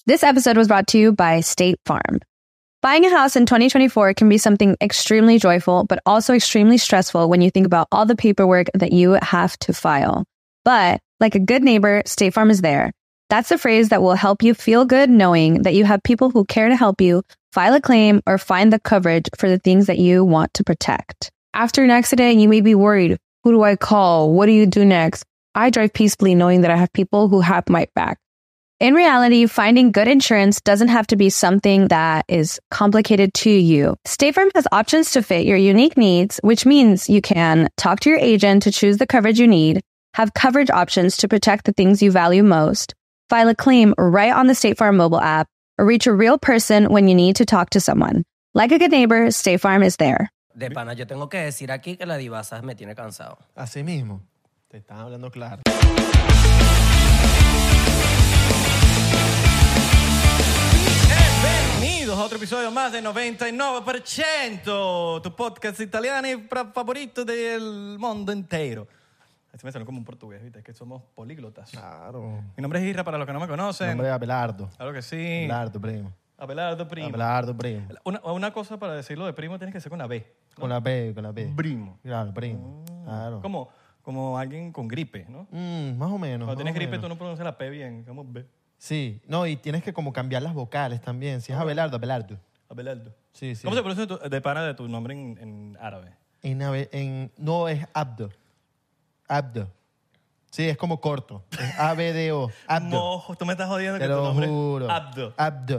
This episode was brought to you by State Farm. Buying a house in 2024 can be something extremely joyful, but also extremely stressful when you think about all the paperwork that you have to file. But like a good neighbor, State Farm is there. That's the phrase that will help you feel good knowing that you have people who care to help you file a claim or find the coverage for the things that you want to protect. After an accident, you may be worried. Who do I call? What do you do next? I drive peacefully knowing that I have people who have my back. In reality, finding good insurance doesn't have to be something that is complicated to you. State Farm has options to fit your unique needs, which means you can talk to your agent to choose the coverage you need, have coverage options to protect the things you value most, file a claim right on the State Farm mobile app, or reach a real person when you need to talk to someone. Like a good neighbor, State Farm is there. De pana, yo tengo que decir aquí que la divasa me tiene cansado. Así mismo. Te están hablando claro. Bienvenidos a otro episodio más de 99%, tu podcast italiano favorito del mundo entero. Así me salió como un portugués, ¿viste? Es que somos políglotas. Claro. Mi nombre es Isra, para los que no me conocen. Mi nombre es Abelardo. Claro que sí. Abelardo, primo. Abelardo Primo. Abelardo, primo. Una cosa para decirlo de primo tienes que ser con la B. ¿no? Con la B, con la B. Primo. Claro, primo. Claro. Como alguien con gripe, ¿no? Más o menos. Cuando tienes más o gripe menos. tú no pronuncias la P bien, como B. Sí. No, y tienes que como cambiar las vocales también. Si es Abelardo, Abelardo. Abelardo. Sí, sí. ¿Cómo se pronuncia de pana de tu nombre en árabe? No, es Abdo. Abdo. Sí, es como corto. Es A-B-D-O. Abdo. Mojo, tú me estás jodiendo Te que tu lo nombre juro. es Abdo. Abdo.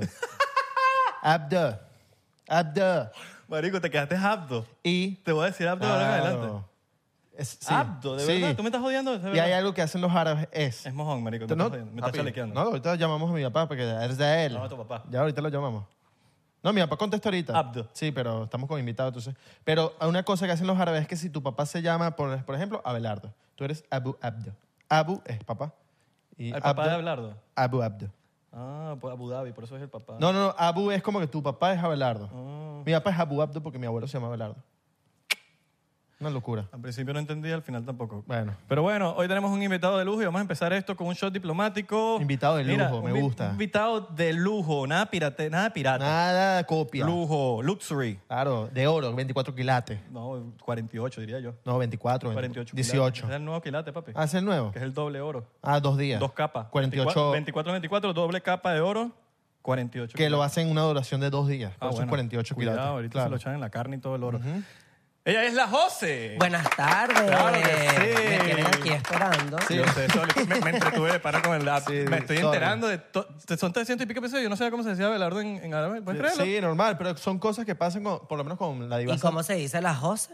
Abdo. Abdo. Marico, te quedaste Abdo. Y... Te voy a decir Abdo ahora en adelante. Sí. Abdo, ¿de verdad? ¿Tú me estás jodiendo? ¿De Y verdad? hay algo que hacen los árabes Es mojón, marico. Me estás jodiendo. Me estás papi, chalequeando. No, ahorita llamamos a mi papá porque es de él. Llama a tu papá. Ya ahorita lo llamamos. No, mi papá contesta ahorita. Abdo. Sí, pero estamos con invitados, entonces. Pero una cosa que hacen los árabes es que si tu papá se llama, por ejemplo, Abelardo, tú eres Abu Abdo. Abu es papá. Y ¿El papá Abdo- de Abelardo? Abu Abdo. Ah, pues Abu Dhabi, por eso es el papá. No, Abu es como que tu papá es Abelardo. Ah. Mi papá es Abu Abdo porque mi abuelo se llama Abelardo. Una locura. Al principio no entendí, al final tampoco. Bueno. Pero bueno, hoy tenemos un invitado de lujo y vamos a empezar esto con un shot diplomático. Invitado de lujo, me gusta. Un invitado de lujo, nada pirata. Nada copia. Lujo, luxury. Claro, de oro, 24 quilates. No, 48 diría yo. No, 24, 48 18. quilates. Es el nuevo quilate, papi. ¿Ah, es el nuevo? Que es el doble oro. 2 días. 2 capas. 48. 24, doble capa de oro, 48. Que lo hacen en una duración de 2 días. Por eso es 48 Cuidado, quilates. ahorita Claro. se lo echan en la carne y todo el oro. Ella es la Jose. Buenas tardes. Claro que sí. Me tienen aquí esperando. Yo sé, me entretuve de pana con el app. Sí, me estoy sorry. enterando de... Son 300 y pico pesos. Yo no sabía cómo se decía Abelardo en árabe. ¿Puedes creerlo? Sí, normal, pero son cosas que pasan por lo menos con la ¿Y divasa. cómo se dice la Jose?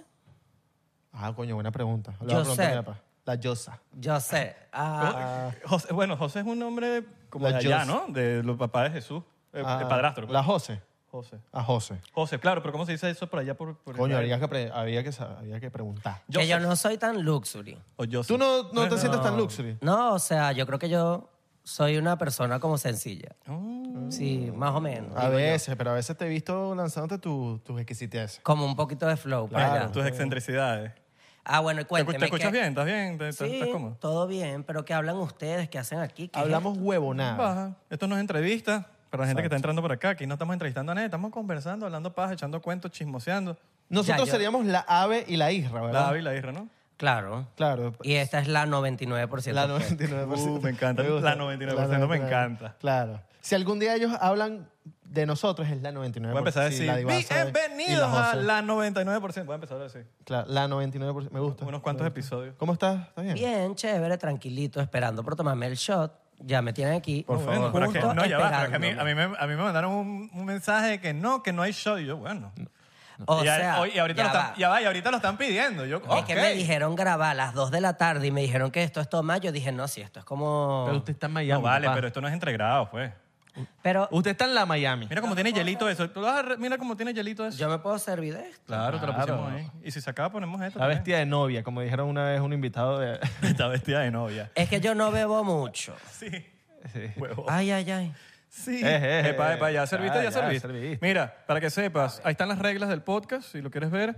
Coño, buena pregunta. Le voy a Yo preguntar a sé. mi papá. La Yosa. Yo sé. José, bueno, José es un nombre como La de allá, Jos. ¿no? De los papás de Jesús. El padrastro. La Jose. José. Jose. José, claro, pero ¿cómo se dice eso por allá? Por Coño, Israel? había que preguntar. que yo no soy tan luxury. O Joseph. ¿Tú no te sientes tan luxury? No, o sea, yo creo que yo soy una persona como sencilla. Oh. Sí, más o menos. A digo yo. veces, pero a veces te he visto lanzándote tus exquisiteces. Como un poquito de flow para Claro. allá. Tus excentricidades. Bueno, y cuénteme. ¿Te escuchas ¿qué- bien? ¿Estás bien? Sí, ¿Estás cómodo? todo bien, pero ¿qué hablan ustedes? ¿Qué hacen aquí? ¿Qué es Hablamos huevonada. Baja. Esto no es entrevista para la gente que está entrando por acá. Aquí no estamos entrevistando a nadie. Estamos conversando, hablando paja, echando cuentos, chismoseando. Nosotros yo- seríamos la ave y la isra, ¿verdad? La Ave y la Isra, ¿no? Claro. Claro. Y esta es la 99%. La 99%. Me encanta. gusta. La 99% me encanta. Claro. Si algún día ellos hablan de nosotros, es la 99%. Voy a empezar a Sí, decir, la divasa y bienvenidos la a Jose. la 99%. Voy a empezar a decir. Claro, la 99%. Me gusta. Unos cuantos episodios. ¿Cómo estás? ¿Estás bien? Bien, chévere, tranquilito, esperando por tomarme el shot. Ya me tienen aquí. Por favor. Pero es que, justo no, ya va. Pero es que esperándome. a mí me mandaron un mensaje de que no hay show. Y yo, bueno. O y, sea, y ahorita ya va. y ahorita lo están pidiendo. Yo, Es que ok. me dijeron grabar a las 2 de la tarde y me dijeron que esto es todo más. Yo dije, no, si esto es como... Pero usted está en No Miami. vale, papá. pero esto no es entre grados, pues. Pero Usted está en la Miami. Mira cómo tiene hielito eso. Mira cómo tiene hielito eso. yo me puedo servir de esto. Claro, te lo Claro. pusimos ahí. Y si se acaba, ponemos esto. Está también. vestida de novia, como dijeron una vez un invitado de... Está vestida de novia. Es que yo no bebo mucho. Sí. Sí. Huevo. Ay, ay, ay. Sí. Epa, Epa, ya serviste, ya ya serviste. serviste. Mira, para que sepas, ahí están las reglas del podcast, si lo quieres ver.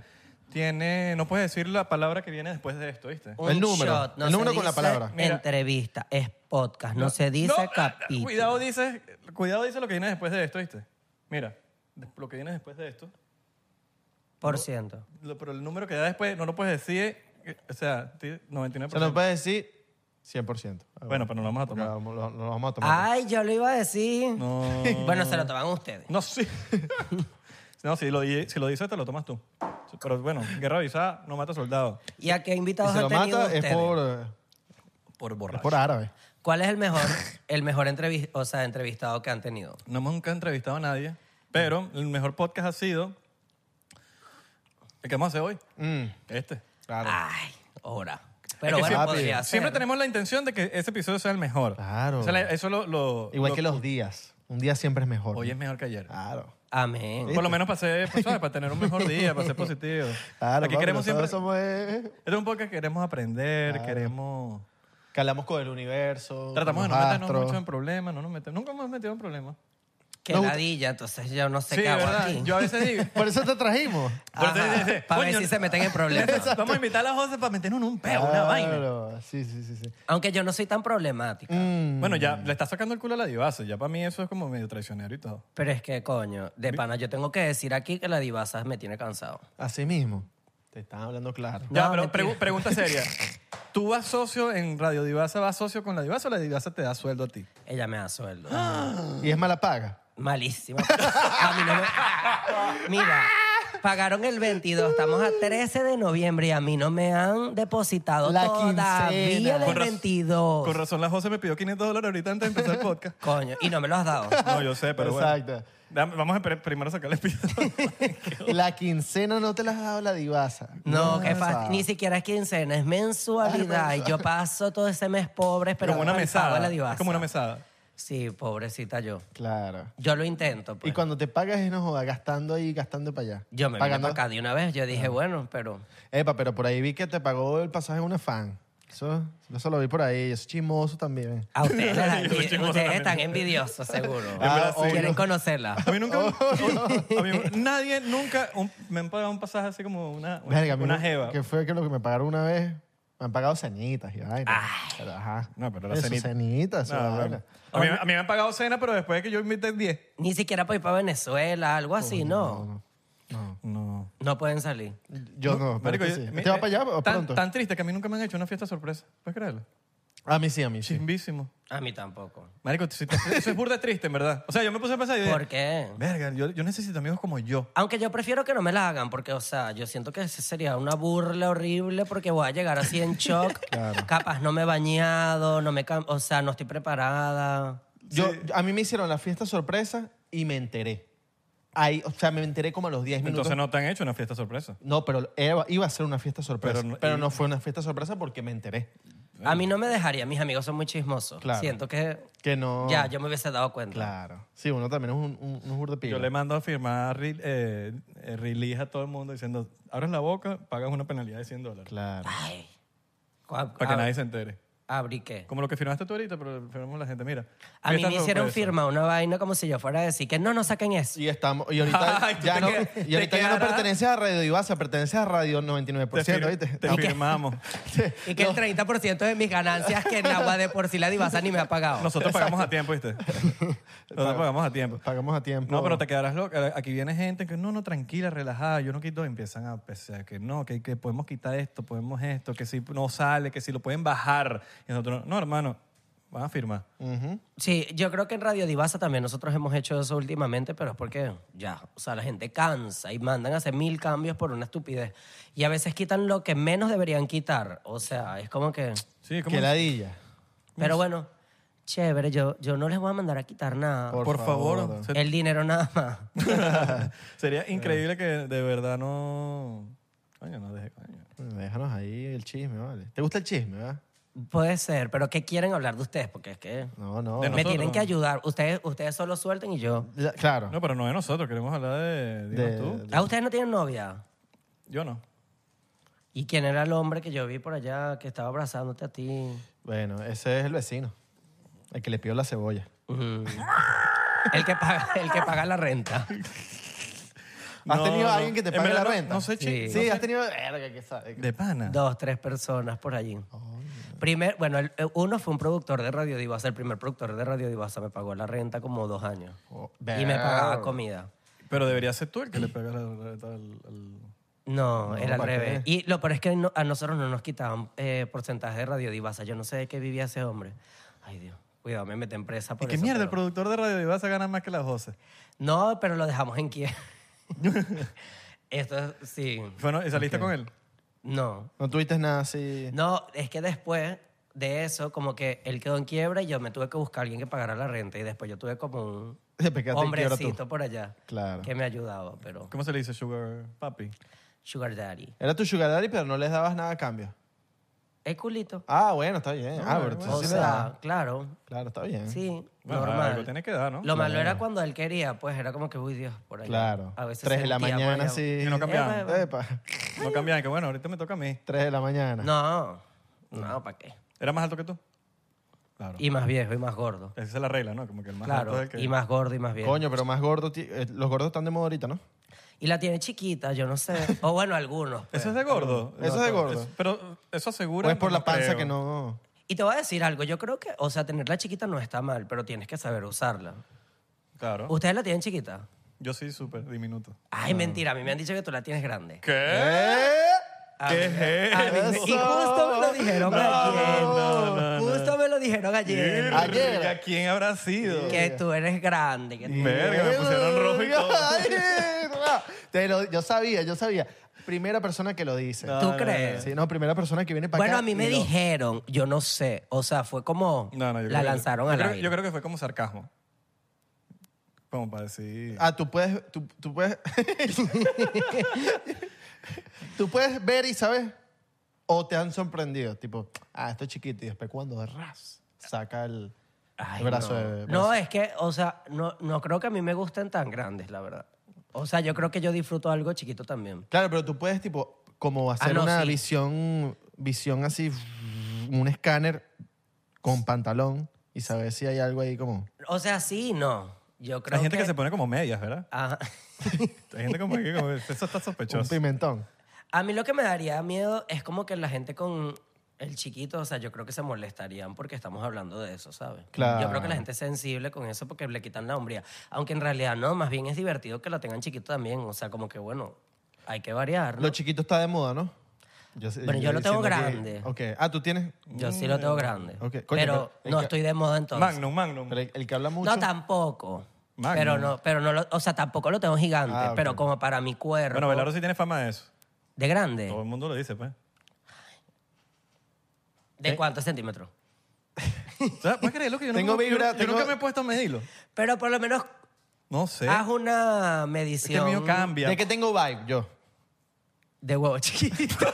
no puedes decir la palabra que viene después de esto, ¿viste? Un El número. shot, no El se número con la dice palabra. Mira. Entrevista, es podcast, no se dice capítulo. Cuidado dice lo que viene después de esto, ¿viste? Mira, lo que viene después de esto. Por ciento. Pero el número que da después no lo puedes decir, o sea, 99%. O sea, no puedes decir 100%. Bueno, pero no lo vamos a Porque tomar. lo vamos a tomar. Ay, yo lo iba a decir. No. Bueno, se lo toman ustedes. No, sí. No, si lo dices, te lo tomas tú. Pero bueno, guerra avisada no mata soldados. ¿Y a qué Y invitados si lo han tenido mata es ustedes? Por es borracho. por árabe. ¿Cuál es el mejor entrevistado que han tenido? No hemos nunca entrevistado a nadie, pero el mejor podcast ha sido el que vamos a hacer hoy. Este. Claro. Ay, ahora. Pero Es que bueno, siempre- podría ser. Siempre tenemos la intención de que ese episodio sea el mejor. Claro. O sea, eso Igual que los días. Un día siempre es mejor. Hoy ¿no? es mejor que ayer. Claro. Amén. Por lo menos para tener un mejor día, para ser positivo. Claro, Aquí papi, queremos siempre... nosotros somos, Este es un podcast que queremos aprender, Claro. queremos... que hablamos con el universo. Tratamos de con no los meternos astros. mucho en problemas, nunca hemos metido en problemas. Qué Nos gusta- ladilla, entonces yo no sé Sí, qué hago ¿verdad? aquí. Yo a veces digo... Por eso te trajimos. Por eso dice, Para ver coño, si se meten en problemas. Vamos a invitar a la José para meternos en un peo, una vaina. Claro. Sí. Aunque yo no soy tan problemática. Bueno, ya le está sacando el culo a la divasa. Ya para mí eso es como medio traicionero y todo. Pero es que, coño, de pana, yo tengo que decir aquí que la divasa me tiene cansado. Así mismo. Te están hablando claro. Ya, No, pero mentira. pregunta seria. ¿Tú vas socio en Radio Divasa, vas socio con la divasa o la divasa te da sueldo a ti? Ella me da sueldo. Y es mala paga. Malísima. A mí no me... Mira, pagaron el 22, estamos a 13 de noviembre y a mí no me han depositado La todavía quincena. del Con raz- 22. Con razón la José me pidió $500 ahorita antes de empezar el podcast. Coño, y no me lo has dado. No, yo sé, pero bueno. Exacto. Vamos a primero sacar el piso. La quincena no te la has dado la divasa. No, qué pasa. fácil. Ni siquiera es quincena, es mensualidad. Y yo paso todo ese mes pobre, pero como una no me pago mesada. la divasa. Es como una mesada. Sí, pobrecita yo. Claro. Yo lo intento, pues. Y cuando te pagas es no joda, gastando ahí, gastando para allá. Yo me vine Pagando. para acá de una vez. Yo dije, bueno, pero... Epa, pero por ahí vi que te pagó el pasaje una fan. Eso lo vi por ahí. Eso es chismoso también. A ustedes, Yo soy chismoso ustedes también. están envidiosos, seguro. Ah, obvio. Quieren conocerla. A mí nunca... nadie nunca me han pagado un pasaje así como una Verga, a mí jeva. que fue que lo que me pagaron una vez, me han pagado cenitas y vaina. Pero, ajá. No, pero la Eso, cenita. cenitas, eso, No, vaina. bueno. A mí me han pagado cena, pero después de que yo invité 10. Ni siquiera para ir para Venezuela, algo así, no. No. No pueden salir. Yo no, pero Marico, tú sí. ¿Te vas para allá o pronto? Tan triste que a mí nunca me han hecho una fiesta sorpresa. ¿Puedes creerlo? A mí sí, a mí sí. Chimbísimo. A mí tampoco. Marico, eso es burda triste, en verdad. O sea, yo me puse a pensar y dije, ¿Por qué? verga, yo necesito amigos como yo. Aunque yo prefiero que no me la hagan, porque, o sea, yo siento que ese sería una burla horrible porque voy a llegar así en shock. Capaz no me he bañado, o sea, no estoy preparada. A mí me hicieron la fiesta sorpresa y me enteré. Ahí, o sea, me enteré como a los 10 minutos. Entonces no te han hecho una fiesta sorpresa. No, pero iba a ser una fiesta sorpresa. Pero Pero, no- no fue una fiesta sorpresa porque me enteré. A mí no me dejaría, mis amigos son muy chismosos. Claro. Siento que Que no... ya, yo me hubiese dado cuenta. Claro. Sí, uno también es un burda Yo le mando a firmar release a todo el mundo diciendo, abres la boca, pagas una penalidad de $100. Claro. Ay. Para que nadie se entere. Abrí qué. Como lo que firmaste tú ahorita, pero firmamos la gente. Mira. A mí fiesta me hicieron sorpresa. firmar una vaina como si yo fuera a decir que no saquen eso. Y ahorita Ay, tú ya te no, quedas- y ahorita te ya no quedarás- perteneces a Radio Divasa, perteneces a Radio 99%, ¿viste? Te firmamos. Y que el 30% de mis ganancias que en agua de por sí la divasa ni me ha pagado. Nosotros pagamos a tiempo, ¿viste? Nosotros pagamos a tiempo. Pagamos a tiempo. No, pero te quedarás loca. Aquí viene gente que no, tranquila, relajada. Yo no quito. Empiezan a pensar que no, que podemos quitar esto, podemos esto, que si no sale, que si lo pueden bajar. Y nosotros, no, hermano, van a firmar. Ujú. Sí, yo creo que en Radio Divasa también nosotros hemos hecho eso últimamente, pero es porque ya, o sea, la gente cansa y mandan a hacer 1000 cambios por una estupidez. Y a veces quitan lo que menos deberían quitar. O sea, es como que... Sí, como Qué ladilla. Pero bueno, chévere, yo no les voy a mandar a quitar nada. por favor. El dinero nada más. Sería increíble que de verdad no... Coño, no deje, coño. Déjanos ahí el chisme, ¿vale? ¿Te gusta el chisme, verdad? Puede ser, pero ¿qué quieren hablar de ustedes? Porque es que No, no. De me nosotros. tienen que ayudar. Ustedes solo suelten y yo. Claro. No, pero no de nosotros. Queremos hablar de... Dinos De- tú. ¿Ah, ustedes no tienen novia? Yo no. ¿Y quién era el hombre que yo vi por allá que estaba abrazándote a ti? Bueno, ese es el vecino. El que le pidió la cebolla. El que paga la renta. ¿Has No, tenido a no. alguien que te En pague la verdad renta? no sé, Sí. Sí, has tenido... Verga, que sabe. De pana. 2, 3 personas por allí. Bueno, uno fue un productor de Radio Divasa, el primer productor de Radio Divasa me pagó la renta como 2 años. Oh, Y me pagaba verga. comida. Pero debería ser tú el que le pega la renta al... No, era al ¿para revés. qué? Y lo peor es que a nosotros no nos quitaban porcentaje de Radio Divasa. Yo no sé qué vivía ese hombre. Ay, Dios. Cuidado, me meten presa ¿Y por qué eso. mierda? El pero- productor de Radio Divasa gana más que las voces. No, pero lo dejamos en quiebra. Esto sí. Bueno, ¿y saliste con él? No. No tuviste nada así... No, es que después de eso, como que él quedó en quiebra y yo me tuve que buscar a alguien que pagara la renta. Y después yo tuve como un Te pegaste en quiebra tú. hombrecito por allá Claro. que me ayudaba, pero... ¿Cómo se le dice Sugar Papi? Sugar Daddy. Era tu sugar daddy, pero no les dabas nada a cambio. Es culito. Ah, bueno, está bien. No, Pero bueno. O sí le dabas. sea, claro. Claro, está bien. Sí, Bueno, normal. algo tiene que dar, ¿no? Lo malo era cuando él quería, pues era como que, uy, Dios, por allá. Claro. A veces 3 de la sentía por mañana, allá. sí. Y no cambiaban. Epa. No cambiaban, que bueno, ahorita me toca a mí. 3 de la mañana. No, ¿para qué? ¿Era más alto que tú? Claro. Y más viejo y más gordo. Esa es la regla, ¿no? Como que el más alto Claro, es el que... y más gordo y más viejo. Coño, pero más gordo. Los gordos están de moda ahorita, ¿no? Y la tiene chiquita, yo no sé. O bueno, algunos. pues. ¿Eso es de gordo? Eso es de gordo. Pero eso asegura... O es por no la panza creo. que no. Y te voy a decir algo, yo creo que, o sea, tenerla chiquita no está mal, pero tienes que saber usarla. Claro. ¿Ustedes la tienen chiquita? Yo sí, súper diminuto. Ay, mentira, a mí me han dicho que tú la tienes grande. ¿Qué? A ¿Qué mí- es a mí me- Y justo me lo dijeron ayer. Justo me lo dijeron ayer. Ayer. ¿Y a quién habrá sido? Que tú eres grande. Que tú- Verga, me pusieron rojo y todo. Yo sabía. Primera persona que lo dice. ¿Tú crees? Sí, no, primera persona que viene para Bueno, acá. a mí me y lo- dijeron, yo no sé, o sea, fue como No, yo la creo- lanzaron yo al creo- aire. Yo creo que fue como sarcasmo. Como para decir... Ah, tú puedes... Tú puedes... tú puedes ver y sabes... O te han sorprendido. Tipo, esto es chiquito. Y después cuando ras, saca el Ay, brazo no. de... No, es que, o sea, no creo que a mí me gusten tan grandes, la verdad. O sea, yo creo que yo disfruto algo chiquito también. Claro, pero tú puedes, tipo, como hacer no, una sí. visión así, un escáner con pantalón y saber si hay algo ahí como... O sea, sí, no. Yo creo Hay gente que se pone como medias, ¿verdad? Ajá. Hay gente como que como, eso está Un sospechoso. pimentón. A mí lo que me daría miedo es como que la gente con el chiquito, o sea, yo creo que se molestarían porque estamos hablando de eso, ¿sabes? Claro. Yo creo que la gente es sensible con eso porque le quitan la hombría. Aunque en realidad no, más bien es divertido que lo tengan chiquito también. O sea, como que bueno, hay que variar, ¿no? Lo chiquito está de moda, ¿no? Bueno, yo lo tengo diciendo grande. Ok. tú tienes... Yo sí lo tengo grande. Ok. Coño, pero pero no el que- estoy de moda entonces. Magnum. Pero el que habla mucho... No, tampoco. Magnum. Pero no lo, o sea, tampoco lo tengo gigante, Ah, ok. pero como para mi cuerpo. Bueno, Belardo sí tiene fama de eso. ¿De grande? Todo el mundo lo dice, pues. ¿De cuántos centímetros? O sea, ¿puedes creerlo que yo, Tengo vibra, yo tengo- nunca me he puesto a medirlo? Pero por lo menos No sé. haz una Es que el medición mío cambia. ¿De qué tengo vibe? Yo. de huevo chiquito.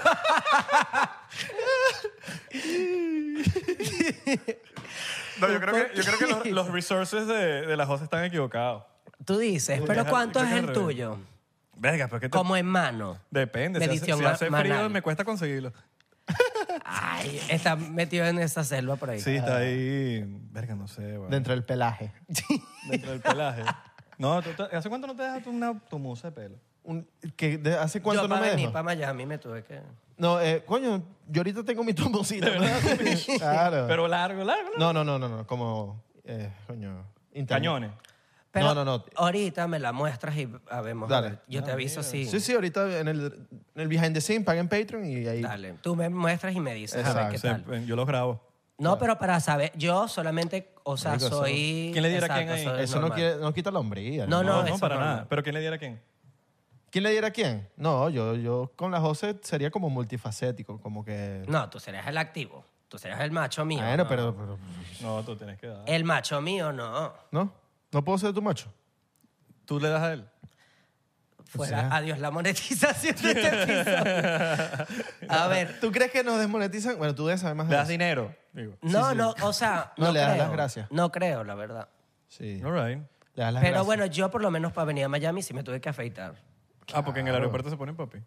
No, yo creo que los resources de la José están equivocados. Tú dices, pero ¿cuánto creo es que el al revés. tuyo? Verga, pero es que te- Como en mano. depende. Si hace, medición si hace frío, manal. me cuesta conseguirlo. Ay, está metido en esa selva por ahí. Sí, está ahí. Verga, no sé, güey. Dentro del pelaje. Dentro del pelaje. No, ¿hace cuánto no te dejas tu musa de pelo? ¿Hace cuánto Yo no para me venir dejo? para Miami me tuve que... No, coño, yo ahorita tengo mi tombocita. Claro. Pero largo. No. Como, coño... interno. Cañones. Pero No. ahorita me la muestras y vemos. Dale. A ver. Yo te aviso si... Sí, ahorita en el behind the scene, paguen Patreon y ahí... Dale. Tú me muestras y me dices a ver qué Exacto. tal. Yo los grabo. No, pero para saber, yo solamente, o sea, Marico, eso- soy... ¿Quién le diera exacto, quién ahí? soy Eso normal. no quita la hombría. No, No, eso para no, nada. no. ¿Pero quién le diera a quién? ¿Quién le diera a quién? No, yo con la José sería como multifacético, como que... No, tú serías el activo. Tú serías el macho mío. Bueno, no. pero... No, tú tienes que dar. El macho mío, no. ¿No? ¿No puedo ser tu macho? ¿Tú le das a él? Fuera, sea. adiós la monetización de este episodio. A ver, ¿Tú crees que nos desmonetizan? Bueno, tú debes saber más ¿Le de das eso. dinero? Digo. no, o sea, No, no, le das creo. las gracias. No creo, la verdad. Sí. All right. Le das las Pero gracias. bueno, yo por lo menos para venir a Miami sí me tuve que afeitar. Ah, porque en el aeropuerto se ponen papi.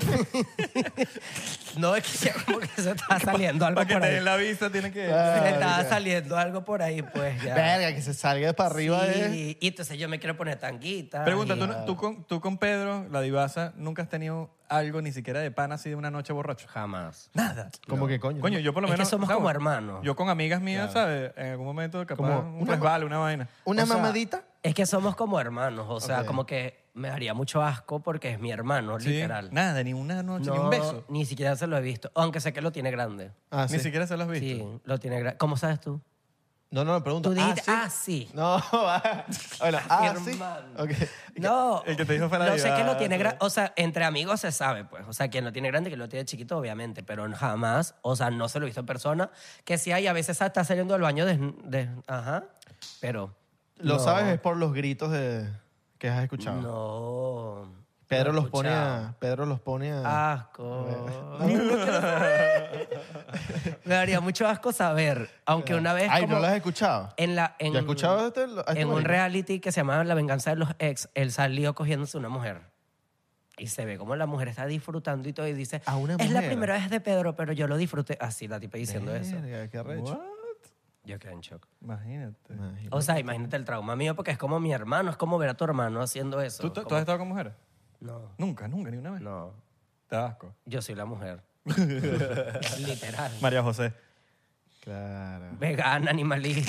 No, es que como que se está saliendo algo Para que por te ahí. den la visa tienen que... Se estaba saliendo algo por ahí, pues ya. Verga, que se salga de para arriba Sí, y entonces yo me quiero poner tanguita. Pregunta, y- tú con Pedro, la divasa, ¿nunca has tenido algo ni siquiera de pan así de una noche borracho? Jamás. Nada. Como que coño. Coño, yo por lo Es que menos... somos ¿sabes? como hermanos. Yo con amigas mías, ¿sabes? En algún momento capaz Como un resbalo, una vaina. Una O sea, mamadita. Es que somos como hermanos, o sea, Ok. como que me daría mucho asco porque es mi hermano, Sí, literal. nada, ni una noche, ni No, un beso. ni siquiera se lo he visto, aunque sé que lo tiene grande. Ah, Ni sí. siquiera se lo has visto. Sí, lo tiene grande. ¿Cómo sabes tú? No, me pregunto. Tú dijiste, sí. sí. No, bueno, sí. Hermano. Ok. No, el que te dijo fue la no sé que lo tiene divasa. grande. O sea, entre amigos se sabe, pues. O sea, quien lo tiene grande y quien lo tiene chiquito, obviamente. Pero jamás, o sea, no se lo he visto en persona. Que sí hay, a veces está saliendo del baño ajá. Pero. Lo no, sabes es por los gritos que has escuchado. No. Pedro no he los pone escuchado. a... Pedro los pone a... Asco. Me daría mucho asco saber. Aunque una vez. Ay, como ¿no lo has escuchado? ¿Ya ¿Ya has escuchado este en un marico? reality que se llamaba La venganza de los ex, él salió cogiéndose una mujer. Y se ve como la mujer está disfrutando y todo. Y dice, ¿A una es la mujer? primera vez de Pedro, pero yo lo disfruté. Así la tipa diciendo eso. Verga, qué arrecho. What? Yo quedé en shock. Imagínate. Imagínate. O sea, imagínate el trauma mío porque es como mi hermano, es como ver a tu hermano haciendo eso. ¿Tú Como- has estado con mujeres? No, Nunca, ni una vez. no. Te da asco. Yo soy la mujer. Literal. María José. Claro. Vegana, animalista.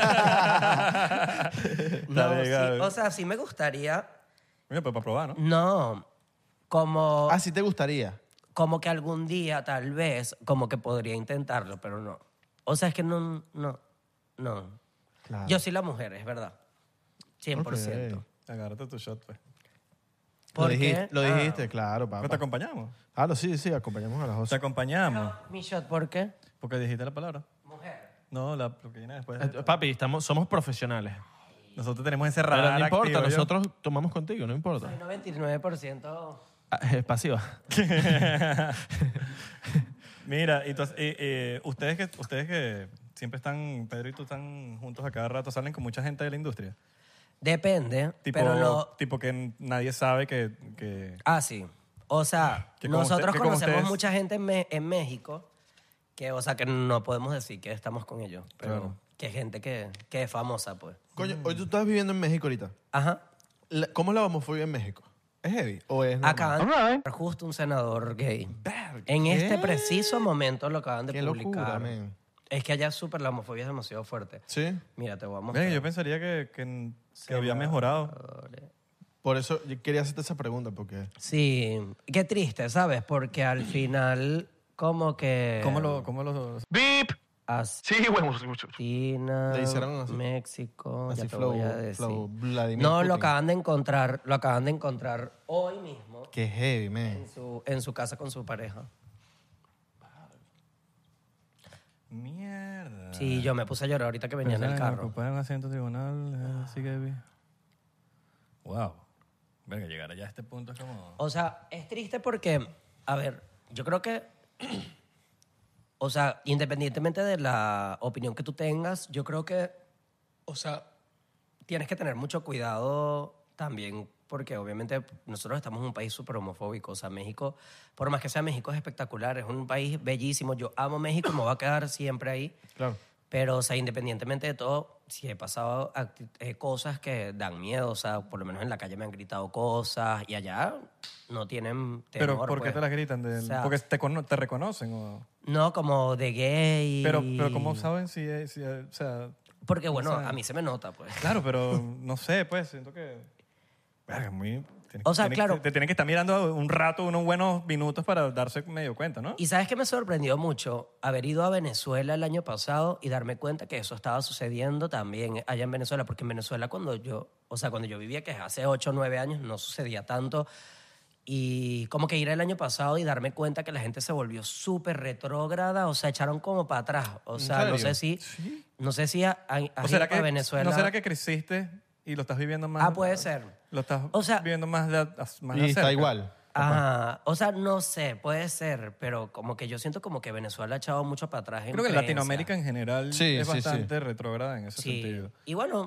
no, sí, legal. o sea, sí me gustaría. Mira, pues para probar, ¿no? No, como, Ah, sí te gustaría. como que algún día, tal vez, como que podría intentarlo, pero no. O sea, es que no. Claro. Yo soy la mujer, es verdad. 100%. Ok. Agárrate tu shot, pues. ¿Por Lo dijiste, qué? lo Ah. dijiste, claro, ¿No te papá. acompañamos? Claro, sí, acompañamos a las Te José. acompañamos. Mi shot, ¿por qué? Porque dijiste la palabra. Mujer. No, lo que viene después. Papi, somos profesionales. Nosotros tenemos ese Pero radar no importa, activo, yo. nosotros tomamos contigo, no importa. Soy 99%. Es pasiva. Mira, y ustedes que siempre están, Pedro y tú están juntos a cada rato, salen con mucha gente de la industria. Depende, Tipo, pero no. tipo que nadie sabe que Ah, sí. O sea, Que como nosotros usted- que como conocemos ustedes- mucha gente en México que, o sea, que no podemos decir que estamos con ellos, pero Claro. que gente que es famosa, pues. Coño, hoy tú estás viviendo en México ahorita. Ajá. ¿Cómo es la homofobia en México? ¿Es heavy o es normal? Acaban de publicar justo un senador gay. En ¿qué? este preciso momento lo acaban de Qué publicar. locura, man. Es que allá súper la homofobia es demasiado fuerte. Sí. Mira, te voy a mostrar. Venga, yo pensaría que había mejorado. Por eso yo quería hacerte esa pregunta, porque... Sí, qué triste, ¿sabes? Porque al final, como que... ¿Cómo lo Sí, bueno, Argentina, Le hicieron así. México, Así ya te flow, voy a decir. flow Vladimir No, Putin. lo acaban de encontrar hoy mismo Qué heavy, man. en su casa con su pareja. Mierda. Sí, yo me puse a llorar ahorita que venía en el carro. Ocupar un asiento tribunal, sigue bien. Wow. Verga, llegar allá a este punto es como... O sea, es triste porque, a ver, yo creo que, o sea, independientemente de la opinión que tú tengas, yo creo que, o sea, tienes que tener mucho cuidado también porque obviamente nosotros estamos en un país súper homofóbico. O sea, México, por más que sea México, es espectacular, es un país bellísimo. Yo amo México y me voy a quedar siempre ahí. Claro. Pero, o sea, independientemente de todo, sí he pasado cosas que dan miedo. O sea, por lo menos en la calle me han gritado cosas y allá no tienen temor. Pero ¿por qué pues. te las gritan? O sea, ¿Porque te reconocen? O... no, como de gay. Pero ¿cómo saben si o sea... Porque, bueno, o sea, a mí se me nota, pues. Claro, pero no sé, pues, siento que... Verga, muy... O sea, claro. Te tienen que estar mirando un rato, unos buenos minutos para darse medio cuenta, ¿no? Y ¿sabes qué me sorprendió mucho? Haber ido a Venezuela el año pasado y darme cuenta que eso estaba sucediendo también allá en Venezuela. Porque en Venezuela cuando yo vivía, que hace 8 o 9 años, no sucedía tanto. Y como que ir el año pasado y darme cuenta que la gente se volvió súper retrógrada, o sea, echaron como para atrás. O sea, no sé si... No sé si has ¿O ido será a Venezuela... ¿No será que creciste y lo estás viviendo más? Ah, puede ser. Lo estás O sea, viviendo más más Y de está cerca. igual. Ajá, o sea, no sé, puede ser, pero como que yo siento como que Venezuela ha echado mucho para atrás en Creo que creencias. Latinoamérica en general Sí, es sí, sí. bastante retrógrada en ese Sí, sentido. y bueno,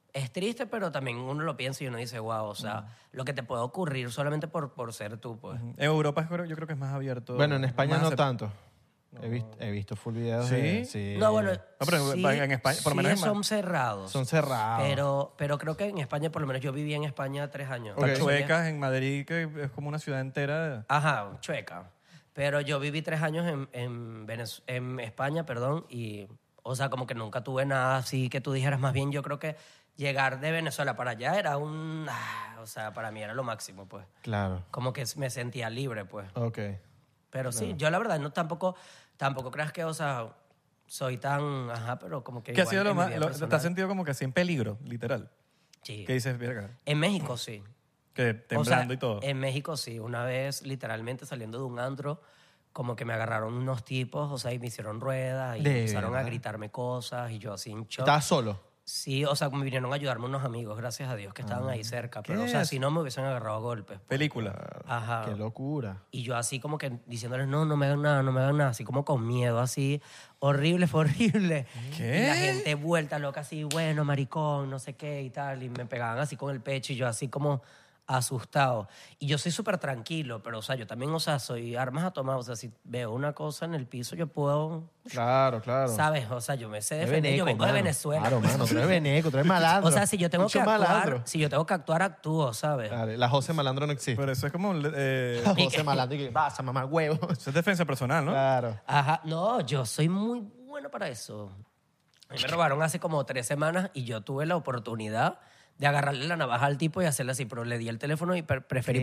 Es triste, pero también uno lo piensa y uno dice, wow, o sea, lo que te puede ocurrir solamente por ser tú, pues. En Europa yo creo que es más abierto. Bueno, en España más no acep- tanto. He visto full videos ¿Sí? de... Sí. No, bueno, pero sí, en España, por lo menos sí en son cerrados. Son cerrados. Pero creo que en España, por lo menos yo viví en España 3 años. Ok. Las Chuecas en Madrid, que es como una ciudad entera. Ajá, Chueca. Pero yo viví 3 años en España, perdón, y, o sea, como que nunca tuve nada así que tú dijeras. Más bien, yo creo que llegar de Venezuela para allá era o sea, para mí era lo máximo, pues. Claro. Como que me sentía libre, pues. Ok. Pero sí, yo la verdad no tampoco creas que, o sea, soy tan, pero como que ¿Qué ha igual sido lo en mi más? vida ¿Te has personal. sentido como que así en peligro, literal? Sí. ¿Qué dices, verga? En México sí. Que temblando O sea, y todo. En México sí. Una vez, literalmente saliendo de un antro, como que me agarraron unos tipos, o sea, y me hicieron ruedas y ¿De empezaron a verdad? gritarme cosas y yo así en shock. ¿Estabas solo? Sí, o sea, me vinieron a ayudarme unos amigos, gracias a Dios, que estaban ahí cerca. Pero, o sea, es? si no me hubiesen agarrado a golpes. pues. Película. Ajá. Qué locura. Y yo así como que diciéndoles, no me hagan nada, no me hagan nada, así como con miedo, así, horrible, fue horrible. ¿Qué? Y la gente vuelta loca, así, bueno, maricón, no sé qué y tal, y me pegaban así con el pecho y yo así como asustado. Y yo soy súper tranquilo, pero, o sea, yo también, o sea, soy armas a tomar, o sea, si veo una cosa en el piso, yo puedo, Claro, claro. ¿sabes? O sea, yo me sé Eres defender, yo veneco, vengo de mano. Venezuela. Claro, mano, tú eres veneco, tú eres malandro. O sea, si yo tengo Mucho que actuar, malandro. si yo tengo que actuar, actúo, ¿sabes? Dale, la José Malandro no existe. Pero eso es como... La José Malandro y que vas a mamar huevo. eso es defensa personal, ¿no? Claro. Ajá, no, yo soy muy bueno para eso. A mí me robaron hace como 3 semanas y yo tuve la oportunidad de agarrarle la navaja al tipo y hacerle así, pero le di el teléfono y preferí ¿Qué?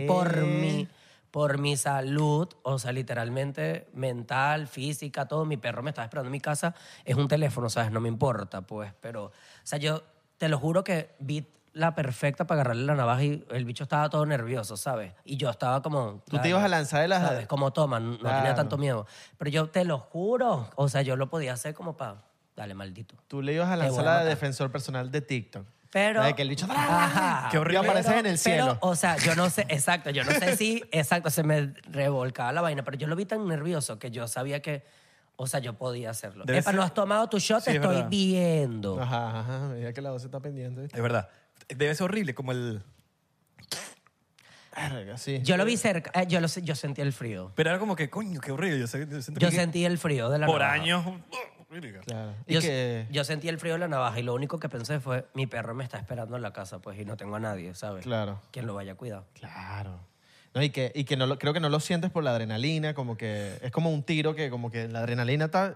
por mi salud, o sea, literalmente mental, física, todo. Mi perro me estaba esperando en mi casa, es un teléfono, ¿sabes? No me importa, pues, pero, o sea, yo te lo juro que vi la perfecta para agarrarle la navaja y el bicho estaba todo nervioso, ¿sabes? Y yo estaba como... Tú te ibas a lanzar de las... ¿Sabes? Como toma, no tenía Claro. tanto miedo. Pero yo te lo juro, o sea, yo lo podía hacer como para... Dale, maldito. Tú le ibas a Te lanzar voy a la de matar. defensor personal de TikTok. Pero... La de que el bicho... Ajá. Qué horrible. Y apareces en el cielo. Pero, o sea, yo no sé, exacto, yo no sé si, exacto, se me revolcaba la vaina, pero yo lo vi tan nervioso que yo sabía que, o sea, yo podía hacerlo. Debe Epa, ser- no has tomado tu shot, Sí, te es estoy verdad. viendo. Ajá, mira que la voz está pendiente. ¿viste? Es verdad. Debe ser horrible, como el... Verga, sí. Yo lo vi cerca, yo sentí el frío. Pero era como que, coño, qué horrible. Siento Yo que sentí el frío de la por navaja. años... Claro. Y Yo, que... yo sentí el frío de la navaja y lo único que pensé fue, mi perro me está esperando en la casa, pues, y no tengo a nadie, ¿sabes? Claro. Quien lo vaya a cuidar. Claro. No, y que no creo que no lo sientes por la adrenalina, como que es como un tiro que como que la adrenalina está...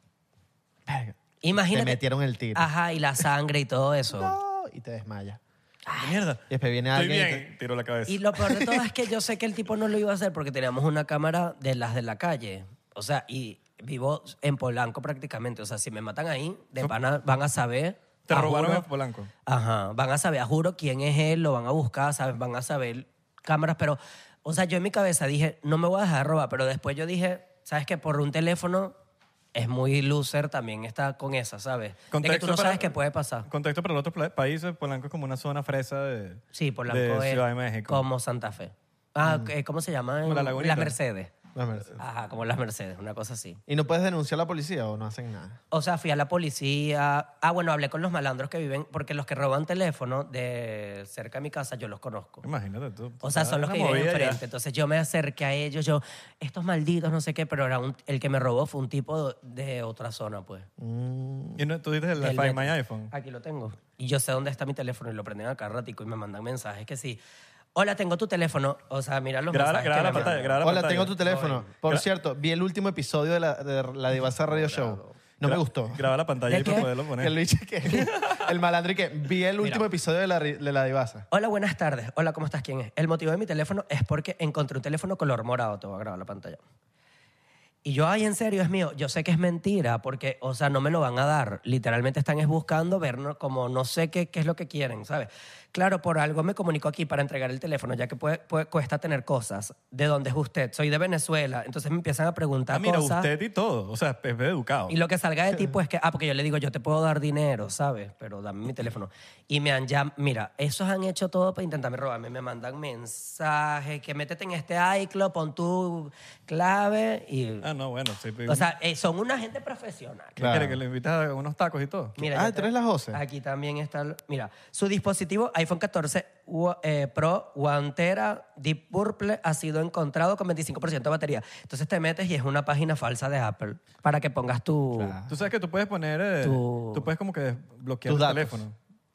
Verga. Imagínate. Te metieron el tiro. Ajá, y la sangre y todo eso. No, y te desmayas. Mierda. Y después viene Estoy alguien y bien. Tiro la cabeza. Y lo peor de todo es que yo sé que el tipo no lo iba a hacer porque teníamos una cámara de las de la calle. O sea, y vivo en Polanco prácticamente. O sea, si me matan ahí, van a saber... Te a robaron juro- en Polanco. Ajá, van a saber, a juro quién es él, lo van a buscar, ¿sabes? Van a saber cámaras, pero, o sea, yo en mi cabeza dije, no me voy a dejar robar, pero después yo dije, ¿sabes qué? Por un teléfono es muy loser también está con esa, ¿sabes? De que tú Contexto no para- sabes qué puede pasar. Contexto para los otros países, Polanco es como una zona fresa de, Sí, Polanco de es Ciudad de México. como Santa Fe. Ah, ¿cómo se llama? Como la Lagunita. Las Mercedes. La Mercedes. Ajá, como las Mercedes, una cosa así. ¿Y no puedes denunciar a la policía o no hacen nada? O sea, fui a la policía. Ah, bueno, hablé con los malandros que viven, porque los que roban teléfono de cerca de mi casa yo los conozco. Imagínate tú. O sea, son los que Una viven movida ya. enfrente. Entonces yo me acerqué a ellos, estos malditos, no sé qué, pero era el que me robó fue un tipo de otra zona, pues. Y no, tú dices el Del Find My metro. iPhone. Aquí lo tengo. Y yo sé dónde está mi teléfono y lo prenden acá ratico y me mandan mensajes que sí. Hola, tengo tu teléfono. O sea, mira los Graba mensajes la que me pantalla, mandan. graba la Hola, pantalla. tengo tu teléfono. Por cierto, vi el último episodio de la Divasa Radio Show. No me gustó. Graba la pantalla ¿De ahí para qué? poderlo Que poner. el bicho que... El malandro y que vi el último episodio de la Divasa. Hola, buenas tardes. Hola, ¿cómo estás? ¿Quién es? El motivo de mi teléfono es porque encontré un teléfono color morado. Te voy a grabar la pantalla. Y yo, ay, en serio, es mío. Yo sé que es mentira porque, o sea, no me lo van a dar. Literalmente están buscando ver como no sé qué es lo que quieren, ¿sabes? Claro, por algo me comunico aquí para entregar el teléfono, ya que cuesta tener cosas. ¿De dónde es usted? Soy de Venezuela. Entonces me empiezan a preguntar Ah, mira, cosas. usted y todo. O sea, es educado. Y lo que salga de tipo es que, porque yo le digo, yo te puedo dar dinero, ¿sabes? Pero dame mi teléfono. Y me han ya, mira, esos han hecho todo para intentarme robarme. Me mandan mensajes, que métete en este iCloud, pon tu clave y... Ah, no, bueno. Sí, O sea, son una gente profesional. ¿qué Claro. quiere? ¿Que le invitas a unos tacos y todo? Mira, Ah, yo ¿tú eres la Jose? Aquí también está. Mira, su dispositivo iPhone 14 Pro One Tera Deep Purple ha sido encontrado con 25% de batería. Entonces te metes y es una página falsa de Apple para que pongas tu. Claro. Tú sabes que tú puedes poner... Tu- Tú puedes como que bloquear Tus el datos. teléfono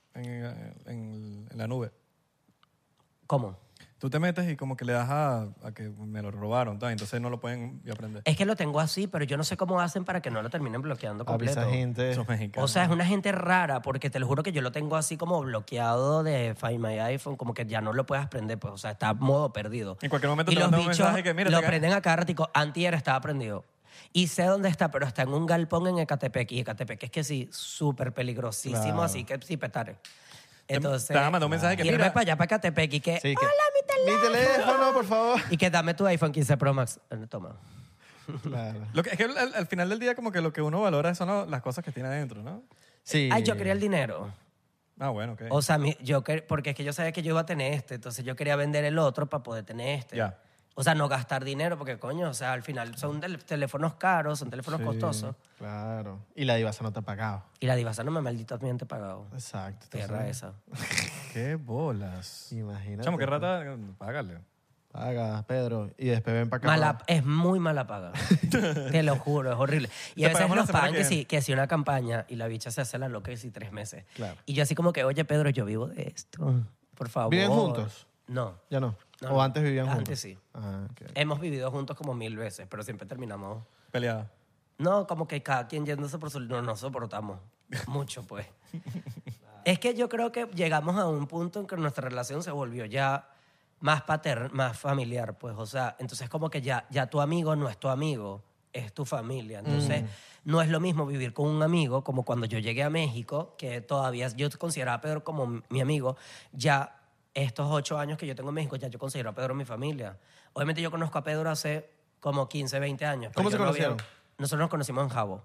en la nube. ¿Cómo? Tú te metes y como que le das a que me lo robaron, tal, entonces no lo pueden aprender. Es que lo tengo así, pero yo no sé cómo hacen para que no lo terminen bloqueando completo. Esa gente. Esos mexicanos. O sea, es una gente rara, porque te lo juro que yo lo tengo así como bloqueado de Find My iPhone, como que ya no lo puedes prender, pues, o sea, está a modo perdido. En cualquier momento y te los mandan un bichos mensaje que, mira, lo te- prenden a cada ratico. Antier estaba prendido. Y sé dónde está, pero está en un galpón en Ecatepec. Y Ecatepec es que sí, súper peligrosísimo, Claro. así que sí, petare. Entonces, te van a mandar un mensaje que, irme mira- para allá, para Ecatepec, y que, Sí, que- hola, Mi teléfono, por favor. y que dame tu iPhone 15 Pro Max. Toma. Claro. Es que al final del día como que lo que uno valora son las cosas que tiene adentro, ¿no? Sí. Ay, yo quería el dinero. Ah, bueno, ok. O sea, porque es que yo sabía que yo iba a tener este, entonces yo quería vender el otro para poder tener este. Ya. O sea, no gastar dinero, porque coño, o sea, al final son teléfonos caros, son teléfonos Sí, costosos. Claro. Y la divasa no te ha pagado. Y la divasa no me malditamente pagado. Exacto. Tierra entonces, esa. Qué bolas. Imagínate. Chamo, qué rata, págale. Paga, Pedro. Y después ven para acá. Es muy mala paga. Te lo juro, es horrible. Y Te a veces pagamos la nos semana pagan que que viene. sí una campaña y la bicha se hace la loca y sí 3 meses. Claro. Y yo así como que, oye, Pedro, yo vivo de esto. Por favor. ¿Viven juntos? No. Ya no. No, ¿O no. antes vivían juntos? Antes sí. Ah, ok. Hemos vivido juntos como 1000 veces, pero siempre terminamos. Peleada. No, como que cada quien yéndose por su... No nos soportamos mucho, pues. Es que yo creo que llegamos a un punto en que nuestra relación se volvió ya más más familiar, pues. O sea, entonces como que ya tu amigo no es tu amigo, es tu familia. Entonces, no es lo mismo vivir con un amigo como cuando yo llegué a México, que todavía yo consideraba a Pedro como mi amigo. Ya estos 8 años que yo tengo en México, ya yo considero a Pedro mi familia. Obviamente yo conozco a Pedro hace como 15, 20 años. ¿Cómo pero se yo no había- conocieron? Nosotros nos conocimos en Jabo.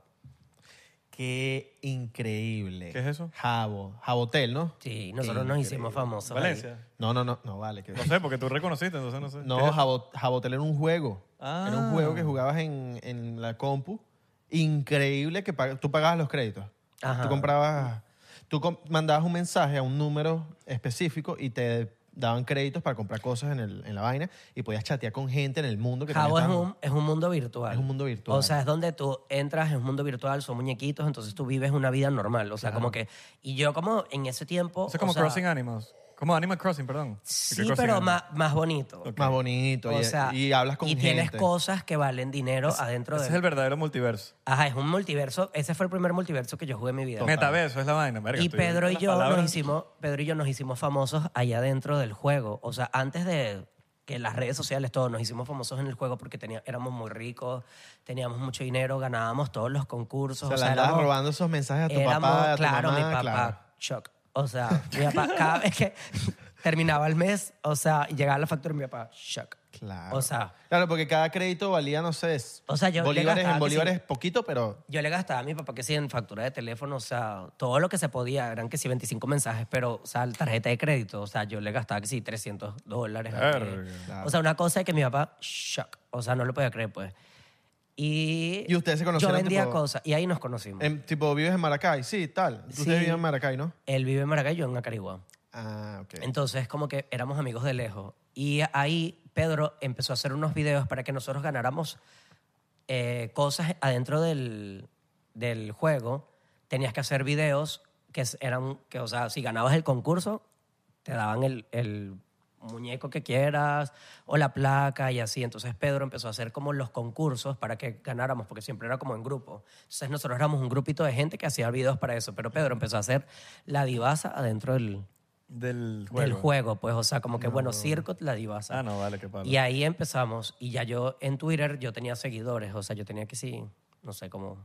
Qué increíble. ¿Qué es eso? Jabotel, ¿no? Sí, nosotros nos hicimos famosos. ahí. Valencia. No, vale. No sé, porque tú reconociste, entonces no sé. ¿Qué No, es? Jabotel era un juego. Ah. Era un juego que jugabas en la compu. Increíble que tú pagabas los créditos. Ajá. Tú comprabas... mandabas un mensaje a un número específico y te daban créditos para comprar cosas en la vaina y podías chatear con gente en el mundo que Jabo también es estaban- es un mundo virtual. Es un mundo virtual. O sea, es donde tú entras en un mundo virtual, son muñequitos, entonces tú vives una vida normal. O sea, como que... Y yo como en ese tiempo... Eso es como o sea, Crossing Animals. Como Animal Crossing, perdón. Sí, Que Crossing pero Animals. más bonito. Más bonito O y, sea, y hablas con y gente. tienes cosas que valen dinero adentro Ese de... es el verdadero multiverso. Ajá, es un multiverso. Ese fue el primer multiverso que yo jugué en mi vida. Metaverso es la vaina. Verga, Y estoy Pedro y las yo palabras. nos hicimos famosos allá dentro del juego. O sea, antes de que las redes sociales, todos nos hicimos famosos en el juego porque éramos muy ricos, teníamos mucho dinero, ganábamos todos los concursos. O sea, le andabas éramos- robando esos mensajes a tu éramos- papá, a tu claro, mamá. mi papá, Claro. shock. O sea, mi papá, cada vez que terminaba el mes, o sea, y llegaba la factura, mi papá, shock. Claro. O sea, Claro, porque cada crédito valía, no sé, O sea, yo le bolívares, gastaba en que bolívares sí. poquito, pero yo le gastaba a mi papá que sí en factura de teléfono, o sea, todo lo que se podía, eran que sí 25 mensajes, pero, o sea, tarjeta de crédito, o sea, yo le gastaba que sí $300. Verga. O sea, una cosa es que mi papá, shock, o sea, no lo podía creer, pues. Y ustedes se conocieron, yo vendía tipo, cosas y ahí nos conocimos. tipo, vives en Maracay, sí, tal. Sí. Ustedes viven en Maracay, ¿no? Él vive en Maracay, yo en Acarigua. Ah, ok. Entonces, como que éramos amigos de lejos. Y ahí Pedro empezó a hacer unos videos para que nosotros ganáramos cosas adentro del juego. Tenías que hacer videos que, o sea, si ganabas el concurso, te daban el muñeco que quieras o la placa y así. Entonces Pedro empezó a hacer como los concursos para que ganáramos, porque siempre era como en grupo. Entonces nosotros éramos un grupito de gente que hacía videos para eso, pero Pedro empezó a hacer la divasa adentro del juego, pues, o sea, como que, bueno, Circuit, la divasa. Ah, no, vale, qué palo. Y ahí empezamos, y ya yo en Twitter yo tenía seguidores, o sea, yo tenía que sí, no sé, como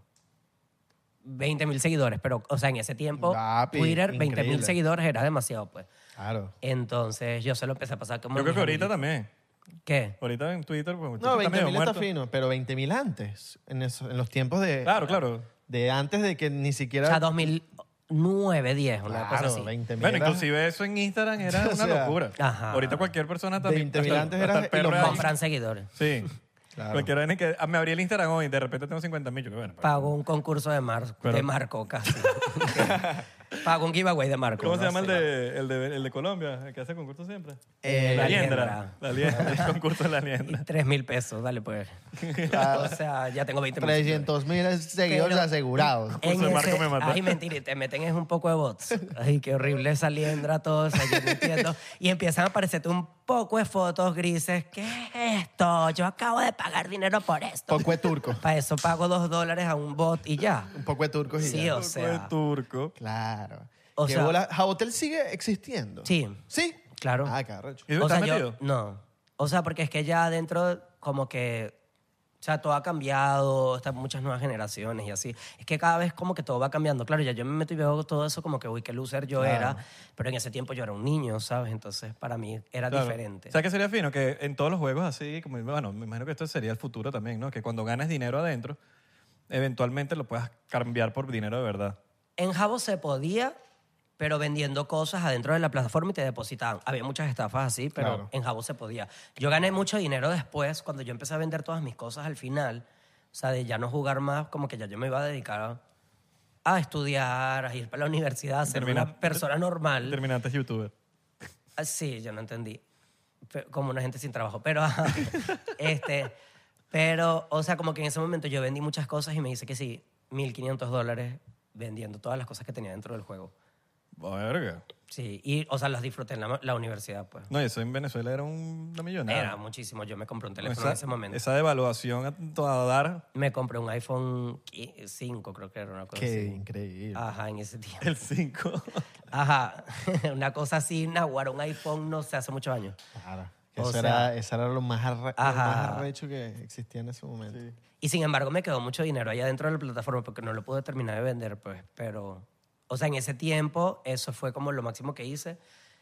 20,000 seguidores, pero, o sea, en ese tiempo Papi, Twitter, 20,000 increíble. seguidores era demasiado, pues. Claro. Entonces yo se lo empecé a pasar como... Yo creo mis que ahorita amiguitos. también. ¿Qué? Ahorita en Twitter, pues, No, está medio 20,000 está muerto. fino, pero 20,000 antes, en los tiempos de... Claro, claro. De antes de que ni O siquiera... sea, 2009, 10, una cosa Claro, así. 20,000 Bueno, era- inclusive eso en Instagram era O una sea, locura. Ajá. Ahorita cualquier persona también... 20,000 hasta- antes hasta era el perro Elon era- Musk. Compran seguidores. Sí. Claro. Cualquier vaina que me abrí el Instagram hoy y de repente tengo 50.000. Yo, bueno, Pago un concurso de Marco casi. Pago un giveaway de Marco. ¿cómo se no llama sé. el de Colombia, el que hace concurso siempre? La Liendra. La Liendra, el concurso de la Liendra. 3.000 pesos, dale pues. Ah, O sea, ya tengo 20 300.000 seguidores Pero- asegurados. Curso de Marco me mató. Ay, mentira, y te meten es un poco de bots. Ay, qué horrible esa liendra, todo, o sea, yo no entiendo. Y empiezan a aparecerte un poco de fotos grises. ¿Qué es esto? Yo acabo de pagar dinero por esto. Poco de turco. Para eso pago $2 a un bot y ya. Un poco de turcos y Sí, ya. o sea. turco. Claro. O ¿Qué sea- bola? ¿Jabotel sigue existiendo? Sí. ¿Sí? Claro. Ah, qué arrecho. ¿Y tú estás metido? No. O sea, porque es que ya adentro como que... O sea, todo ha cambiado, están muchas nuevas generaciones y así. Es que cada vez como que todo va cambiando. Claro, ya yo me meto y veo todo eso como que, uy, qué loser yo Claro. era. Pero en ese tiempo yo era un niño, ¿sabes? Entonces, para mí era Claro. diferente. ¿Sabes qué sería fino? Que en todos los juegos así, como, bueno, me imagino que esto sería el futuro también, ¿no? Que cuando ganes dinero adentro, eventualmente lo puedas cambiar por dinero de verdad. En Jabo se podía, pero vendiendo cosas adentro de la plataforma y te depositaban. Había muchas estafas así, pero Claro. en Jabo se podía. Yo gané mucho dinero después, cuando yo empecé a vender todas mis cosas al final. O sea, de ya no jugar más, como que ya yo me iba a dedicar a estudiar, a ir para la universidad, a ser una persona normal. Terminaste youtuber. Ah, sí, yo no entendí. Como una gente sin trabajo. Pero, ajá, pero, o sea, como que en ese momento yo vendí muchas cosas y me dice que sí, $1.500 vendiendo todas las cosas que tenía dentro del juego. Verga. Sí, y, o sea, las disfruté en la universidad, pues. No, y eso en Venezuela era una millonada. Era muchísimo. Yo me compré un teléfono en ese momento. Esa devaluación a toda dar, Me compré un iPhone 5, creo que era una cosa Qué así. increíble. Ajá, en ese tiempo. el 5. Ajá, una cosa así, naguará, un iPhone, no sé, hace muchos años. Claro. Que O eso, sea- eso era lo más, lo Ajá. más arrecho que existía en ese momento. Y sin embargo me quedó mucho dinero allá dentro de la plataforma porque no lo pude terminar de vender, pues. Pero, o sea, en ese tiempo eso fue como lo máximo que hice.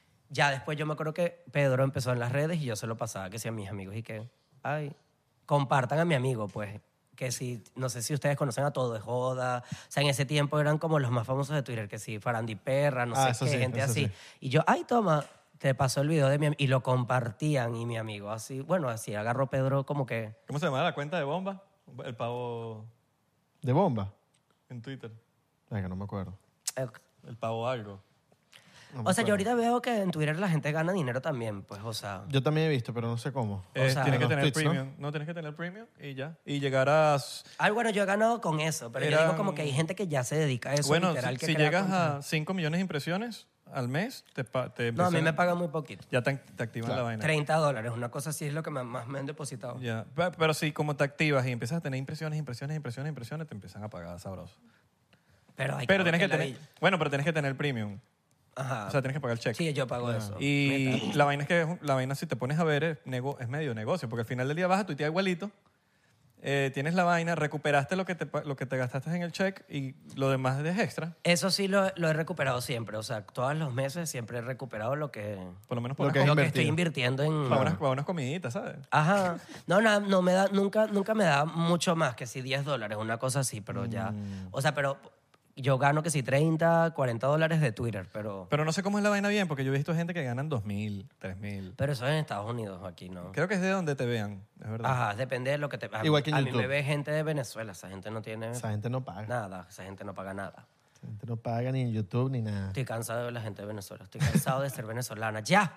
Ya después yo me acuerdo que Pedro empezó en las redes y yo se lo pasaba que sí a mis amigos y que, ay, compartan a mi amigo, pues. Que si, no sé si ustedes conocen a Todo de Joda. O sea, en ese tiempo eran como los más famosos de Twitter, que sí, Farandi Perra, no sé Eso qué, sí, gente eso así. sí. Y yo, ay, toma, te pasó el video de mi amigo. Y lo compartían y mi amigo así, bueno, así agarró Pedro como que... ¿Cómo se llama la cuenta de bomba? El pavo ¿De bomba? en Twitter. Venga, no me acuerdo. El pavo algo. No me O sea, yo acuerdo. ahorita veo que en Twitter la gente gana dinero también, pues, o sea... Yo también he visto, pero no sé cómo. sea, tienes que los tener tweets, ¿no? premium. ¿no? Tienes que tener premium y ya. Y llegar a... Ay, bueno, yo he ganado con eso, pero yo Eran- digo como que hay gente que ya se dedica a eso, bueno, literal, que si crea llegas contenido. a 5 millones de impresiones al mes, te No, a mí empiezan- me pagan muy poquito. Ya te activan la vaina. $30, una cosa así es lo que más me han depositado. Ya. Pero sí, como te activas y empiezas a tener impresiones, te empiezan a pagar sabroso. Pero, Pero tienes que tener... Bueno, pero tienes que tener premium. Ajá. O sea, tienes que pagar el cheque. Sí, yo pago eso. Y la vaina es que la vaina, si te pones a ver, es medio negocio, porque al final del día vas a tuitear igualito, tienes la vaina, recuperaste lo que te gastaste en el check y lo demás es extra. Eso sí lo he recuperado siempre. O sea, todos los meses siempre he recuperado lo que, Por lo menos Lo para que has lo que invertido. estoy invirtiendo en... para unas comiditas, ¿sabes? Ajá. No me da, nunca me da mucho más que si $10, una cosa así, pero ya. O sea, pero yo gano que si $30, $40 de Twitter, pero Pero no sé cómo es la vaina bien, porque yo he visto gente que ganan 2.000, 3.000. eso es en Estados Unidos, aquí no. Creo que es de donde te vean, es verdad. Ajá, depende de lo que te... Igual que en a mí YouTube. me ve gente de Venezuela, esa gente no tiene Esa gente no paga. nada, esa gente no paga nada. Esa gente no paga ni en YouTube ni nada. Estoy cansado de la gente de Venezuela, estoy cansado de ser venezolana. ¡Ya!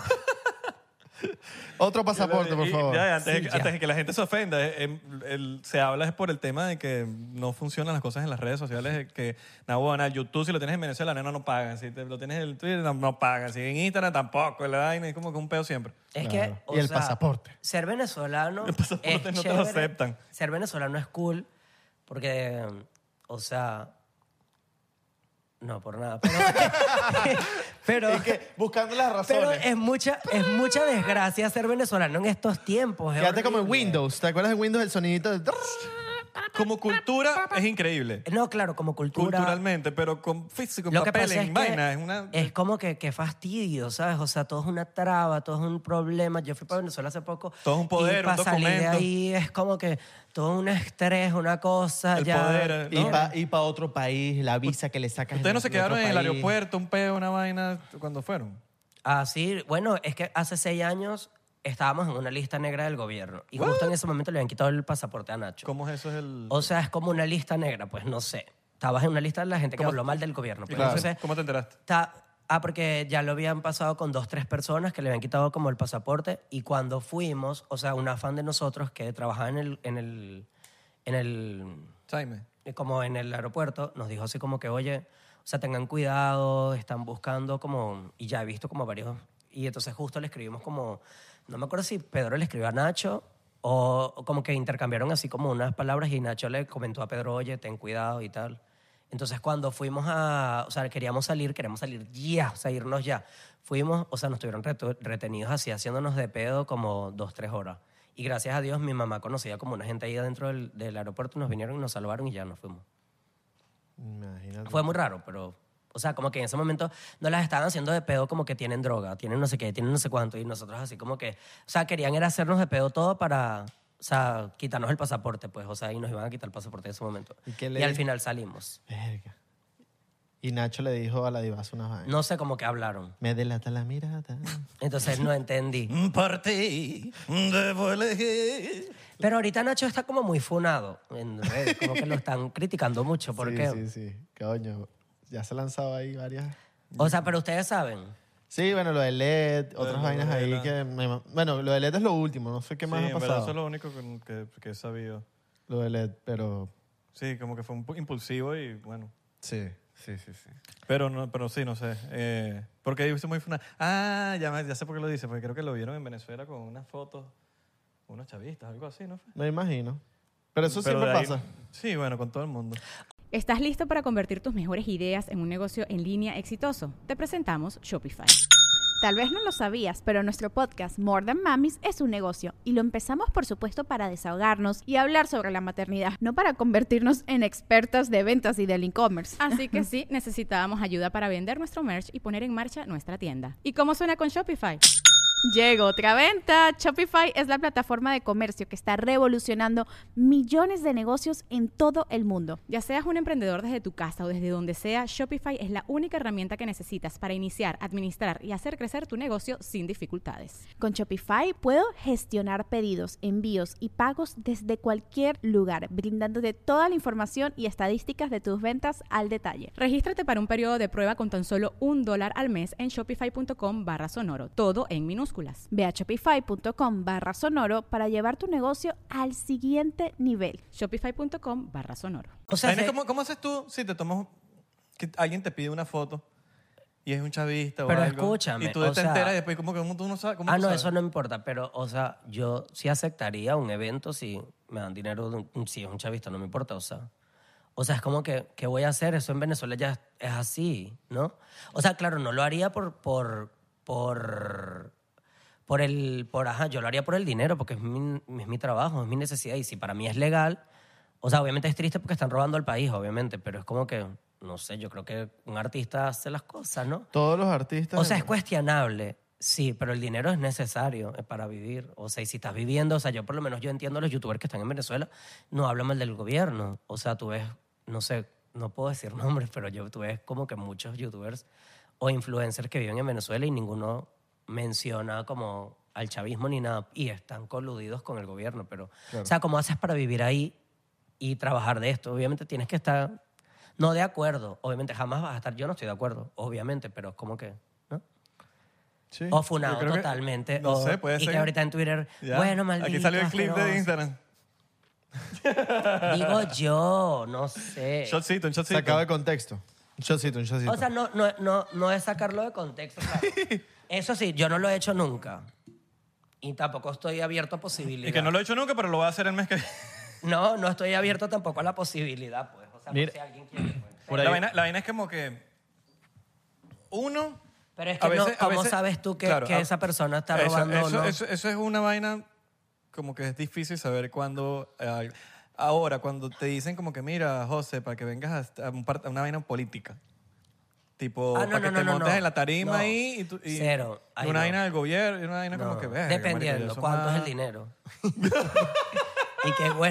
Otro pasaporte, por Y- favor. ya, antes, Sí, de- ya. antes de que la gente se ofenda, se habla es por el tema de que no funcionan las cosas en las redes sociales, que bueno, el YouTube si lo tienes en Venezuela no pagan, si lo tienes en el Twitter no pagan, si en Instagram tampoco, la vaina es como que un peo siempre. Es Claro. que, o Y el sea, pasaporte. Ser venezolano El pasaporte es no te lo chévere. aceptan. Ser venezolano es cool porque, o sea, no por nada, pero Es que buscando las pero razones. es mucha desgracia ser venezolano en estos tiempos. es Quédate como en horrible. Windows. ¿Te acuerdas de Windows el sonidito de... Como cultura es increíble. No, claro, como cultura. Culturalmente, pero con físico, Lo que papel, pasa es en que vaina, es una... es como que fastidio, ¿sabes? O sea, todo es una traba, todo es un problema. Yo fui para Venezuela hace poco. Todo es un poder, y para un salir de documento. ahí es como que todo un estrés, una cosa. El ya. poder, ¿no? Y para otro país, la visa que le sacas. ¿Ustedes no se de quedaron otro en el país. aeropuerto, un peo, una vaina, cuando fueron? Ah, sí. Bueno, es que hace 6 años estábamos en una lista negra del gobierno. Y justo en ese momento le habían quitado el pasaporte a Nacho. ¿Cómo es eso? Es el... O sea, es como una lista negra, pues no sé. Estabas en una lista de la gente que habló mal del gobierno. Pues. Claro. Entonces, ¿Cómo te enteraste? porque ya lo habían pasado con 2, 3 personas que le habían quitado como el pasaporte. Y cuando fuimos, o sea, una fan de nosotros que trabajaba en el Jaime. como en el aeropuerto, nos dijo así como que, oye, o sea, tengan cuidado, están buscando como, y ya he visto como varios, y entonces justo le escribimos como, no me acuerdo si Pedro le escribió a Nacho o como que intercambiaron así como unas palabras y Nacho le comentó a Pedro, oye, ten cuidado y tal. Entonces cuando fuimos o sea, queremos salir ya, o sea, irnos ya. Fuimos, o sea, nos tuvieron retenidos así, haciéndonos de pedo como 2, 3 horas. Y gracias a Dios mi mamá conocía como una gente ahí adentro del aeropuerto, nos vinieron y nos salvaron y ya nos fuimos. Imagínate. Fue muy raro, pero, o sea, como que en ese momento no las estaban haciendo de pedo como que tienen droga, tienen no sé qué, tienen no sé cuánto, y nosotros así como que, o sea, querían era hacernos de pedo todo para, o sea, quitarnos el pasaporte, pues, o sea, y nos iban a quitar el pasaporte en ese momento. ¿Y al final salimos. Verga. Y Nacho le dijo a la divasa unas vainas. No sé cómo que hablaron. Me delata la mirada. Entonces no entendí. Por ti debo elegir. Pero ahorita Nacho está como muy funado en redes, como que lo están criticando mucho. ¿Por sí, qué? sí. Coño, ya se han lanzado ahí varias. O sea, pero ustedes saben. Sí, bueno, lo de LED, otras de vainas ahí novela. que... Bueno, lo de LED es lo último, no sé qué más Sí, ha en verdad pasado. eso es lo único que he sabido. Lo de LED, pero... Sí, como que fue un poco impulsivo y bueno. Sí. Pero sí, no sé. Porque ahí muy funa. Ah, ya sé por qué lo dice, porque creo que lo vieron en Venezuela con unas fotos, unos chavistas, algo así, ¿no fue? Me imagino. Pero eso Pero siempre de ahí- pasa. Sí, bueno, con todo el mundo. ¿Estás listo para convertir tus mejores ideas en un negocio en línea exitoso? Te presentamos Shopify. Tal vez no lo sabías, pero nuestro podcast More Than Mamis es un negocio y lo empezamos por supuesto para desahogarnos y hablar sobre la maternidad, no para convertirnos en expertas de ventas y del e-commerce. Así que sí, necesitábamos ayuda para vender nuestro merch y poner en marcha nuestra tienda. ¿Y cómo suena con Shopify? Llegó otra venta. Shopify es la plataforma de comercio que está revolucionando millones de negocios en todo el mundo. Ya seas un emprendedor desde tu casa o desde donde sea, Shopify es la única herramienta que necesitas para iniciar, administrar y hacer crecer tu negocio sin dificultades. Con Shopify puedo gestionar pedidos, envíos y pagos desde cualquier lugar, brindándote toda la información y estadísticas de tus ventas al detalle. Regístrate para un periodo de prueba con tan solo $1 al mes en shopify.com/sonoro, todo en minúsculas. Ve a shopify.com/sonoro para llevar tu negocio al siguiente nivel. Shopify.com/sonoro. O sea, ¿Cómo haces tú si te tomas... que alguien te pide una foto y es un chavista o Pero algo? escúchame, Y tú o te sea- enteras y después como que tú no sabes... ¿cómo tú no, sabes? eso no me importa, pero, o sea, yo sí aceptaría un evento si me dan dinero, si es un chavista, no me importa, o sea. O sea, es como que, ¿qué voy a hacer? Eso en Venezuela ya es así, ¿no? O sea, claro, no lo haría yo lo haría por el dinero, porque es mi trabajo, es mi necesidad, y si para mí es legal, o sea, obviamente es triste porque están robando al país, obviamente, pero es como que, no sé, yo creo que un artista hace las cosas, ¿no? Todos los artistas... O sea, es cuestionable, sí, pero el dinero es necesario para vivir. O sea, y si estás viviendo, o sea, yo por lo menos yo entiendo a los youtubers que están en Venezuela, no hablan mal del gobierno. O sea, tú ves, no sé, no puedo decir nombres, pero tú ves como que muchos youtubers o influencers que viven en Venezuela y ninguno menciona como al chavismo ni nada. Y están coludidos con el gobierno, pero... Claro. O sea, ¿cómo haces para vivir ahí y trabajar de esto? Obviamente tienes que estar... No de acuerdo, obviamente jamás vas a estar... Yo no estoy de acuerdo, obviamente, pero es como que... ¿no? Sí. O funado Yo creo que- totalmente. no o- sé, puede y ser. que ahorita en Twitter, Ya. bueno, maldito. Aquí salió el clip de asqueroso. Instagram. Digo yo, no sé. Shotcito, un shotcito. Sacado de contexto. Un shotcito. O sea, no es sacarlo de contexto, claro. Eso sí, yo no lo he hecho nunca. Y tampoco estoy abierto a posibilidades. Y que no lo he hecho nunca, pero lo voy a hacer el mes que viene. No estoy abierto tampoco a la posibilidad, pues. O sea, Mira. por si alguien quiere, pues. Por ahí- La vaina es como que uno... Pero es a que veces- a ¿cómo veces- sabes tú que, claro, que esa persona está robando o no? Eso es una vaina como que es difícil saber cuándo... ahora, cuando te dicen como que, mira, José, para que vengas a una vaina política. Tipo, Ah, no, para que no, te no, montes no. en la tarima No. ahí y Cero. y Ahí una no. vaina del gobierno y una vaina No, como que... verga, dependiendo, marico, eso ¿cuánto es más- el dinero? Y que bueno,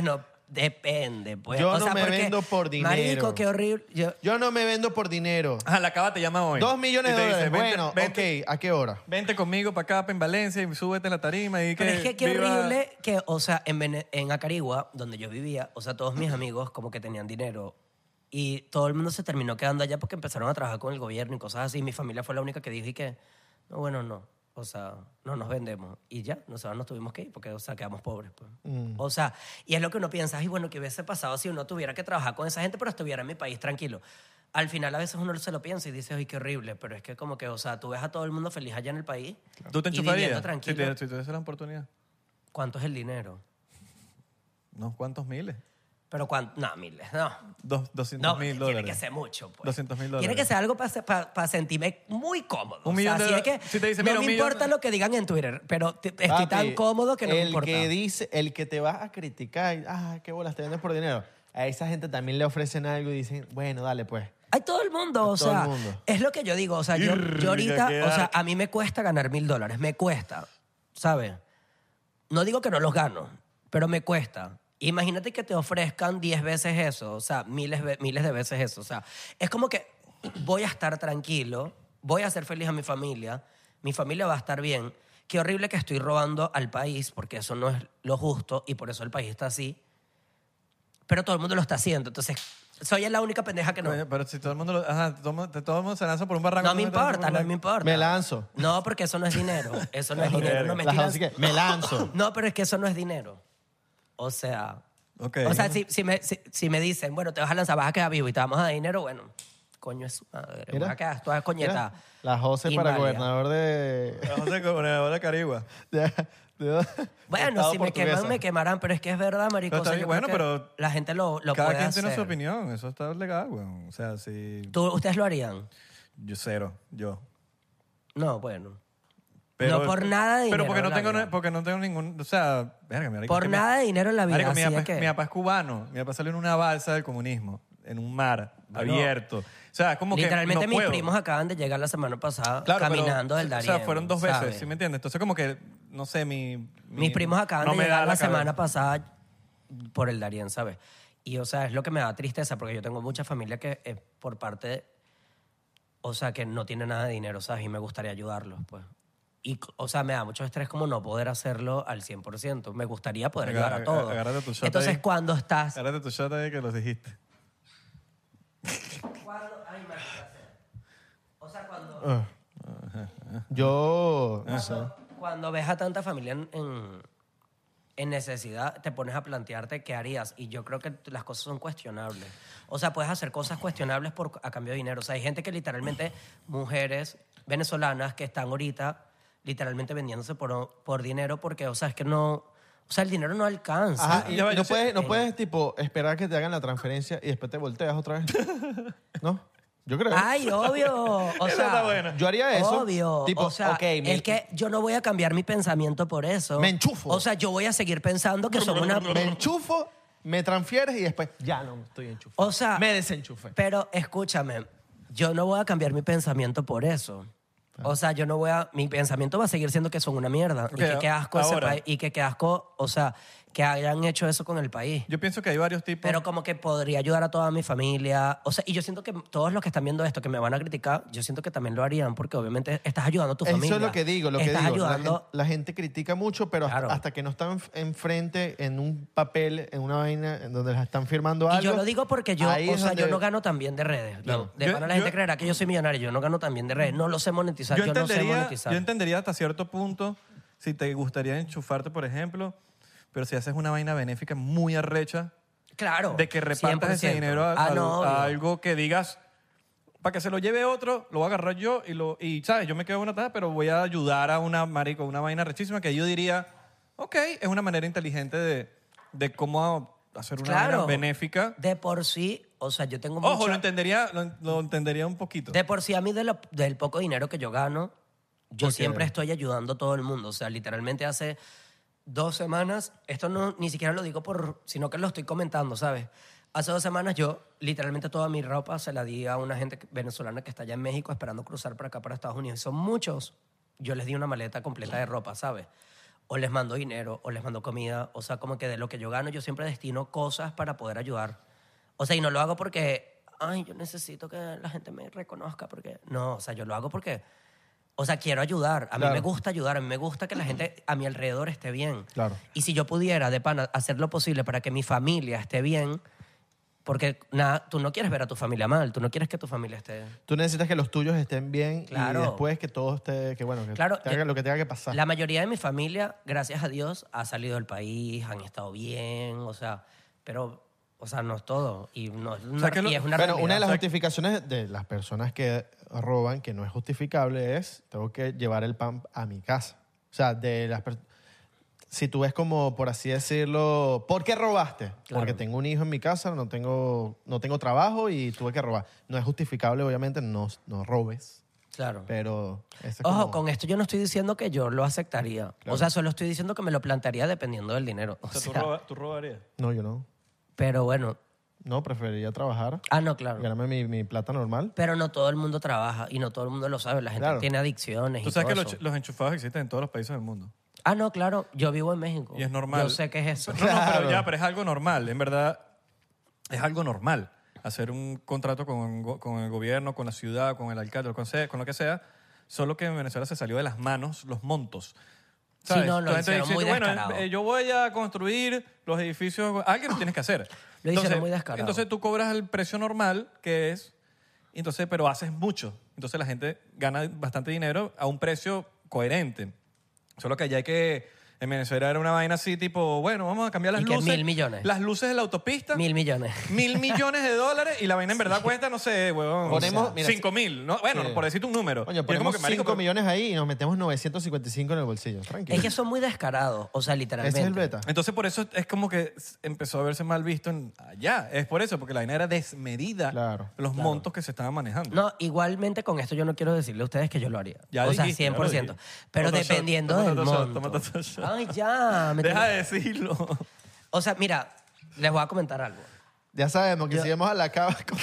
depende, pues. Yo O no sea, me porque, vendo por dinero. Marico, qué horrible. Yo no me vendo por dinero. Ajá, la cava te llama hoy. 2 millones Y de te dólares. dice, Bueno, ok, ¿a qué hora? Vente conmigo para acá, en Valencia, y súbete en la tarima. Y Pero es que qué viva- horrible que, o sea, en Acarigua, donde yo vivía, o sea, todos mis amigos como que tenían dinero y todo el mundo se terminó quedando allá porque empezaron a trabajar con el gobierno y cosas así. Mi familia fue la única que dijo y que, no, bueno, no. O sea, no nos vendemos. Y ya, nosotros nos tuvimos que ir porque, o sea, quedamos pobres. Pues. O sea, y es lo que uno piensa, y bueno, ¿qué hubiese pasado si uno tuviera que trabajar con esa gente pero estuviera en mi país tranquilo? Al final a veces uno se lo piensa y dice, ay, qué horrible, pero es que como que, o sea, tú ves a todo el mundo feliz allá en el país ¿Tú te y viviendo enchufarías? Si tranquilo. te diese la oportunidad. ¿Cuánto es el dinero? ¿No? ¿Cuántos miles? Pero ¿cuánto? No, miles, no. 200 No, mil tiene dólares. que ser mucho, pues. 200.000 Tiene que ser algo para sentirme muy cómodo. Un millón o sea, de si es que si te dice, no mira, me un millón importa de- lo que digan en Twitter, pero estoy Papi, tan cómodo que no me el importa. que dice, el que te vas a criticar, y, qué bolas, te vendes por dinero. A esa gente también le ofrecen algo y dicen, bueno, dale pues. Hay todo el mundo, o todo sea, el mundo. es lo que yo digo, o sea, yo ahorita, qué o sea, dark. a mí me cuesta ganar $1,000, me cuesta, ¿sabes? No digo que no los gano, pero me cuesta. Imagínate que te ofrezcan 10 veces eso, o sea, miles de veces eso, o sea, es como que voy a estar tranquilo, voy a hacer feliz a mi familia va a estar bien. Qué horrible que estoy robando al país, porque eso no es lo justo y por eso el país está así, pero todo el mundo lo está haciendo, entonces soy la única pendeja que no. Coño, pero si todo el mundo, todo el mundo se lanza por un barranco. No me tú te lanzas importa, por no un me importa. Me lanzo. No, porque eso no es dinero. Eso no es dinero. No me Las estoy así que, me lanzo. No, pero es que eso no es dinero. O sea, Ok. o sea, si me dicen, bueno, te vas a lanzar, vas a quedar vivo y te vamos a dar dinero, bueno, coño es su madre. Mira. Vas a quedar toda coñeta. Mira, la José para inválida. gobernador de... José Gobernador de Carigua. Bueno, Estado si me queman, portuguesa. me quemarán, pero es que es verdad, marico. Pero O sea, está yo bien, creo bueno, que pero la gente lo Cada puede quien tiene su hacer. opinión, eso está legal, weón. O sea, si... ¿Ustedes lo harían? Yo cero, yo. No, bueno. Pero, No por nada de dinero Pero porque en la vida. porque no tengo ningún... O sea, verga, marico, Por que nada de dinero en la vida. Marico, mi así papá, es que- mi papá es cubano. Mi papá salió en una balsa del comunismo, en un mar Bueno, abierto. O sea, es como Literalmente que no mis puedo. primos acaban de llegar la semana pasada Claro, pero, caminando del Darién. O sea, fueron 2 veces, ¿sabes? ¿sí me entiendes? Entonces, como que, no sé, Mis primos acaban no de me da llegar la cabeza. semana pasada por el Darién, ¿sabes? Y, o sea, es lo que me da tristeza porque yo tengo mucha familia que es por parte de... O sea, que no tiene nada de dinero, ¿sabes? Y me gustaría ayudarlos, pues. Y, o sea, me da mucho estrés como no poder hacerlo al 100%. Me gustaría poder ayudar a todos. Agárrate tu shot Entonces, ahí. cuando estás... Agárrate tu shot ahí que los dijiste. Ay, maldita sea. O sea, cuando... Yo, no sé. Cuando ves a tanta familia en necesidad, te pones a plantearte qué harías. Y yo creo que las cosas son cuestionables. O sea, puedes hacer cosas cuestionables a cambio de dinero. O sea, hay gente que literalmente, mujeres venezolanas que están ahorita literalmente vendiéndose por dinero porque, o sea, es que no... O sea, el dinero no alcanza. Ajá, y Ya va, no yo sé- puedes, no puedes, tipo, esperar que te hagan la transferencia y después te volteas otra vez. ¿No? Yo creo. Ay, obvio. O Esa sea, está buena. Yo haría eso. Obvio. Tipo, o sea, ok, es que yo no voy a cambiar mi pensamiento por eso. Me enchufo. O sea, yo voy a seguir pensando que son una... Me enchufo, me transfieres y después ya no estoy enchufado. O sea, me desenchufé. Pero escúchame, yo no voy a cambiar mi pensamiento por eso. O sea, yo no voy a... Mi pensamiento va a seguir siendo que son una mierda. Ok, y que qué asco ese ahora. país. Y que qué asco, o sea, que hayan hecho eso con el país. Yo pienso que hay varios tipos... Pero como que podría ayudar a toda mi familia. O sea, y yo siento que todos los que están viendo esto, que me van a criticar, yo siento que también lo harían porque obviamente estás ayudando a tu familia. Eso es lo que digo, Estás ayudando... La gente critica mucho, pero Claro. hasta que no están enfrente en un papel, en una vaina en donde las están firmando algo. Y yo lo digo porque yo, ahí o es sea, donde- yo no gano tan bien de redes. Claro. De Yo- pana la gente yo- creerá que yo soy millonario. Yo no gano tan bien de redes. No lo sé monetizar. Yo no sé monetizar. Yo entendería hasta cierto punto si te gustaría enchufarte, por ejemplo, pero si haces una vaina benéfica muy arrecha, Claro. de que repartas ese 100%. dinero No, a obvio. algo que digas, para que se lo lleve otro, lo voy a agarrar yo y ¿sabes? Yo me quedo en una taza, pero voy a ayudar a una vaina rechísima que yo diría, ok, es una manera inteligente de cómo hacer una Claro. vaina benéfica. De por sí, o sea, yo tengo Ojo, mucha... lo entendería un poquito. De por sí, a mí del poco dinero que yo gano, yo ¿Por qué? siempre estoy ayudando a todo el mundo. O sea, literalmente hace 2 semanas, esto no ni siquiera lo digo sino que lo estoy comentando, ¿sabes? Hace 2 semanas yo literalmente toda mi ropa se la di a una gente venezolana que está allá en México esperando cruzar para acá, para Estados Unidos. Y son muchos. Yo les di una maleta completa de ropa, ¿sabes? o les mando dinero, o les mando comida. O sea, como que de lo que yo gano, yo siempre destino cosas para poder ayudar. O sea, y no lo hago porque, ay, yo necesito que la gente me reconozca, porque... No, o sea, yo lo hago porque, o sea, quiero ayudar. A mí Claro. me gusta ayudar, a mí me gusta que la gente a mi alrededor esté bien. Claro. Y si yo pudiera, de pana, hacer lo posible para que mi familia esté bien, porque nada, tú no quieres ver a tu familia mal, tú no quieres que tu familia esté... Tú necesitas que los tuyos estén bien Claro. y después que todo esté, que bueno, que Claro, te haga lo que tenga que pasar. La mayoría de mi familia, gracias a Dios, ha salido del país, han estado bien, o sea, pero, o sea, no es todo. Y, no, es una, sea, que lo- y es una Bueno, realidad. una de las O sea, justificaciones de las personas que roban, que no es justificable, es tengo que llevar el pan a mi casa. O sea, de las si tú ves como, por así decirlo, ¿por qué robaste? Claro. Porque tengo un hijo en mi casa, no tengo trabajo y tuve que robar. No es justificable, obviamente, no robes, claro. pero... eso es Ojo, como- con esto yo no estoy diciendo que yo lo aceptaría. Claro. O sea, solo estoy diciendo que me lo plantearía dependiendo del dinero. O O sea, sea, tú robarías. No, yo no. pero bueno. No, preferiría trabajar, Ah, no, claro. ganarme mi plata normal. Pero no todo el mundo trabaja y no todo el mundo lo sabe. La gente Claro. tiene adicciones Tú y sabes todo que eso. los enchufados existen en todos los países del mundo. Ah, no, claro. Yo vivo en México. Y es normal. Yo sé qué es eso. No, Claro. pero es algo normal. En verdad, es algo normal hacer un contrato con el gobierno, con la ciudad, con el alcalde, con lo que sea. Solo que en Venezuela se salió de las manos los montos. Sí, no, lo La gente hicieron muy bueno, descarado. yo voy a construir los edificios. Alguien lo tienes que hacer. Lo hicieron muy descarado. Entonces tú cobras el precio normal, que es... Entonces, pero haces mucho. Entonces la gente gana bastante dinero a un precio coherente. Solo que allá hay que... En Venezuela era una vaina así, tipo, bueno, vamos a cambiar las ¿Y qué, luces. 1.000 millones? Las luces de la autopista. 1.000 millones. 1.000 millones de dólares y la vaina en verdad cuesta, no sé, huevón. Ponemos, mira, 5.000, ¿no? Bueno, sí. por decirte un número. Coño, Y es como ponemos que, marico, 5 millones ahí y nos metemos 955 en el bolsillo. Tranquilo. Es que son muy descarados. O sea, literalmente. Ese es el beta. Entonces, por eso es como que empezó a verse mal visto allá. Es por eso, porque la vaina era desmedida Claro, los montos que se estaban manejando. No, igualmente con esto yo no quiero decirle a ustedes que yo lo haría. Ya o dijiste, sea, ya lo 100%. dijiste. Pero Tómate otro dependiendo shot, del tómate otro shot, monto. tómate otro shot. Ay, ya. Deja de decirlo. O sea, mira, les voy a comentar algo. Ya sabemos que si vamos a la cava con,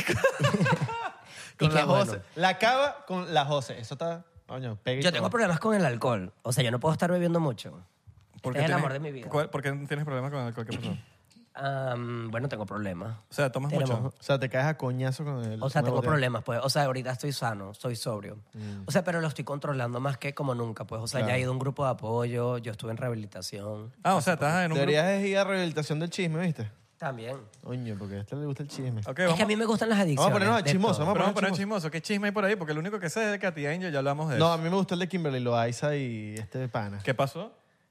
Y con qué la Jose. bueno. La cava con la Jose. Eso está... Coño, pega y Yo tengo todo. problemas con el alcohol. O sea, yo no puedo estar bebiendo mucho. ¿Por Es qué el tienes- amor de mi vida. ¿Por qué tienes problemas con el alcohol? ¿Qué pasó? Bueno, tengo problemas. O sea, tomas Tenemos- mucho. O sea, te caes a coñazo con el... O sea, con la tengo botella. problemas, pues. O sea, ahorita estoy sano, soy sobrio. O sea, pero lo estoy controlando más que como nunca, pues. O sea, ya he ido a un grupo de apoyo, yo estuve en rehabilitación. Ah, o sea, estás en un grupo. Deberías ir a rehabilitación del chisme, ¿viste? También. Coño, porque a este le gusta el chisme. Ok, Es que a mí me gustan las adicciones. Vamos a ponernos a de chismoso, todo. vamos Pero vamos a poner chismoso. chismoso. ¿Qué chisme hay por ahí? Porque lo único que sé es de Katy Angel, ya hablamos de No, eso. a mí me gustó el de Kimberly Loaiza y este pana. ¿Qué pasó?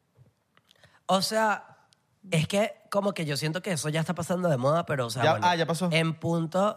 O sea, es que como que yo siento que eso ya está pasando de moda, pero o sea, Ya- bueno, ya pasó. En punto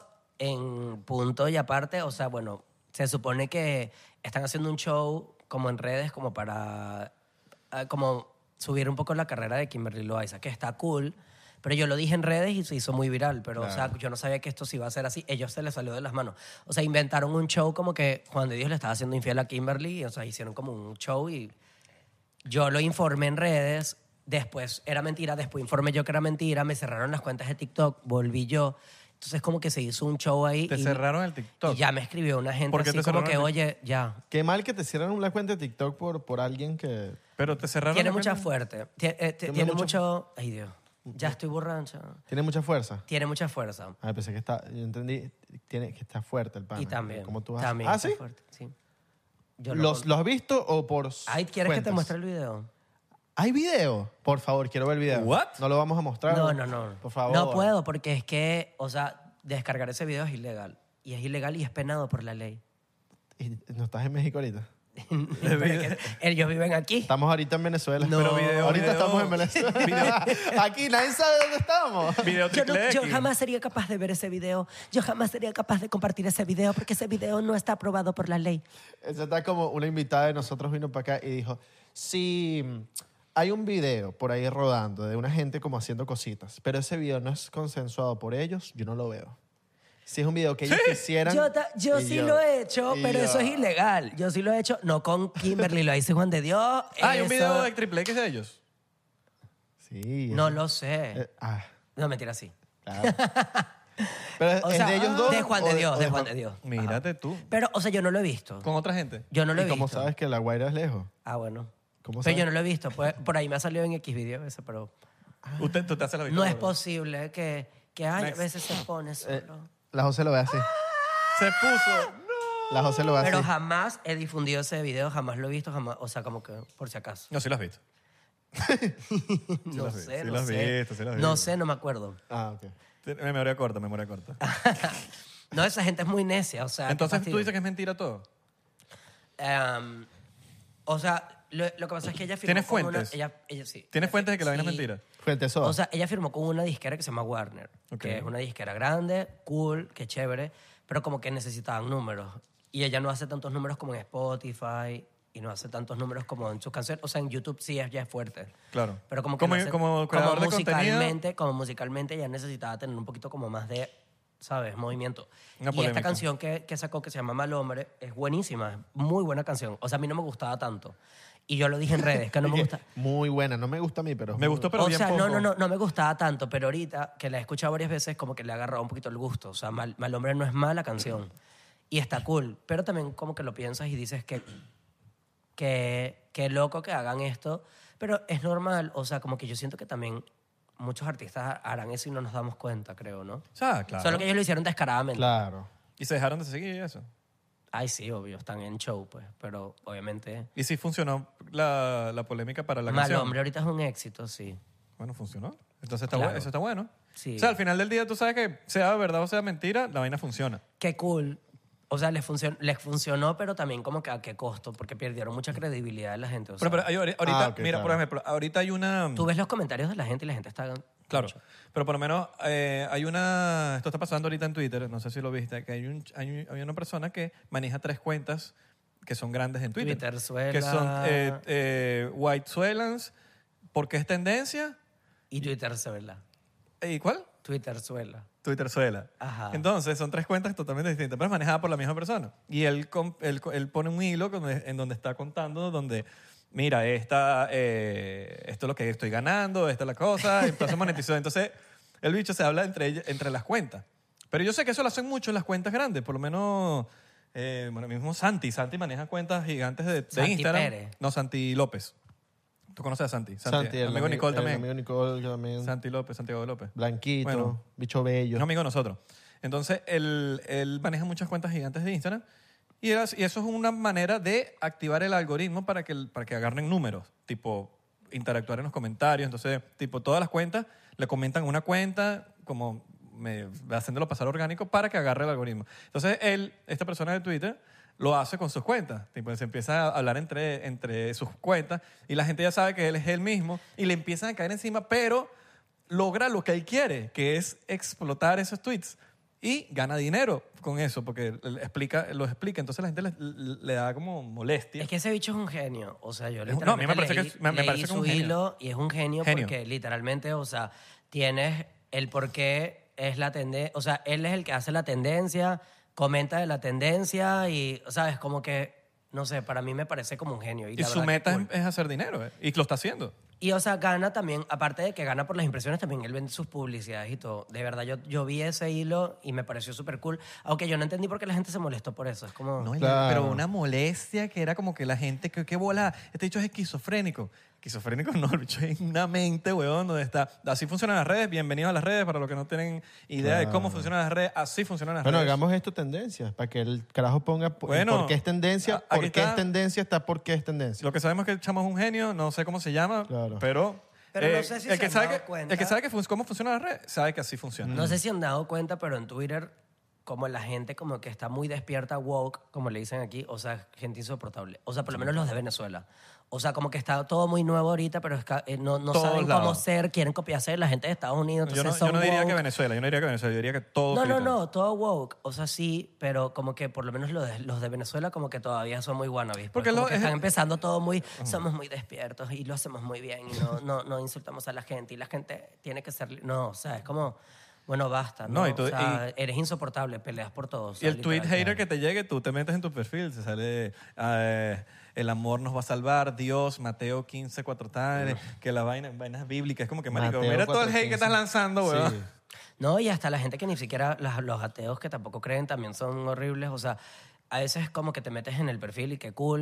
y aparte, o sea, bueno, se supone que están haciendo un show como en redes como para como subir un poco la carrera de Kimberly Loaiza, que está cool, pero yo lo dije en redes y se hizo muy viral, pero o sea, yo no sabía que esto se iba a hacer así, ellos se les salió de las manos. O sea, inventaron un show como que Juan de Dios le estaba haciendo infiel a Kimberly, o sea, hicieron como un show y yo lo informé en redes, después era mentira, después informé yo que era mentira, me cerraron las cuentas de TikTok, volví yo. Entonces como que se hizo un show ahí. Te y- cerraron el TikTok. Y ya me escribió una gente ¿Por qué así te como cerraron que, el oye, ya. Qué mal que te cierran una cuenta de TikTok por alguien que... Pero te cerraron. Tiene la mucha cuenta. fuerte. Tiene mucho... Ay, Dios. Ya estoy borracha. Tiene mucha fuerza. Tiene mucha fuerza. Ah, pensé que está... Yo entendí que está fuerte el pana. Y también. ¿Cómo tú vas? También Ah, está ¿sí? fuerte, sí. Yo lo ¿Los has visto o por Ay, ¿quieres que te cuentas? muestre el video? ¿Hay video? Por favor, quiero ver el video. What? No lo vamos a mostrar. No. Por favor. No puedo porque es que, o sea, descargar ese video es ilegal. Y es ilegal y es penado por la ley. ¿Y ¿No estás en México ahorita? Pero es que ellos viven aquí. Estamos ahorita en Venezuela. No. Pero Video, ahorita video. estamos en Venezuela. Aquí nadie sabe dónde estamos. Video Yo, triple yo X. jamás sería capaz de ver ese video. Yo jamás sería capaz de compartir ese video porque ese video no está aprobado por la ley. Esa está como una invitada de nosotros vino para acá y dijo, sí, hay un video por ahí rodando de una gente como haciendo cositas, pero ese video no es consensuado por ellos, yo no lo veo. Si es un video que ellos quisieran... Yo y sí lo he hecho, y pero yo. eso es ilegal. Yo sí lo he hecho, no con Kimberly, lo hice Juan de Dios. Ah, hay un eso- video de triple X de ellos. Sí. No eso- lo sé. ah, No, mentira, sí. claro. Pero O es sea, de ellos dos. de Juan de o Dios, o de Juan de Dios. Mírate tú. Pero, o sea, yo no lo he visto. Con otra gente. Yo no lo he ¿Y cómo visto. sabes que La Guaira es lejos? Ah, bueno. ¿Cómo Pero sabes? yo no lo he visto. Pues, por ahí me ha salido en X video ese, pero Tú te haces la no victoria. es posible que ay, a Next. veces se pone solo. La José lo ve así. Se puso. La José lo ve así. Pero jamás he difundido ese video, jamás lo he visto, jamás, o sea, como que por si acaso. No, sí lo has visto. No lo has visto, sé, sí no lo has sé. visto, sí lo has No visto. sé, no me acuerdo. Ah, ok. Memoria corta, memoria corta. No, esa gente es muy necia, o sea. qué Entonces tú fastidio. dices que es mentira todo. O sea, lo que pasa es que ella firmó ¿Tienes con fuentes? ella sí. ¿Tienes fuentes de que la vaina es Sí. mentira? Fuente Soda. O sea, ella firmó con una disquera que se llama Warner, Ok. que es una disquera grande, cool, que chévere, pero como que necesitaban números. Y ella no hace tantos números como en Spotify y no hace tantos números como en sus canciones. O sea, en YouTube sí ya es fuerte. Claro. Pero como que Como- no hace- como creador de contenido. como musicalmente ella necesitaba tener un poquito como más de, ¿sabes? Movimiento. Una Y polémica. esta canción que sacó que se llama Mal Hombre es buenísima, es muy buena canción. O sea, a mí no me gustaba tanto. Y yo lo dije en redes, que no me gusta. Muy buena. No me gusta a mí, pero... es Me muy gustó, pero O bien sea, poco. no me gustaba tanto, pero ahorita que la he escuchado varias veces, como que le ha agarrado un poquito el gusto. O sea, Mal Hombre no es mala canción. Y está cool. Pero también como que lo piensas y dices que loco que hagan esto. Pero es normal. O sea, como que yo siento que también muchos artistas harán eso y no nos damos cuenta, creo, ¿no? O sea, claro. Solo que ellos lo hicieron descaradamente. Claro. Y se dejaron de seguir y eso. Ay, sí, obvio, están en show, pues. Pero obviamente... Y sí funcionó la polémica para la Mal canción. Hombre ahorita es un éxito, sí. Bueno, funcionó. Entonces está Claro. eso está bueno. Sí. O sea, al final del día tú sabes que sea verdad o sea mentira, la vaina funciona. Qué cool. O sea, les funcionó, pero también como que a qué costo, porque perdieron mucha credibilidad de la gente. O sea, Pero ahorita, ok, mira, por claro. ejemplo, ahorita hay una... tú ves los comentarios de la gente y la gente está... Claro, pero por lo menos hay una... Esto está pasando ahorita en Twitter, no sé si lo viste, que hay una persona que maneja 3 cuentas que son grandes en Twitter. Twitterzuela. Que son Whitezuelans, porque es tendencia. Y Twitterzuela. ¿Y cuál? Twitterzuela. Twitterzuela. Ajá. Entonces, son 3 cuentas totalmente distintas, pero es manejada por la misma persona. Y él pone un hilo en donde está contando, donde, mira, esto es lo que estoy ganando, esta es la cosa, entonces monetizó. Entonces, el bicho se habla entre las cuentas. Pero yo sé que eso lo hacen mucho en las cuentas grandes, por lo menos, bueno, mismo Santi maneja cuentas gigantes de Santi Instagram. Pérez. No, Santi López. ¿Tú conoces a Santi? Santi, el amigo Nicole también. El amigo Nicole también. Santi López, Santiago López. Blanquito, Bueno. bicho bello. Es un amigo de nosotros. Entonces, él maneja muchas cuentas gigantes de Instagram y eso es una manera de activar el algoritmo para que agarren números, tipo interactuar en los comentarios. Entonces, tipo, todas las cuentas le comentan una cuenta como haciéndolo pasar orgánico para que agarre el algoritmo. Entonces, esta persona de Twitter lo hace con sus cuentas. Tipo, se empieza a hablar entre sus cuentas y la gente ya sabe que él es él mismo y le empiezan a caer encima, pero logra lo que él quiere, que es explotar esos tweets y gana dinero con eso, porque lo explica. Entonces la gente le da como molestia. Es que ese bicho es un genio. O sea, yo Es un- no, a mí me literalmente parece que es- me leí parece que es su un genio. hilo y es un genio, Genio. porque literalmente, o sea, tienes el por qué es la tendencia. O sea, él es el que hace la tendencia, comenta de la tendencia y, ¿sabes? Como que, no sé, para mí me parece como un genio. Y la su verdad que meta cool. es hacer dinero, y lo está haciendo. Y, o sea, gana también, aparte de que gana por las impresiones, también él vende sus publicidades y todo. De verdad, yo vi ese hilo y me pareció súper cool. Aunque yo no entendí por qué la gente se molestó por eso. Es como... No, Claro. pero una molestia que era como que la gente, ¿qué bola? Este bicho es esquizofrénico. Esquizofrénico no, el bicho es una mente, weón, donde está. Así funcionan las redes, bienvenidos a las redes, para los que no tienen idea de cómo funcionan las redes, así funcionan las Bueno, redes. hagamos esto tendencia, para que el carajo ponga Bueno, por qué es tendencia, aquí por qué está. es tendencia, está por qué es tendencia. Lo que sabemos es que el chamo es un genio, no sé cómo se llama, Claro. pero Pero no sé si el se que han sabe dado que, cuenta. el que sabe cómo funcionan las redes, sabe que así funciona. No sé si han dado cuenta, pero en Twitter, como la gente como que está muy despierta, woke, como le dicen aquí, o sea, gente insoportable. O sea, por lo menos los de Venezuela. O sea, como que está todo muy nuevo ahorita, pero no Todos saben cómo lados. ser, quieren copiarse la gente de Estados Unidos. Yo Entonces no, yo no son diría woke. que Venezuela, yo diría que todo No, Twitter. todo woke. O sea, sí, pero como que por lo menos los de Venezuela como que todavía son muy wannabes. Porque Como lo- que es- están empezando todo muy... Somos muy despiertos y lo hacemos muy bien y no insultamos a la gente y la gente tiene que ser... No, o sea, es como... Bueno, basta, ¿no? No, y tú- o sea, eres insoportable, peleas por todo. o Y sea, el tweet literal. hater que te llegue, tú te metes en tu perfil, se sale el amor nos va a salvar, Dios, Mateo 15, 4 tal, que la vainas bíblicas, es como que, marico, Mateo mira todo el hate que 4:15. estás lanzando, weón. Sí. No, y hasta la gente que ni siquiera, los ateos que tampoco creen también son horribles. O sea, a veces como que te metes en el perfil y qué cool,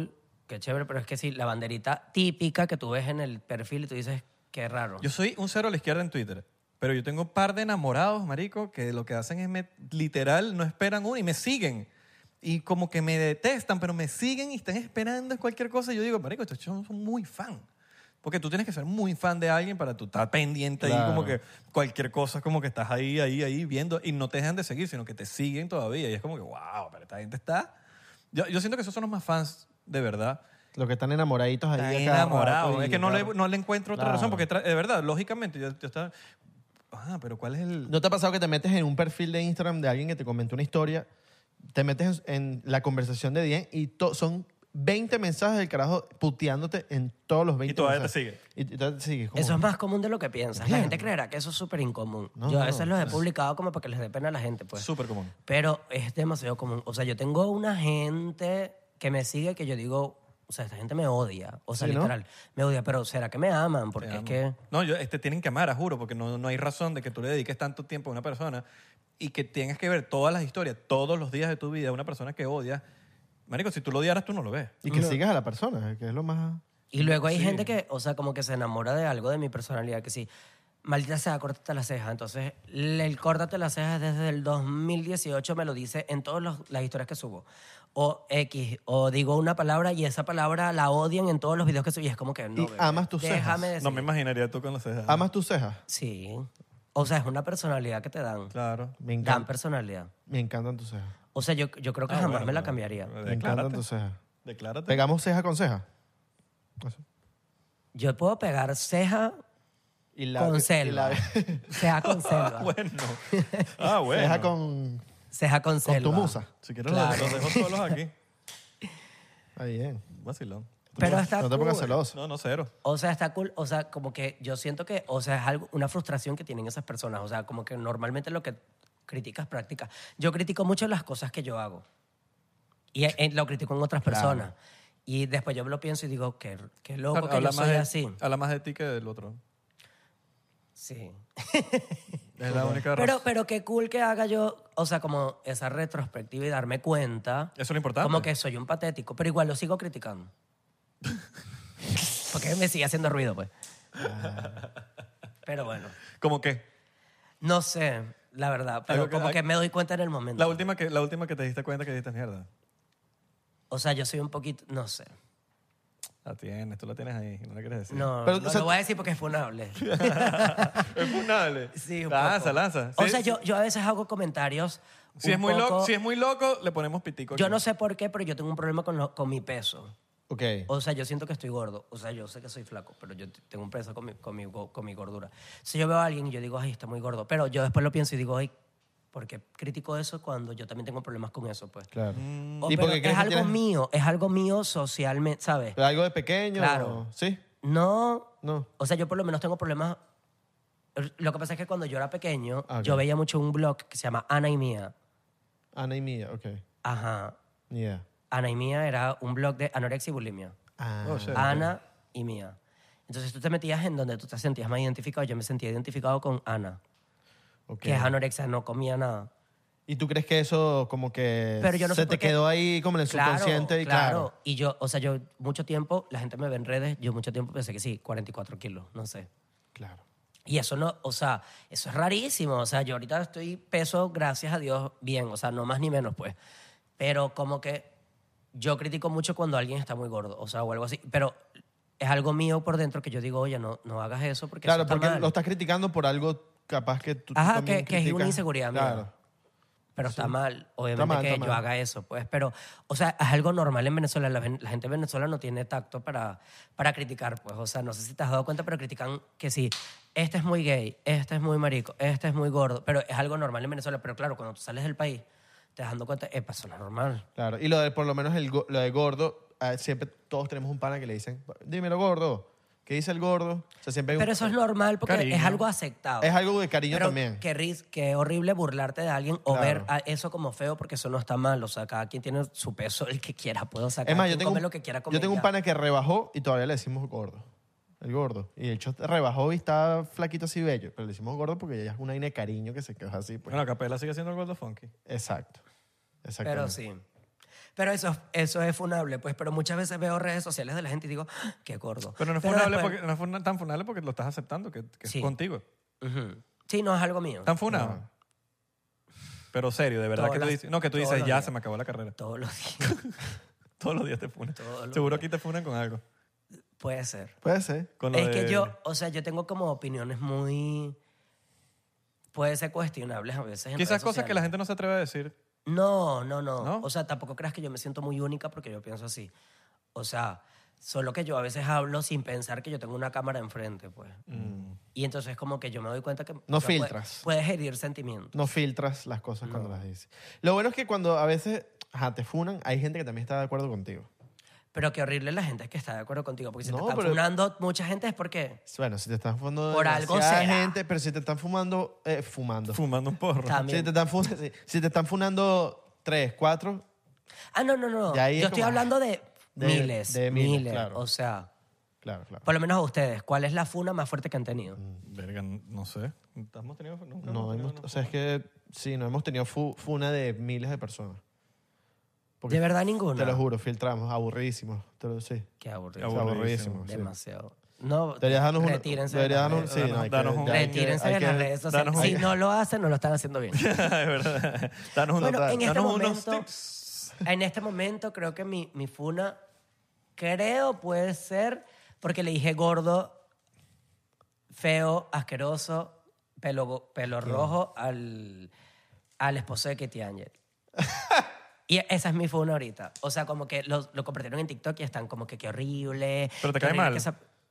qué chévere, pero es que sí, la banderita típica que tú ves en el perfil y tú dices, qué raro. Yo soy un cero a la izquierda en Twitter, pero yo tengo un par de enamorados, marico, que lo que hacen es literal no esperan uno y me siguen. Y como que me detestan, pero me siguen y están esperando cualquier cosa. Y yo digo, marico, estos chavos son muy fan. Porque tú tienes que ser muy fan de alguien para tú estar pendiente ahí, Claro. como que cualquier cosa, como que estás ahí viendo y no te dejan de seguir, sino que te siguen todavía. Y es como que, wow, pero esta gente está... Yo siento que esos son los más fans de verdad. Los que están enamoraditos ahí. Están a cada enamorados. rato y Es que no claro. le encuentro otra Claro. razón, porque de verdad, lógicamente, yo estaba... pero ¿cuál es el...? ¿No te ha pasado que te metes en un perfil de Instagram de alguien que te comentó una historia, te metes en la conversación de 10 y son 20 mensajes del carajo puteándote en todos los 20 Y todavía te mensajes? sigue. Y todavía te sigue. ¿Cómo? Eso es más común de lo que piensas. La Mierda. gente creerá que eso es súper incomún. No, Yo a no, veces los he publicado como para que les dé pena a la gente, pues. Súper común. Pero es demasiado común. O sea, yo tengo una gente que me sigue que yo digo, o sea, esta gente me odia. O sea, Sí, ¿no? literal, me odia. Pero ¿será que me aman? Porque es que... No, tienen que amar, juro, porque no hay razón de que tú le dediques tanto tiempo a una persona y que tengas que ver todas las historias, todos los días de tu vida, a una persona que odias. Marico, si tú lo odiaras, tú no lo ves. Y que sigas a la persona, que es lo más... Y luego hay gente que, o sea, como que se enamora de algo de mi personalidad, que sí, maldita sea, córtate las cejas. Entonces, el córtate las cejas desde el 2018 me lo dice en todas las historias que subo. O X, o digo una palabra y esa palabra la odian en todos los videos que subo. Y es como que no, ¿Y bebé, amas tus cejas? déjame decir. No me imaginaría tú con las cejas. ¿Amas tus cejas? Sí. O sea, es una personalidad que te dan. Claro. Me Dan encantan, personalidad. me encantan tus cejas. O sea, yo creo que Ah, jamás bueno, me la bueno. cambiaría. Me encantan Declárate. tus cejas. Declárate. ¿Pegamos ceja con ceja? Yo puedo pegar ceja Y con selva. Ceja con selva. Bueno. Ah, bueno. Ceja con Ceja con selva. tu musa. Si quieres Claro. los dejo solos aquí. Está bien. Vacilón. Pero está No te pongas cool. celoso. No, cero. O sea, está cool. O sea, como que yo siento que, o sea, es algo, una frustración que tienen esas personas. O sea, como que normalmente lo que criticas, practicas. Yo critico mucho las cosas que yo hago. Y lo critico en otras personas. Y después yo me lo pienso y digo, qué loco que yo soy así. Habla más de ti que del otro. Sí. Es la única razón. Pero qué cool que haga yo, o sea, como esa retrospectiva y darme cuenta. Eso es lo importante. Como que soy un patético, pero igual lo sigo criticando. Porque me sigue haciendo ruido, pues. Pero bueno. ¿Cómo qué? No sé, la verdad, pero Algo que- como que me doy cuenta en el momento. La última que te diste cuenta que dijiste mierda. O sea, yo soy un poquito, no sé. La tienes, tú la tienes ahí. No la quieres decir. No, Pero, no o sea, lo voy a decir porque es funable. Es funable. Sí, un Lanza, poco. lanza. O Sí, sea, sí. yo a veces hago comentarios. Si es, un muy poco- loco, si es muy loco, le ponemos pitico. Yo aquí. no sé por qué, pero yo tengo un problema con mi peso. Ok. O sea, yo siento que estoy gordo. O sea, yo sé que soy flaco, pero yo tengo un peso con mi gordura. Si yo veo a alguien y yo digo, ay, está muy gordo. Pero yo después lo pienso y digo, ay, ¿por qué critico eso cuando yo también tengo problemas con eso? Pues. Claro. O, ¿Y por pero qué es crees que algo tienes- mío, es algo mío socialmente, ¿sabes? ¿Pero algo de pequeño? Claro. ¿Sí? No, No. o sea, yo por lo menos tengo problemas. Lo que pasa es que cuando yo era pequeño, Ah, ok. yo veía mucho un blog que se llama Ana y Mía. Ana y Mía, ok. Ajá. Ni idea. Ana y Mía era un blog de anorexia y bulimia. Ah, Oh, shit. Ana y Mía. Entonces tú te metías en donde tú te sentías más identificado. Yo me sentía identificado con Ana, ok. que es anorexia, no comía nada. ¿Y tú crees que eso como que Pero yo no se sé te por qué. quedó ahí como en el subconsciente? Y claro. Y yo, o sea, yo mucho tiempo, la gente me ve en redes, yo mucho tiempo pensé que sí, 44 kilos, no sé. Claro. Y eso no, o sea, eso es rarísimo. O sea, yo ahorita peso, gracias a Dios, bien. O sea, no más ni menos, pues. Pero como que yo critico mucho cuando alguien está muy gordo, o sea, o algo así. Pero es algo mío por dentro que yo digo, oye, no hagas eso porque Claro, eso está porque mal. lo estás criticando por algo capaz que tú Ajá, también que es una criticas. inseguridad mía. Claro. Pero está mal, obviamente, Está mal, que está yo mal. haga eso, pues. Pero, o sea, es algo normal en Venezuela. La gente en Venezuela no tiene tacto para criticar, pues. O sea, no sé si te has dado cuenta, pero critican que sí, este es muy gay, este es muy marico, este es muy gordo. Pero es algo normal en Venezuela. Pero claro, cuando tú sales del país, te das dando cuenta, eso no es normal. Claro. Y lo de, por lo menos lo de gordo, siempre todos tenemos un pana que le dicen, dímelo gordo. ¿Qué dice el gordo? O sea, siempre hay un- Pero eso es normal porque Cariño. es algo aceptado. Es algo de cariño Pero también. qué horrible burlarte de alguien o Claro. ver eso como feo porque eso no está mal. O sea, cada quien tiene su peso, el que quiera, puedo sacar. Es más, Quien come lo que quiera comer. yo tengo un ya. pana que rebajó y todavía le decimos gordo. El gordo. Y el hecho rebajó y está flaquito así bello. Pero le decimos gordo porque ya es una aire de cariño que se quedó así. Pues. Bueno, Capela sigue siendo el gordo funky. Exacto. Pero Exactamente. sí. Pero eso es funable, pues. Pero muchas veces veo redes sociales de la gente y digo, ¡ah, qué gordo! Pero no es funable después- porque, no es tan funable porque lo estás aceptando, que Sí. es contigo. Ujú. Sí, no es algo mío. ¿Tan funado? Pero serio, de verdad Todas que tú las- dices... No, que tú todos dices, los ya días. se me acabó la carrera. Todos los días. Todos los días te funan. Todos los Seguro días. aquí te funan con algo. Puede ser. Puede ser. Con lo Es que de- yo, o sea, yo tengo como opiniones muy... Puede ser cuestionables a veces en Quizás redes cosas que la sociales. gente no se atreve a decir. No. ¿No? O sea, tampoco creas que yo me siento muy única porque yo pienso así. O sea, solo que yo a veces hablo sin pensar que yo tengo una cámara enfrente, pues. Y entonces como que yo me doy cuenta que... No o sea, filtras. Puedes herir sentimientos. No filtras las cosas cuando las dices. Lo bueno es que cuando a veces te funan, hay gente que también está de acuerdo contigo. Pero qué horrible la gente que está de acuerdo contigo. Porque si No, te están pero- funando mucha gente es porque... Bueno, si te están fumando Por algo demasiada será. gente, pero si te están fumando, Fumando un porro. También. Si te están funando 3, 4, Ah, no. Y ahí es Yo estoy como, hablando de de miles. miles, claro. O sea, claro. por lo menos a ustedes, ¿cuál es la funa más fuerte que han tenido? Verga, no sé. ¿Hemos tenido? Nunca No, hemos tenido o sea, es que sí, no hemos tenido funa de miles de personas. Porque ¿De verdad ninguna? Te lo juro, filtramos, aburridísimos. Sí. Qué aburrido. Aburridísimo. Sí. Demasiado. No, Deberías darnos un... retírense. Deberías de las darnos, redes. sí, no, hay danos que, un- ya hay que- Retírense hay de que- las redes sociales. danos Si un- no lo hacen, no lo están haciendo bien. es verdad. Danos, Bueno, en este danos unos momento, tips. en este momento creo que mi funa, puede ser porque le dije gordo, feo, asqueroso, pelo rojo al esposo de Katie Angel. Y esa es mi funa ahorita. O sea, como que lo compartieron en TikTok y están como que qué horrible. Pero te qué cae horrible mal. que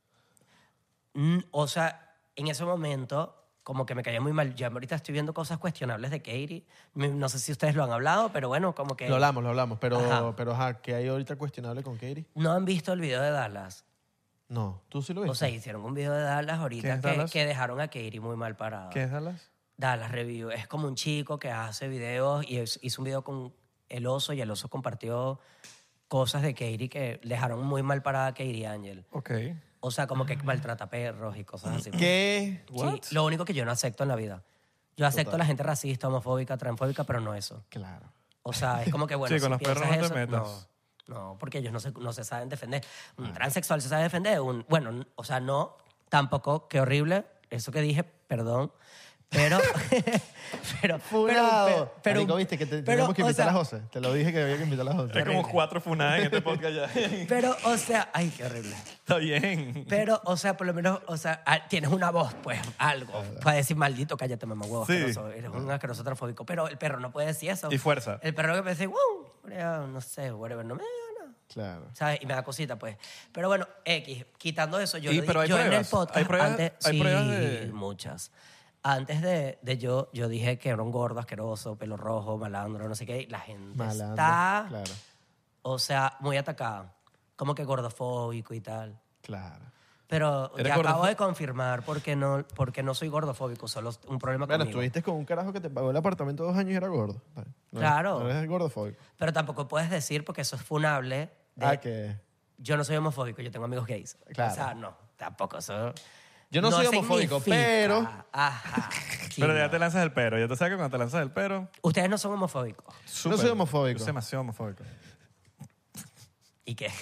o sea, en ese momento como que me caía muy mal. Yo ahorita estoy viendo cosas cuestionables de Katie. No sé si ustedes lo han hablado, pero bueno, como que... Lo hablamos, Ajá. pero ¿qué hay ahorita cuestionable con Katie? ¿No han visto el video de Dallas? No, ¿tú sí lo viste? O sea, hicieron un video de Dallas ¿Qué ahorita es Dallas? que dejaron a Katie muy mal parada. ¿Qué es Dallas? Dallas Review. Es como un chico que hace videos y hizo un video con el oso y el oso compartió cosas de Katie que dejaron muy mal parada a Katie Angel. Ok. O sea, como que maltrata perros y cosas así. ¿Qué? Sí, lo único que yo no acepto en la vida. Yo acepto a la gente racista, homofóbica, transfóbica, pero no eso. Claro. O sea, es como que, bueno, Sí, con si los perros piensas no te eso, metas. No, porque ellos no se saben defender. Un transexual se sabe defender. Bueno, o sea, no, tampoco, qué horrible. Eso que dije, perdón. Pero, Funado. pero, Marico, viste que pero, teníamos que o invitar sea, a José. Te lo dije que había que invitar a José. Hay como 4 funadas en este podcast ya. Pero, o sea, ay, qué horrible. Está bien. Pero, o sea, por lo menos, o sea, tienes una voz, pues, algo. Para decir, maldito, cállate, mamá huevo, Sí. asqueroso. Eres un asqueroso transfóbico. Pero el perro no puede decir eso. Y fuerza. El perro que me dice, wow, no sé, whatever, no me da nada. Claro. ¿Sabes? Y me da cosita, pues. Pero bueno, X, quitando eso, yo, Y, pero hay yo en el pruebas. podcast Hay pruebas- antes... hay sí, pruebas de- muchas. Antes de yo dije que era un gordo, asqueroso, pelo rojo, malandro, no sé qué. Y la gente Malandro. está, Claro. o sea, muy atacada. Como que gordofóbico y tal. Claro. Pero ¿Eres ya acabo gordofó- de confirmar porque no soy gordofóbico, solo un problema Bueno, conmigo. estuviste con un carajo que te pagó el apartamento 2 años y era gordo. No, Claro. No eres gordofóbico. Pero tampoco puedes decir, porque eso es funable, de, Que... yo no soy homofóbico, yo tengo amigos gays. Claro. O sea, no, tampoco eso... Yo no soy homofóbico, significa- pero... Ajá. sí, Pero ya no. te lanzas el pero. Ya te sabes que cuando te lanzas el pero... Ustedes no son homofóbicos. súper. soy homofóbico. Yo soy demasiado homofóbico. ¿Y qué?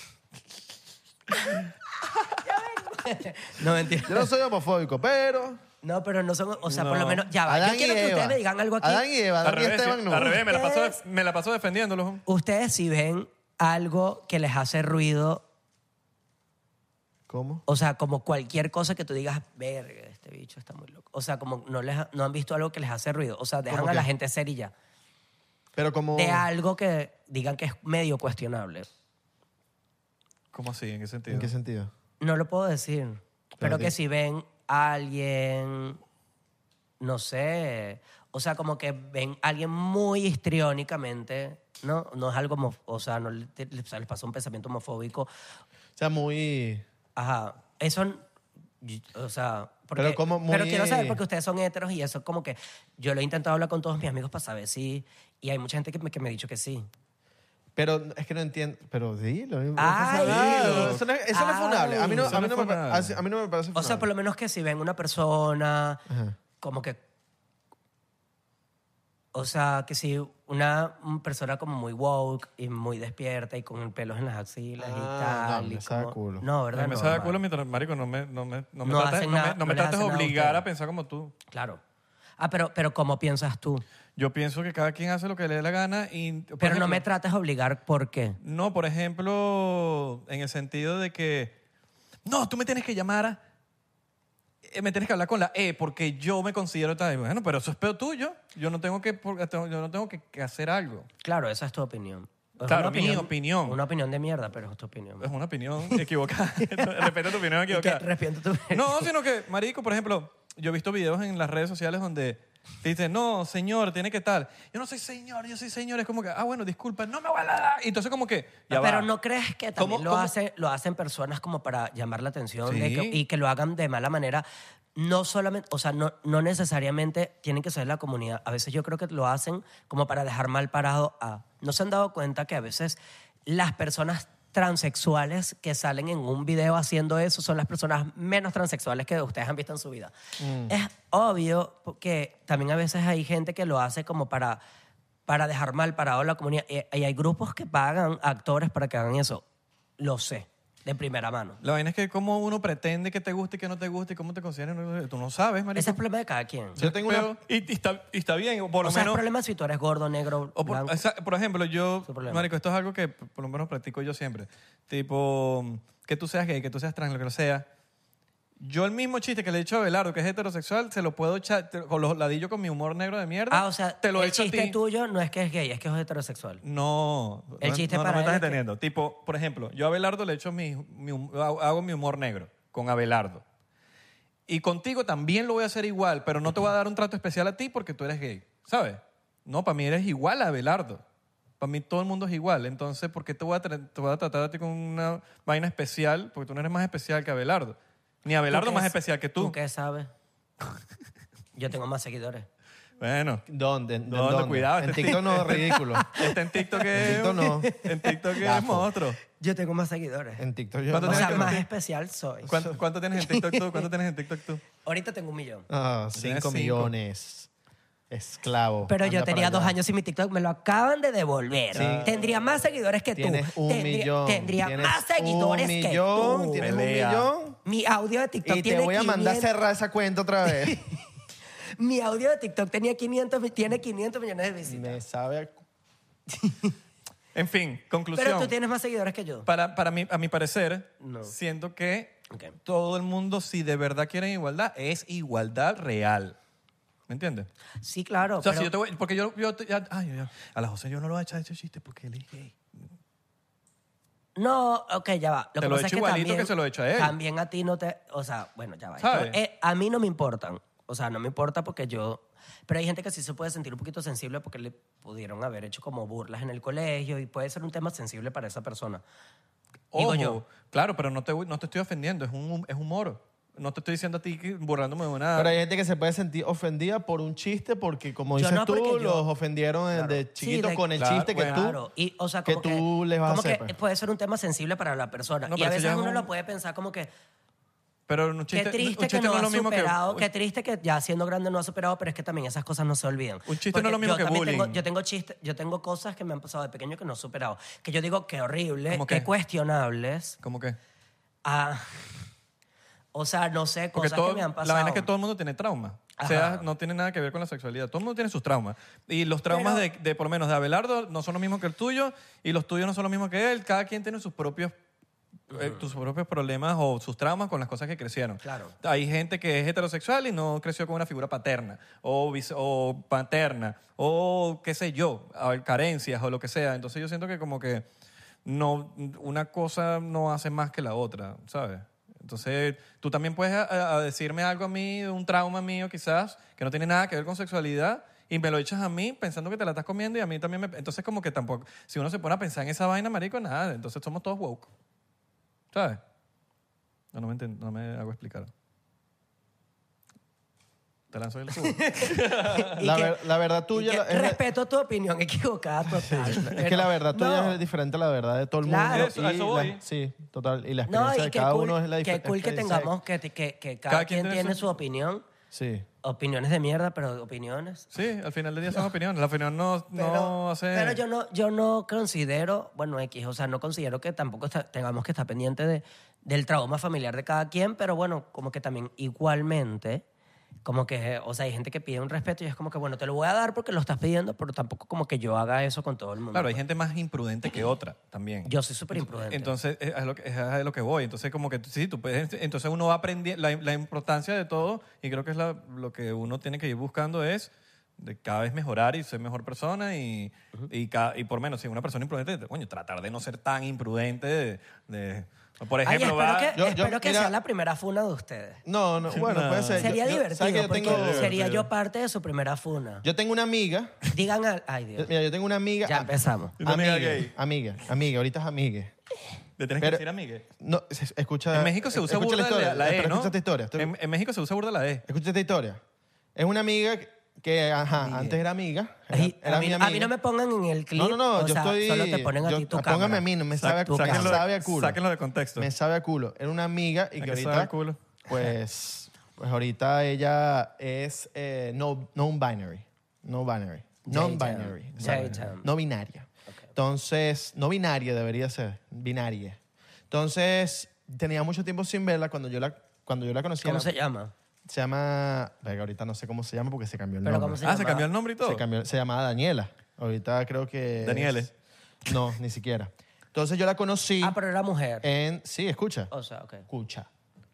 No, mentira. Yo no soy homofóbico, pero... No, pero no son... O sea, por No. lo menos... Ya va. Adán Yo y quiero que Eva. ustedes me digan algo aquí. Adán y Eva, Al Adán y revés, Esteban no. al revés, Ustedes- me la paso defendiéndolos. Ustedes si ven algo que les hace ruido, ¿Cómo? o sea, como cualquier cosa que tú digas, verga, este bicho está muy loco. O sea, como no han visto algo que les hace ruido. O sea, dejan ¿Cómo a la qué? gente ser y ya. Pero como... De algo que digan que es medio cuestionable. ¿Cómo así? ¿En qué sentido? ¿En qué sentido? No lo puedo decir. Pero qué? que si ven a alguien, no sé, o sea, como que ven a alguien muy histriónicamente, ¿no? No es algo, o sea, no o sea, les pasó un pensamiento homofóbico. O sea, muy... Ajá. Eso, o sea... Porque, Pero como muy- pero quiero saber porque ustedes son heteros y eso como que yo lo he intentado hablar con todos mis amigos para saber si... Y hay mucha gente que me ha dicho que sí. Pero es que no entiendo. Pero dilo. Ay. Eso no es funable. A mí no, Eso a no mí es no me, funable. a mí no me parece funable. O sea, por lo menos que si ven una persona Ajá. como que O sea, que si una persona como muy woke y muy despierta y con pelos en las axilas y tal. no, y me sabe como- culo. No, A ¿verdad? mí me No, sabe vale. culo mientras, marico, no me No hacen nada, no me no les trates de hacen nada a obligar ustedes. a pensar como tú. Claro. Ah, pero ¿cómo piensas tú? Yo pienso que cada quien hace lo que le dé la gana y... por Pero no ejemplo, me trates de obligar, ¿por qué? No, por ejemplo, en el sentido de que... No, tú me tienes que llamar... me tienes que hablar con la E porque yo me considero tal. Bueno, pero eso es peor tuyo. Yo no tengo que hacer algo. Claro, esa es tu opinión. Es Claro, una mi opinión. Una opinión de mierda, pero es tu opinión. Es una opinión equivocada. Respeto tu opinión Y que equivocada. respeto tu No, sino que, marico, por ejemplo, yo he visto videos en las redes sociales donde te dicen, no, señor, tiene que tal. Yo no soy señor, yo soy señor. Es como que, bueno, disculpa, no me voy a dar. Y entonces como que, ya Pero va. ¿no crees que también ¿Cómo? lo hacen personas como para llamar la atención Sí. y que lo hagan de mala manera? No solamente, o sea, no necesariamente tienen que ser la comunidad. A veces yo creo que lo hacen como para dejar mal parado a... ¿No se han dado cuenta que a veces las personas transexuales que salen en un video haciendo eso son las personas menos transexuales que ustedes han visto en su vida? Es obvio que también a veces hay gente que lo hace como para dejar mal parado a la comunidad. Y hay grupos que pagan a actores para que hagan eso. Lo sé, de primera mano. La vaina es que cómo uno pretende que te guste y que no te guste y cómo te consideran. Tú no sabes, marico. Ese es el problema de cada quien. Yo tengo Pero- y está bien, por O lo sea, el menos... problema es si tú eres gordo, negro, blanco. Por ejemplo, yo, Su problema. marico, esto es algo que por lo menos practico yo siempre. Tipo, que tú seas gay, que tú seas trans, lo que sea. Yo el mismo chiste que le he dicho a Abelardo, que es heterosexual, se lo puedo echar con los ladillos con mi humor negro de mierda. O sea, te lo he el hecho a chiste ti. tuyo no es que es gay, es que es heterosexual. No. El chiste no para me él estás es que- entendiendo. Tipo, por ejemplo, yo a Abelardo le echo hago mi humor negro con Abelardo. Y contigo también lo voy a hacer igual, pero no te voy a dar un trato especial a ti porque tú eres gay, ¿sabes? No, para mí eres igual a Abelardo. Para mí todo el mundo es igual. Entonces, ¿por qué te voy a tratar a ti con una vaina especial? Porque tú no eres más especial que Abelardo. Ni Abelardo ¿Tú más qué- especial que tú. ¿Tú qué sabes? Yo tengo más seguidores. Bueno, ¿Dónde? ¿Dónde? Cuidado, En este TikTok no, ridículo. en TikTok En TikTok no. En TikTok es Gafo. monstruo. Yo tengo más seguidores. En TikTok yo ¿Cuánto O no. sea, tienes que- más especial soy. ¿Cuánto tienes en TikTok tú? ¿Cuánto tienes en TikTok tú? Ahorita tengo 1 millón. Ah, Tienes 5 cinco. millones. Esclavo. Pero yo Anda tenía para 2 allá. años sin mi TikTok, me lo acaban de devolver. Sí. Tendría más seguidores que tú. Tienes un millón. Tendría Tienes más seguidores un que millón, tú. Tienes Pelea. 1 millón. Mi audio de TikTok Y te tiene voy a mandar a 500 cerrar esa cuenta otra vez. Mi audio de TikTok tiene 500 millones de visitas. Me sabe a... En fin, conclusión. Pero tú tienes más seguidores que yo. Para mí, a mi parecer, No. siento que Ok. todo el mundo, si de verdad quieren igualdad, es igualdad real. ¿Me entiendes? Sí, claro. O sea, pero- si yo te voy... Porque a la José yo no lo voy a echar ese chiste porque él es gay. No, ok, ya va. Te que lo he pasa hecho es igualito también, que se lo he hecho a él. También a ti no te... O sea, bueno, ya va. ¿Sabes? A mí no me importan. O sea, no me importa porque yo... Pero hay gente que sí se puede sentir un poquito sensible porque le pudieron haber hecho como burlas en el colegio y puede ser un tema sensible para esa persona. Digo Ojo, yo. claro, pero no te estoy ofendiendo, es humor. No te estoy diciendo a ti que burlándome de una... Pero hay gente que se puede sentir ofendida por un chiste porque, como Yo dices no, tú, porque yo- los ofendieron Claro. de chiquitos Sí, con el claro, chiste que bueno. tú... Claro, y, o sea, que como tú les vas a como hacer, que pues. puede ser un tema sensible para la persona. No, y a pero eso veces ya es uno un- lo puede pensar como que... Pero un chiste, Qué triste un chiste que no es ha lo mismo superado, que... qué triste que ya siendo grande no ha superado, pero es que también esas cosas no se olvidan. Un chiste Porque no es lo mismo yo que también bullying. yo tengo cosas que me han pasado de pequeño que no he superado. Que yo digo que horrible, ¿Cómo que qué? cuestionables. ¿Cómo que? O sea, no sé, Porque cosas que me han la pasado. vaina es que todo el mundo tiene traumas. O Ajá. sea, no tiene nada que ver con la sexualidad. Todo el mundo tiene sus traumas. Y los traumas de por lo menos de Abelardo no son los mismos que el tuyo y los tuyos no son los mismos que él. Cada quien tiene sus propios problemas o sus traumas con las cosas que crecieron. Claro. Hay gente que es heterosexual y no creció con una figura paterna o paterna o qué sé yo, carencias o lo que sea. Entonces yo siento que como que no, una cosa no hace más que la otra, ¿sabes? Entonces, tú también puedes a decirme algo a mí, un trauma mío quizás, que no tiene nada que ver con sexualidad, y me lo echas a mí pensando que te la estás comiendo y a mí también me... Entonces, como que tampoco... Si uno se pone a pensar en esa vaina, marico, nada. Entonces, somos todos woke. ¿Sabes? No me hago explicar. Te lanzo el tubo. Y La verdad y tuya... que respeto tu opinión equivocada total. Es que la verdad tuya No. es diferente a la verdad de todo el Claro. mundo. Eso- a eso voy. Sí, total. Y la No, experiencia y de qué cada cool, uno es la qué diferente. cool que tengamos, que cada quien tiene su opinión. Sí. Opiniones de mierda, pero opiniones. Sí, al final del día son opiniones. La opinión no hace... Pero yo no considero, bueno, X, o sea, no considero que tampoco tengamos que estar pendientes del trauma familiar de cada quien, pero bueno, como que también igualmente, como que, o sea, hay gente que pide un respeto y es como que, bueno, te lo voy a dar porque lo estás pidiendo, pero tampoco como que yo haga eso con todo el mundo. Claro, hay gente más imprudente que otra también. Yo soy súper imprudente. Entonces, es a lo que voy. Entonces, como que sí, tú puedes... Entonces, uno va aprendiendo la importancia de todo y creo que es lo que uno tiene que ir buscando es de cada vez mejorar y ser mejor persona y por menos, si una persona imprudente, coño, tratar de no ser tan imprudente por Ay, ejemplo, espero que mira- sea la primera funa de ustedes. No, bueno, No. puede ser. Sería ¿sabes que divertido, yo porque tengo, sería yo parte de su primera funa. yo tengo una amiga. Digan ay Dios. Mira, yo tengo una amiga. Ya empezamos. ¿Una amiga gay? Amiga, ahorita es amiga. le tienes que Pero- decir amigue. No, escucha. En México se usa escucha burda historia, la E, pero ¿no? Escucha esta historia. En México se usa burda la E. Escucha esta historia. Es una amiga que, antes era amiga. Era a mi mí amiga. no me pongan en el clip. No, o yo sea, estoy. Solo te ponen a ti tu cámara. Póngame a mí, no me sabe, tu me cámara. sabe a culo. Sáquenlo de contexto. Me sabe a culo. Era una amiga y ¿A que qué ahorita. sabe a culo? Pues ahorita ella es non-binary. Non-binary. Non-binary. J-Town. exacto. No binaria. Entonces, no binaria debería ser. Binaria. Entonces, tenía mucho tiempo sin verla cuando yo la conocí. ¿Cómo se llama? Se llama. Venga, ahorita no sé cómo se llama porque se cambió el Pero nombre. ¿cómo se ¿Se llama? cambió el nombre y todo? Se llamaba Daniela. Ahorita creo que. Daniele. No, ni siquiera. Entonces yo la conocí Pero era mujer. Sí, escucha. O sea, ok. Escucha.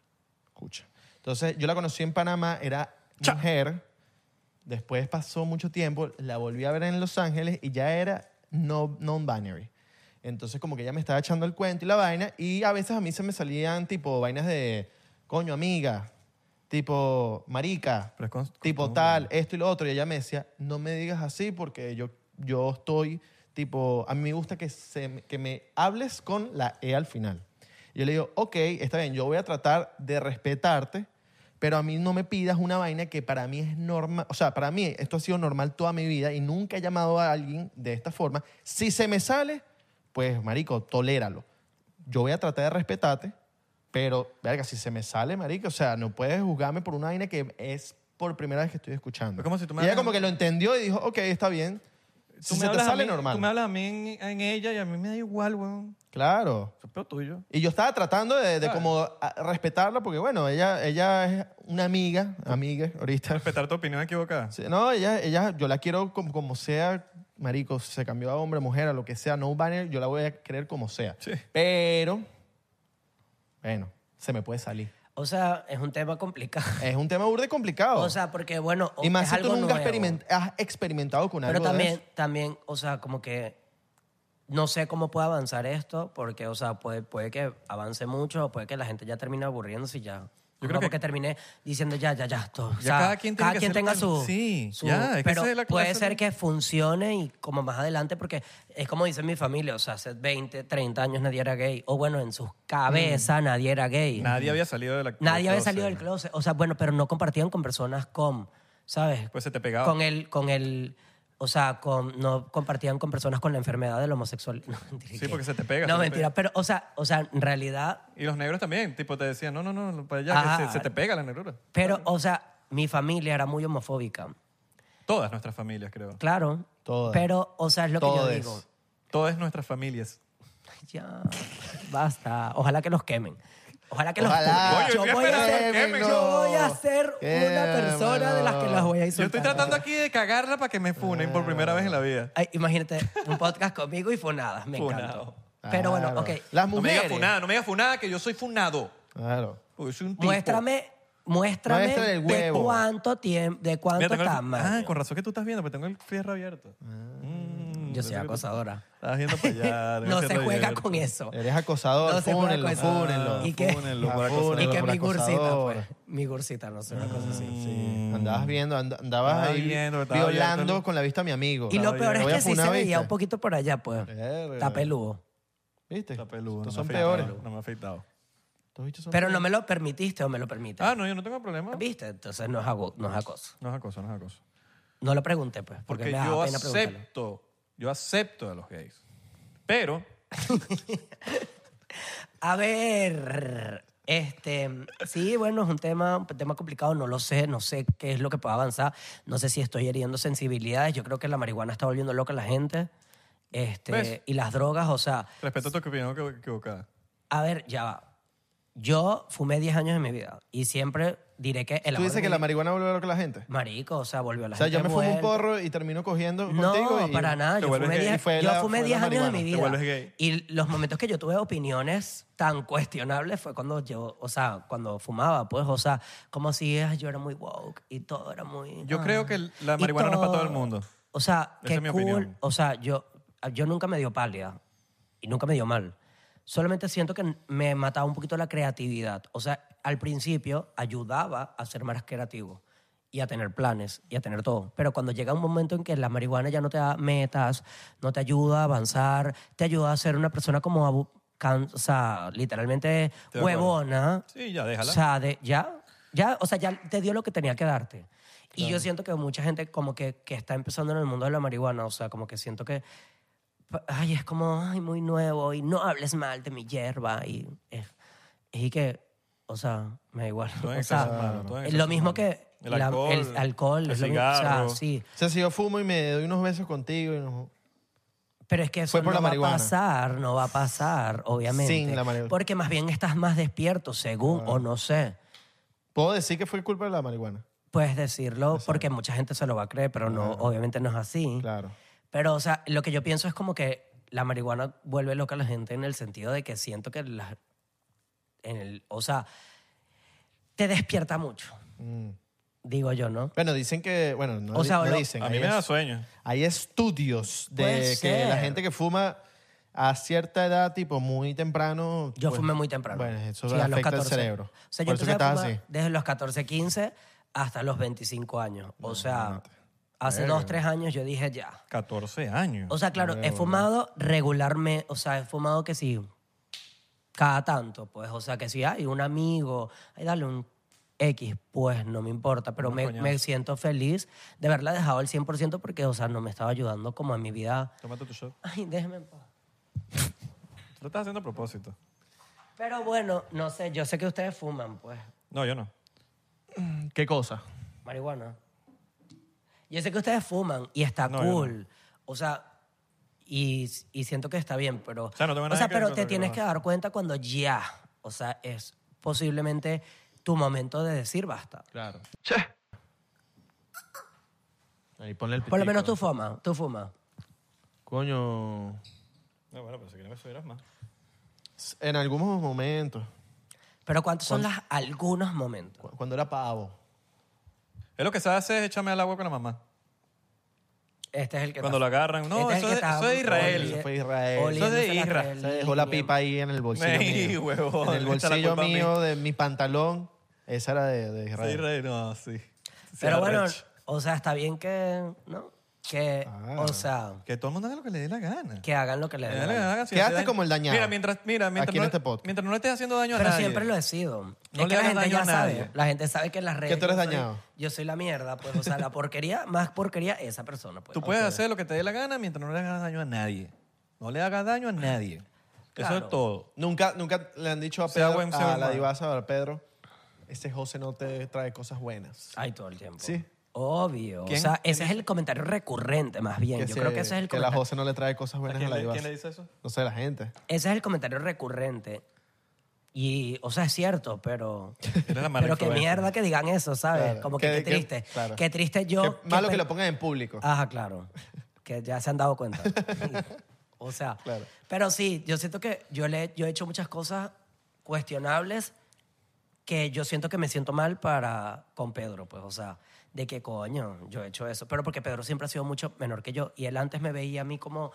Entonces yo la conocí en Panamá, era mujer. Después pasó mucho tiempo, la volví a ver en Los Ángeles y ya era non-binary. Entonces como que ella me estaba echando el cuento y la vaina y a veces a mí se me salían tipo vainas de coño, amiga, tipo marica, Pero es tipo costumbre. tal, esto y lo otro. Y ella me decía, no me digas así porque yo estoy tipo, a mí me gusta que me hables con la E al final. Y yo le digo, ok, está bien, yo voy a tratar de respetarte, pero a mí no me pidas una vaina que para mí es normal. O sea, para mí esto ha sido normal toda mi vida y nunca he llamado a alguien de esta forma. Si se me sale, pues, marico, toléralo. Yo voy a tratar de respetarte, pero, verga, si se me sale, marico, o sea, no puedes juzgarme por una vaina que es por primera vez que estoy escuchando. Es como si tú me y ella hablas- como que lo entendió y dijo, ok, está bien. Si se te sale, normal. Tú me hablas a mí en ella y a mí me da igual, weón. Claro. Eso es peor tuyo. Y yo estaba tratando de Claro. como respetarla porque, bueno, ella es una amiga ahorita. Respetar tu opinión equivocada. Sí, no, ella, yo la quiero como sea, marico, se cambió a hombre, mujer, a lo que sea, no binary, yo la voy a querer como sea. Sí. Pero, bueno, se me puede salir. O sea, es un tema complicado. Es un tema burde complicado. O sea, porque bueno, y más es si tú algo nunca nuevo. has experimentado con Pero algo de eso. también, o sea, como que no sé cómo puede avanzar esto, porque, o sea, puede que avance mucho, o puede que la gente ya termine aburriéndose y ya. Yo Como creo que- que termine diciendo ya, todo. Ya cada quien tiene que hacer tenga lo su... que- sí, su- ya, es que pero esa es la puede clase ser de- que funcione y como más adelante, porque es como dice mi familia, o sea, hace 20, 30 años nadie era gay, o bueno, en sus cabezas nadie era gay. Nadie había salido de la Nadie había salido del closet. O sea, bueno, pero no compartían con personas ¿sabes? Pues se te pegaba. O sea, no compartían con personas con la enfermedad del homosexual. No, mentira, Sí, ¿qué? porque se te pega, No, se te mentira. pega. Pero, o sea, en realidad... Y los negros también, tipo, te decían, no, para allá, que Ajá. se te pega la negrura. Pero, o sea, mi familia era muy homofóbica. Todas nuestras familias, creo. Claro. Todas. Pero, o sea, es lo que yo Todes. digo. Todas nuestras familias. Ya, basta. Ojalá que los quemen. Ojalá que Ojalá. los Oye, yo voy a espérate, ser, quémenlo. yo voy a ser una persona de las que las voy a Yo insultar. estoy tratando aquí de cagarla para que me funen por primera vez en la vida. Ay, imagínate, un podcast conmigo y funadas. Me Funado. encantó. Pero bueno, Claro. ok. Las No me digas mujeres. funada, no me digas funada, que yo soy funado. Claro. Porque soy un tipo. Muéstrame Muéstrame el de huevo. cuánto tiempo, de cuánto Mira, tengo el- tamaño. con razón que tú estás viendo, porque tengo el fierro abierto. Yo soy acosadora. Estás viendo para allá. No se juega con eso. Eres acosador, No se juega fúnenlo, con eso. fúnenlo. ¿Y qué? Fúnenlo por Ah, acosador. fúnenlo Y que por mi gursita, acosador. pues. Mi gursita, no sé, una cosa así. Sí. Andabas viendo, andabas Estaba ahí viendo, estaba violando abierto. con la vista a mi amigo. Y lo peor Te es voy a que sí funar, se veía ¿viste? un poquito por allá, pues. Verga. Está peludo. ¿Viste? Está peludo. Estos no son me ha afeitado, peores. No me ha afeitado. Estos bichos son Pero no peores. me lo permitiste o me lo permite. Ah, no, yo no tengo problema. ¿Viste? Entonces no es acoso. No es acoso, no es acoso. No lo pregunté, pues. Porque Porque me yo da pena preguntarlo. acepto a los gays. Pero A ver. Sí, bueno, es un tema complicado, no lo sé, no sé qué es lo que puede avanzar, no sé si estoy hiriendo sensibilidades, yo creo que la marihuana está volviendo loca a la gente, ¿Ves? y las drogas, o sea, Respeto tu opinión equivocada. a ver, ya va. Yo fumé 10 años de mi vida y siempre diré que el ¿Tú amor dices de que mi la vida- marihuana vuelve loca a la gente? Marico, o sea, volvió a la O sea, gente yo me fumo un vuelta. porro y termino cogiendo No, contigo y... para nada. Te Yo vuelves fumé gay. 10 Fue yo la- fumé fue la 10 años de marihuana. mi Te vida. vuelves gay. Y los momentos que yo tuve opiniones tan cuestionables fue cuando yo, o sea, cuando fumaba, pues, o sea, como si yo era muy woke y todo era muy... Yo creo que la Y marihuana no es para todo el mundo. O sea, Esa qué es mi cool. opinión. O sea, yo nunca me dio pálida y nunca me dio mal. Solamente siento que me mataba un poquito la creatividad. O sea, al principio ayudaba a ser más creativo y a tener planes y a tener todo. Pero cuando llega un momento en que la marihuana ya no te da metas, no te ayuda a avanzar, te ayuda a ser una persona como, o sea, literalmente Estoy de acuerdo. huevona. Sí, ya, déjala. O sea, o sea, ya te dio lo que tenía que darte. Y yo siento que mucha gente como que está empezando en el mundo de la marihuana, o sea, como que siento que, ay, es como, ay, muy nuevo y no hables mal de mi hierba y que, o sea, me da igual. Todo en O exceso, sea, mano, todo en es exceso, lo mismo mano. que El alcohol, el alcohol, el es lo mismo, o sea, cigarro. sí. O sea, si yo fumo y me doy unos besos contigo y no... Pero es que eso Fue por no la va marihuana. a pasar, no va a pasar, obviamente. Sin la marihuana. Porque más bien estás más despierto, según, o no sé. ¿Puedo decir que fue culpa de la marihuana? Puedes decirlo porque mucha gente se lo va a creer, pero no, obviamente no es así. Claro. Pero, o sea, lo que yo pienso es como que la marihuana vuelve loca a la gente en el sentido de que siento que o sea, te despierta mucho, digo yo, ¿no? Bueno, dicen que... Bueno, no, O sea, no lo- dicen. A mí hay me da es- sueño. Hay estudios Puede de que ser. la gente que fuma a cierta edad, tipo muy temprano... Yo pues, fumé muy temprano. Bueno, eso Sí, a los afecta el 14. cerebro. O sea, Por yo eso que empecé a estás fumar así. desde los 14, 15 hasta los 25 años. O sea, hace Verga. 2, 3 años yo dije ya. 14 años. O sea, claro, he fumado regularmente, o sea, he fumado que sí, cada tanto, pues, o sea, que si hay un amigo, ay, dale un X, pues no me importa, pero me siento feliz de haberla dejado al 100% porque, o sea, no me estaba ayudando como en mi vida. Tómate tu shot. Ay, déjeme en paz. Tú lo estás haciendo a propósito. Pero bueno, no sé, yo sé que ustedes fuman, pues, No, yo no. ¿Qué cosa? marihuana. Yo sé que ustedes fuman y está No, yo cool. O sea, y siento que está bien, pero... sea, no tengo nada que ver pero con te lo que tienes vas. que dar cuenta cuando ya, o sea, es posiblemente tu momento de decir basta. Claro. Ahí ponle el Por lo menos pitico. tú fumas. Coño, No, bueno, pero si quieres me subirás más. en algunos momentos, Pero ¿cuántos son algunos momentos? cuando era pavo. Es lo que se hace es echarme al agua con la mamá. Este es el que Cuando lo agarran. No, Este es el eso que es- está eso es Israel. Eso fue Israel. Eso es de oliéndose la Isra. crema. Se dejó la pipa ahí en el bolsillo Ey, mío. huevón, En el echa la bolsillo culpa a mí. mío de mi pantalón. Esa era de Sí, Israel. Israel, no, sí. Pero Sí, bueno, arrecho. o sea, está bien que, ¿no? Que, Ah. o sea, Que todo el mundo haga lo que le dé la gana. que hagan lo que le Que den. haga lo que le dé la gana, si Quédate hace daño- como el dañado. Mira, Aquí en este podcast. mientras no le estés haciendo daño a Pero nadie. siempre lo he sido. No es le que la hagas gente daño ya a sabe. nadie. La gente sabe que en las redes. tú eres yo soy- dañado? Yo soy la mierda, pues. O sea, la porquería, más porquería esa persona, pues. Tú puedes hacer lo que te dé la gana mientras no le hagas daño a nadie. No le hagas daño a nadie. Eso Claro. es todo. Nunca le han dicho a Sea Pedro, buen ser a la humano. divasa o a Pedro, ese José no te trae cosas buenas. Ay, todo el tiempo. Sí. Obvio. ¿Quién? O sea, ese es el comentario recurrente, más bien. Yo creo que ese es el que la comentario. José no le trae cosas buenas a la divasa. ¿Quién le dice eso? No sé, la gente. Ese es el comentario recurrente. Y, o sea, es cierto, pero. Eres la mala Pero qué influencia. mierda que digan eso, ¿sabes? Claro. Como que qué triste. claro. Qué triste yo. Qué malo que pe- lo pongan en público. Ajá, claro. Que ya se han dado cuenta. O sea, Claro. pero sí, yo siento que yo he hecho muchas cosas cuestionables que yo siento que me siento mal con Pedro, pues, o sea, de que coño, yo he hecho eso. Pero porque Pedro siempre ha sido mucho menor que yo y él antes me veía a mí como,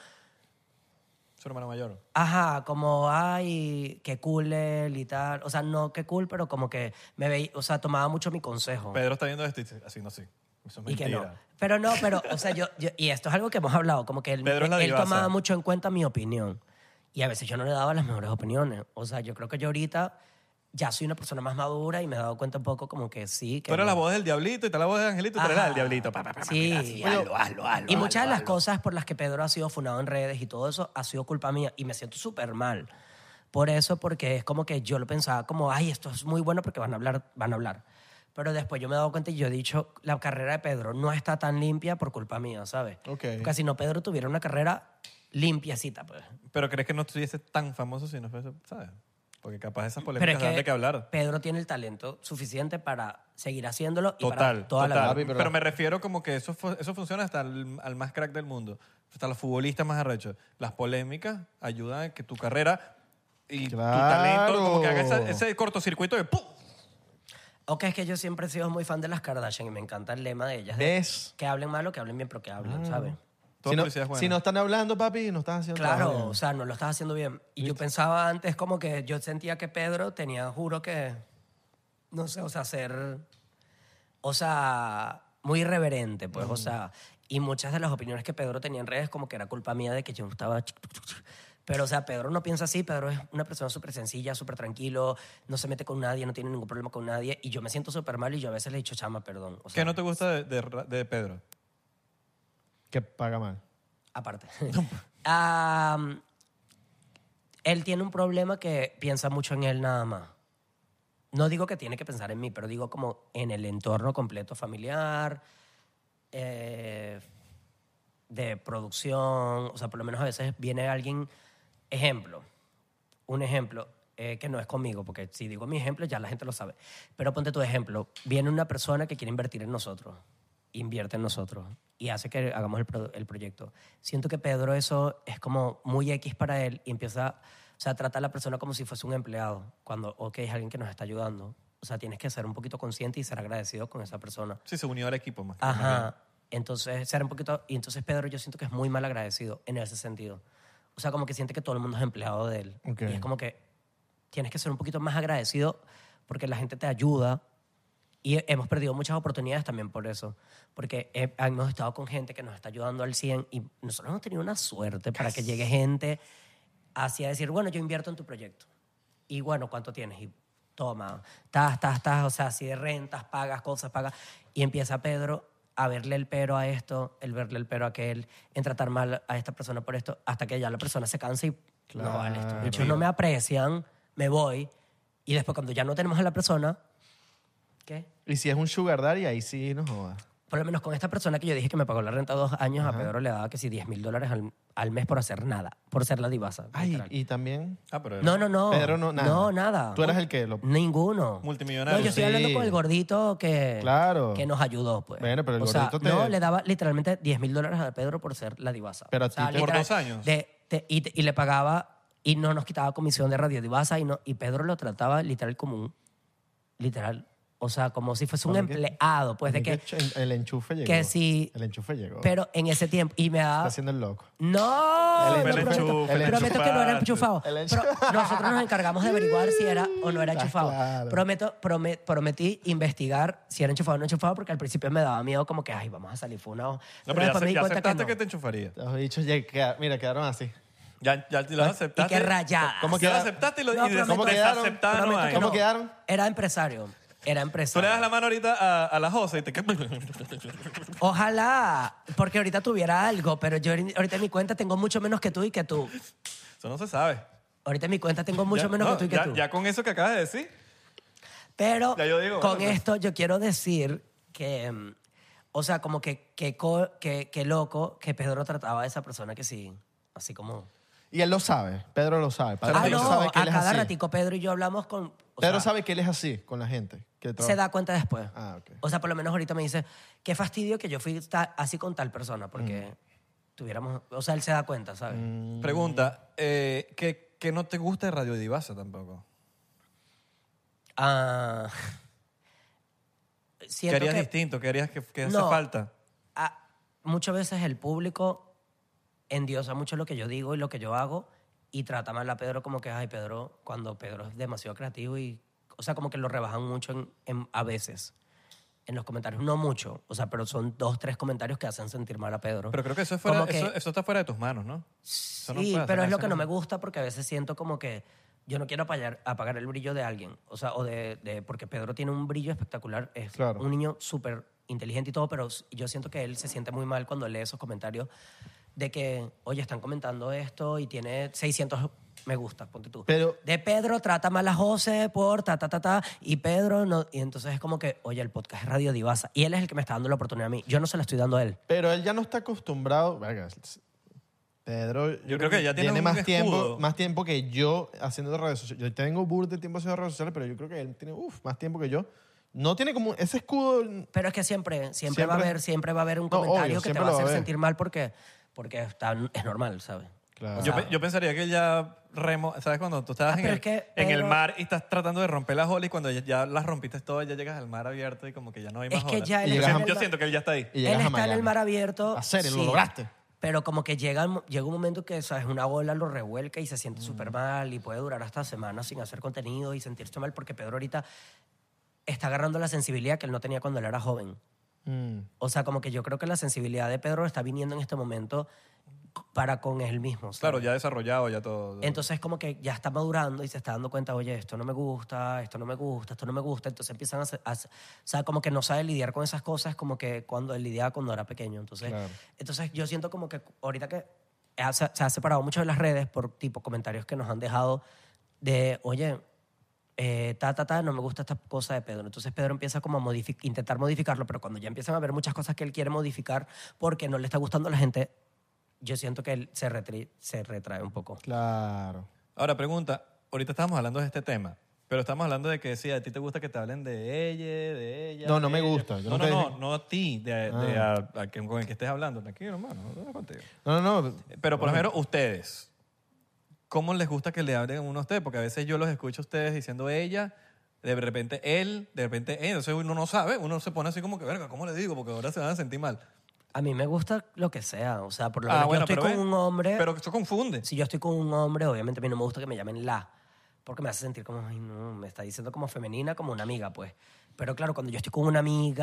Su hermano mayor. ajá, como, ay, qué cool él y tal. O sea, no qué cool, pero como que me veía, o sea, tomaba mucho mi consejo. Pedro está viendo esto y dice, así no, sí. Eso es Y que mentira. no. Pero, o sea, y esto es algo que hemos hablado, como que él Pedro es la divasa. tomaba mucho en cuenta mi opinión. Y a veces yo no le daba las mejores opiniones. O sea, yo creo que yo ahorita ya soy una persona más madura y me he dado cuenta un poco como que sí. Que Tú eres no. la voz del diablito y está la voz del angelito y tú eres la del Ajá. diablito. Sí. Mira, sí, hazlo. Y muchas de las cosas por las que Pedro ha sido funado en redes y todo eso ha sido culpa mía y me siento súper mal. por eso, porque es como que yo lo pensaba como, ay, esto es muy bueno porque van a hablar. Pero después yo me he dado cuenta y yo he dicho, la carrera de Pedro no está tan limpia por culpa mía, ¿sabes? Ok. Porque si no, Pedro tuviera una carrera limpiacita, pues. Pero ¿crees que no estuviese tan famoso si no fuese, ¿sabes? Porque capaz esas Pero polémicas es dan de qué hablar. Pedro tiene el talento suficiente para seguir haciéndolo y para Total, toda la total. vida. vida. Pero me refiero como que eso funciona hasta al más crack del mundo. Hasta los futbolistas más arrechos. Las polémicas ayudan a que tu carrera y tu talento como que haga ese cortocircuito de ¡pum! Ok, es que yo siempre he sido muy fan de las Kardashian y me encanta el lema de ellas. ¿Ves? Que hablen mal o que hablen bien, pero que hablen, ¿sabes? Toda Si no, publicidad es buena. si no están hablando, papi, no estás haciendo Claro, todo bien. o sea, no lo estás haciendo bien. Y yo pensaba antes como que yo sentía que Pedro tenía, juro que, no sé, o sea, ser, o sea, muy irreverente, pues, o sea, y muchas de las opiniones que Pedro tenía en redes como que era culpa mía de que yo estaba... Pero, o sea, Pedro no piensa así. Pedro es una persona súper sencilla, súper tranquilo, no se mete con nadie, no tiene ningún problema con nadie. Y yo me siento súper mal y yo a veces le he dicho, chama, perdón. O sea, ¿Qué no te gusta de Pedro? Que paga mal. aparte. Él tiene un problema que piensa mucho en él nada más. No digo que tiene que pensar en mí, pero digo como en el entorno completo familiar, de producción. O sea, por lo menos a veces viene alguien, un ejemplo, que no es conmigo, porque si digo mi ejemplo ya la gente lo sabe. Pero ponte tu ejemplo. Viene una persona que quiere invertir en nosotros, invierte en nosotros y hace que hagamos el proyecto. Siento que Pedro eso es como muy X para él y empieza, o sea, trata a la persona como si fuese un empleado, cuando, ok, es alguien que nos está ayudando. O sea, tienes que ser un poquito consciente y ser agradecido con esa persona. Sí, se unió al equipo más. más bien. Ajá. Entonces, ser un poquito... Y entonces Pedro yo siento que es muy mal agradecido en ese sentido. O sea, como que siente que todo el mundo es empleado de él. Ok. Y es como que tienes que ser un poquito más agradecido porque la gente te ayuda. Y hemos perdido muchas oportunidades también por eso. Porque hemos estado con gente que nos está ayudando al 100 y nosotros hemos tenido una suerte para que llegue gente hacia decir, bueno, yo invierto en tu proyecto. Y bueno, ¿cuánto tienes? Y toma, o sea, así de rentas, pagas cosas, pagas. Y empieza Pedro a verle el pero a esto, el verle el pero a aquel, en tratar mal a esta persona por esto, hasta que ya la persona se cansa y no vale, estos bichos no me aprecian, me voy. Y después cuando ya no tenemos a la persona, ¿qué? Y si es un sugar daddy, ahí sí no jodas. Por lo menos con esta persona que yo dije que me pagó la renta 2 años, a Pedro le daba que si $10,000 al mes por hacer nada, por ser la divasa. Ay, literal. y también... Pero No. Pedro no, nada. No, nada. Tú eras el que lo... Ninguno. Multimillonario. No, yo estoy Sí. hablando con el gordito que, Claro. que nos ayudó, pues. Bueno, pero el o sea, gordito te- no, le daba literalmente $10,000 a Pedro por ser la divasa. Pero a O sea, ti te- ¿Por literal, 2 años? Y le pagaba y no nos quitaba comisión de Radio Divasa y Pedro lo trataba literal como un... Literal. O sea, como si fuese un Porque- empleado, pues, de que... El enchufe llegó. que sí. El enchufe llegó. Pero en ese tiempo... Y me Está daba... haciendo el loco. No, El no, enchufe, prometo, el prometo que no era enchufado. El Pero nosotros nos encargamos de averiguar si era o no era Ah, enchufado. claro. Prometí investigar si era enchufado o no enchufado porque al principio me daba miedo como que, ay, vamos a salir funado. No, pero ya, después me di ya cuenta aceptaste no. que te enchufaría. Los bichos mira, quedaron así. Ya lo Y aceptaste. qué rayada. ¿Cómo Ya lo quedaron? aceptaste y lo No, y prometo- ¿Cómo quedaron? desaceptada no Prometo hay. que ¿Cómo no. quedaron? Era empresario. Era Tú empresario. le das la mano ahorita a la Jose y te... Ojalá, porque ahorita tuviera algo, pero yo ahorita en mi cuenta tengo mucho menos que tú y que tú. Eso no se sabe. Ahorita en mi cuenta tengo mucho Ya- menos no, que tú y que ya, tú. ya con eso que acabas de decir, Pero Ya yo digo, con bueno, pues. esto yo quiero decir que, o sea, como que loco que Pedro trataba a esa persona que sí, así como... Y él lo sabe. Pedro lo sabe. Pedro Ah, no, sabe que a él es cada así. ratico Pedro y yo hablamos con... o Pedro sea, sabe que él es así con la gente. Que se trabaja. da cuenta después. Ah, ok. O sea, por lo menos ahorita me dice, qué fastidio que yo fui así con tal persona, porque tuviéramos... O sea, él se da cuenta, ¿sabes? pregunta, ¿qué no te gusta de Radio Divasa tampoco? Ah, ¿Qué siento harías que- distinto? ¿Qué harías que hace No. falta? Muchas veces el público endiosa mucho lo que yo digo y lo que yo hago y trata mal a Pedro como que, ay, Pedro, cuando Pedro es demasiado creativo y, o sea, como que lo rebajan mucho a veces en los comentarios. No mucho, o sea, pero son 2, 3 comentarios que hacen sentir mal a Pedro. Pero creo que eso, Como que- eso está fuera de tus manos, ¿no? Eso no Sí, puedes pero hacer es lo eso, que no me gusta porque a veces siento como que yo no quiero apagar el brillo de alguien. O sea, porque Pedro tiene un brillo espectacular. Es Claro. un niño súper inteligente y todo, pero yo siento que él se siente muy mal cuando lee esos comentarios de que, oye, están comentando esto y tiene 600 me gusta, ponte tú. Pero- de Pedro trata mal a José por y Pedro no. Y entonces es como que, oye, el podcast es Radio Divasa. Y él es el que me está dando la oportunidad a mí. Yo no se la estoy dando a él. Pero él ya no está acostumbrado. Verga, Pedro, Yo creo que ya tiene un escudo. más tiempo que yo haciendo redes sociales. Yo tengo burda de tiempo haciendo redes sociales, pero yo creo que él tiene más tiempo que yo. No tiene como ese escudo. Pero es que siempre va a haber un No, comentario obvio, que te siempre va a lo va a hacer haber. sentir mal porque es normal, ¿sabes? Claro. O sea, Yo pensaría que ya ¿sabes? Cuando tú estás pero es que en el Pedro- mar y estás tratando de romper las olas y cuando ya las rompiste todas, ya llegas al mar abierto y como que ya no hay más Es que olas. ya él Y está llegas en a- el Yo mar- siento que él ya está ahí. Y él llegas a está en el Miami. mar abierto. A serio, lo sí, lograste. Pero como que llega un momento que, ¿sabes? Una ola lo revuelca y se siente súper mal y puede durar hasta semanas sin hacer contenido y sentirse mal porque Pedro ahorita está agarrando la sensibilidad que él no tenía cuando él era joven. O sea, como que yo creo que la sensibilidad de Pedro está viniendo en este momento para con él mismo. ¿sabes? Claro, ya desarrollado, ya todo. Entonces como que ya está madurando y se está dando cuenta, oye, esto no me gusta, esto no me gusta, esto no me gusta. Entonces empiezan o sea, como que no sabe lidiar con esas cosas como que cuando él lidiaba cuando era pequeño. Entonces, Claro. entonces yo siento como que ahorita que se ha separado mucho de las redes por tipo comentarios que nos han dejado de, oye, no me gusta esta cosa de Pedro. Entonces Pedro empieza como a intentar modificarlo, pero cuando ya empiezan a ver muchas cosas que él quiere modificar porque no le está gustando a la gente, yo siento que él se retrae un poco. Claro. Ahora, pregunta, ahorita estábamos hablando de este tema, pero estamos hablando de que sí, a ti te gusta que te hablen de ella. No, no de me ella. gusta. Yo No, no te dije- no a ti, con el que estés hablando. Tranquilo, hermano, no contigo. No. Pero, por ejemplo, ustedes, ¿cómo les gusta que le hablen a uno a ustedes? Porque a veces yo los escucho a ustedes diciendo ella, de repente él, de repente ella. Entonces uno no sabe, uno se pone así como que, verga, ¿cómo le digo? Porque ahora se van a sentir mal. A mí me gusta lo que sea. O sea, por lo menos yo estoy pero con ven, un hombre. Pero eso confunde. Si yo estoy con un hombre, obviamente a mí no me gusta que me llamen la. Porque me hace sentir como, ay, no, me está diciendo como femenina, como una amiga, pues. Pero claro, cuando yo estoy con una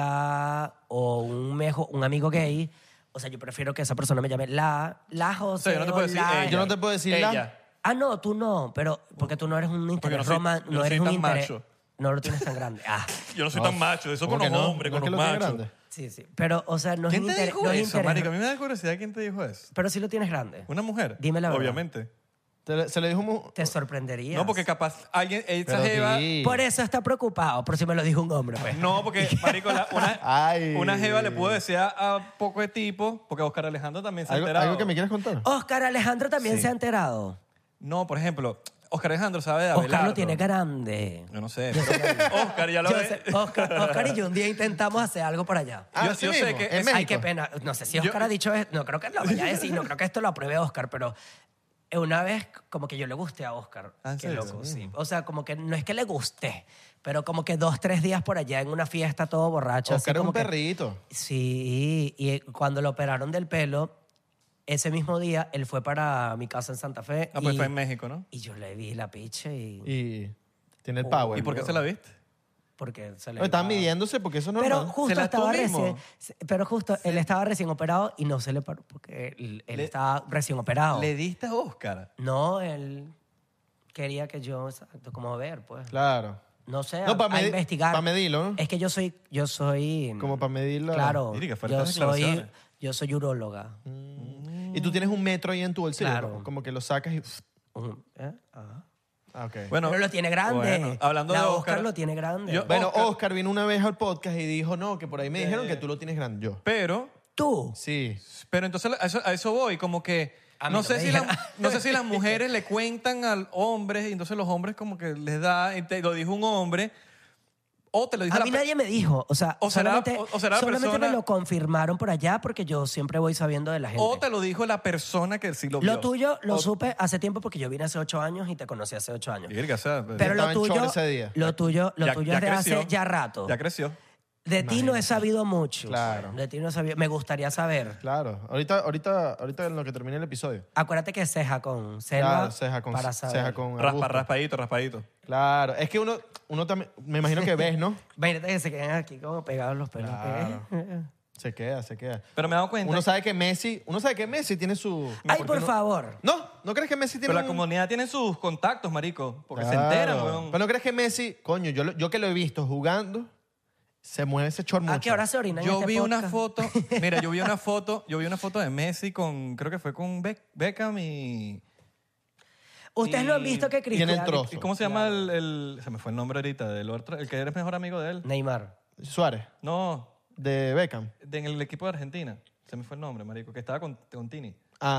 amiga o un amigo gay, o sea, yo prefiero que esa persona me llame la José. O sea, yo no te puedo decir la- ella. Yo no te puedo decir la- ella. Ah, no, tú no, pero porque tú no eres un interés no soy- romántico, yo no no eres soy un tan interés. macho. No lo tienes tan grande. Ah, Yo no soy tan macho, eso ¿Cómo con que los no? hombres, ¿No con es que los lo tiene machos. grande? sí. Pero, o sea, no es ¿Quién un te interés. dijo no es eso, interés- marico? A mí me da curiosidad quién te dijo eso. Pero sí lo tienes grande. ¿Una mujer? Dime la verdad. Obviamente. Se le dijo Te sorprendería. No, porque capaz alguien, esa Pero jeva... di. Por eso está preocupado, por si me lo dijo un hombre, pues. No, porque, marico, Ay. una jeva le pudo decir a poco de tipo, porque Oscar Alejandro también se ha enterado. ¿Algo que me quieras contar? Oscar Alejandro también Sí. se ha enterado. No, por ejemplo, Oscar Alejandro sabe de Oscar Abelardo. lo tiene grande. Yo no sé. pero Oscar ya lo Yo ve. sé, Oscar y yo un día intentamos hacer algo por allá. Ah, yo sé que en es- México. Ay, qué pena. No sé si Oscar Yo- ha dicho esto. No creo que lo vaya a decir. No creo que esto lo apruebe Oscar, pero una vez como que yo le gusté a Oscar. ¿Ah, en Qué serio? loco, sí. O sea, como que no es que le guste, pero como que 2, 3 días por allá en una fiesta todo borracho. así Oscar es un como que- perrito. Sí, y cuando lo operaron del pelo, ese mismo día él fue para mi casa en Santa Fe. Ah, pues y, fue en México, ¿no? y yo le vi la piche y... Y tiene el power. ¿Y por qué se la viste? Porque se le No, están iba- midiéndose porque eso no es Pero normal. justo ¿Se la estaba tú mismo? recién... Pero justo él estaba recién operado y no se le paró porque él estaba recién operado. ¿Le diste a Oscar? No, él quería que yo, exacto, como ver, pues. Claro. No sé, No, a investigar. para medirlo, ¿no? Es que yo soy... Como para medirlo. Claro, Mire, qué fuertes declaraciones. yo soy uróloga. Y tú tienes un metro ahí en tu bolsillo. Claro. ¿no? Como que lo sacas y... Ajá. Ah, ok. Bueno, Pero lo tiene grande. bueno, hablando La de Oscar Oscar, lo tiene grande. yo- Bueno, Oscar- Oscar vino una vez al podcast y dijo, no, que por ahí me dijeron que tú lo tienes grande. Yo. Pero Tú. Sí. entonces a eso voy, como que A mí no no sé me si dijeron. no sé si las mujeres le cuentan al hombre y entonces los hombres como que les da, y te lo dijo un hombre, o te lo dijo A la mí pe- nadie me dijo. O sea, O será- solamente, o será la solamente persona- me lo confirmaron por allá porque yo siempre voy sabiendo de la gente. o te lo dijo la persona que sí lo vio. Lo tuyo lo O- supe hace tiempo porque yo vine hace 8 años y te conocí hace 8 años. Virga, o sea, Pero estaba lo en tuyo, short ese día. lo tuyo ya- es ya de creció. hace ya rato. Ya creció. De ti no he sabido mucho. Claro. De ti no he sabido. Me gustaría saber. Claro. Ahorita en lo que termine el episodio. Acuérdate que ceja con selva. Claro, ceja con para saber. ceja con arbusto. Raspadito. Claro. Es que uno también... Me imagino que ves, ¿no? Imagínate que se queden aquí como pegados los pelos. Claro. Se queda. Pero me he dado cuenta. Uno sabe que Messi tiene su... Ay, por favor. ¿No crees que Messi tiene Pero la un- comunidad tiene sus contactos, marico, porque se Claro. enteran, weón. Pero no crees que Messi, coño, yo que lo he visto jugando, se mueve ese short mucho. ¿A qué hora se orina en Yo este vi una podcast? foto, mira, yo vi una foto de Messi con, creo que fue con Beckham y... Ustedes lo han visto que Tiene el Cristiano... trozo. ¿Y cómo se llama se me fue el nombre ahorita del otro, el que eres mejor amigo de él? Neymar. Suárez, No, de Beckham. en el equipo de Argentina. Se me fue el nombre, marico, que estaba con Tini.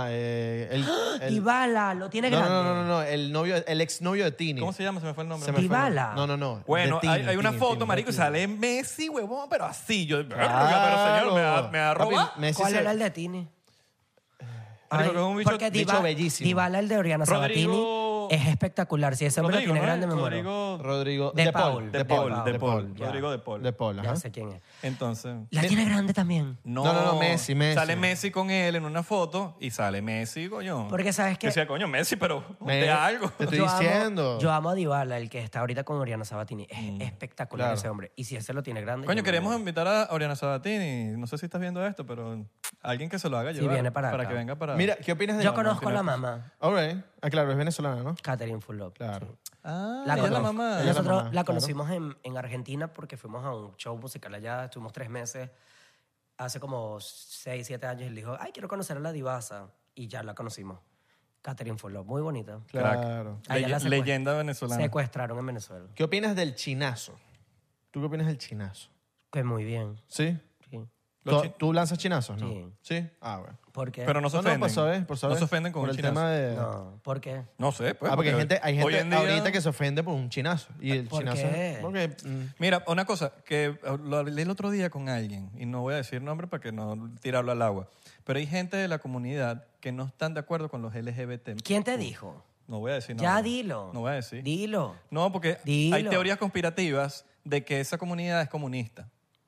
Dybala, lo tiene grande. No, el exnovio de Tini. ¿Cómo se llama? Se me fue el nombre. Se me fue el Dybala. nombre. No. Bueno, de Tini, hay una Tini, foto, Tini, marico, y Tini. sale Messi, huevón, pero así. Yo, Claro. pero señor, me ha Papi, robado. Messi ¿Cuál se- era el de Tini? Marico, que es un bicho- porque bicho bellísimo. Dybala, el de Oriana Rodrigo- Sabatini, es espectacular. Si ese hombre lo Rodrigo, tiene ¿no? grande, me muero. Rodrigo De De Paul. Paul. De Paul. Ya. Rodrigo de Paul. De Paul, Ya ajá. sé quién es. Entonces... La tiene grande también. No, Messi. Sale Messi con él en una foto y sale Messi, coño. Porque sabes que... Que sea, coño, Messi, pero Me- de algo. Te estoy diciendo. Yo amo a Dybala, el que está ahorita con Oriana Sabatini. Es espectacular Claro. ese hombre. Y si ese lo tiene grande... Coño, yo me queremos muero. invitar a Oriana Sabatini. No sé si estás viendo esto, pero alguien que se lo haga Sí, llevar. viene para acá. que venga para... Mira, ¿qué opinas de Yo conozco a la mamá, All right. Ah, claro, es venezolana, ¿no? Catherine Fulop. Claro. Ah, La ella es la conozco. mamá. Ella es la Nosotros mamá, la claro. conocimos en Argentina porque fuimos a un show musical allá. Estuvimos 3 meses. Hace como 6, 7 años. Y él dijo, ay, quiero conocer a la divasa. Y ya la conocimos. Catherine Fulop. Muy bonita. Claro. Allá la Leyenda venezolana. Secuestraron en Venezuela. ¿Qué opinas del chinazo? ¿Tú qué opinas del chinazo? Que muy bien. ¿Sí? Sí. ¿Tú lanzas chinazos, no? Sí. ¿Sí? Ah, bueno. ¿Por qué? Pero no se No, ofenden. por saber. No se ofenden con por un el chinazo. tema de... No, ¿por qué? No sé, pues. porque hay gente hoy en día- ahorita que se ofende por un chinazo. Y el ¿Por chinazo... qué? Porque... Mira, una cosa, que lo hablé el otro día con alguien, y no voy a decir nombre para que no tirarlo al agua, pero hay gente de la comunidad que no están de acuerdo con los LGBT. ¿Quién te dijo? No voy a decir Ya nombre. dilo. No voy a decir. Dilo. No, porque Dilo. hay teorías conspirativas de que esa comunidad es comunista.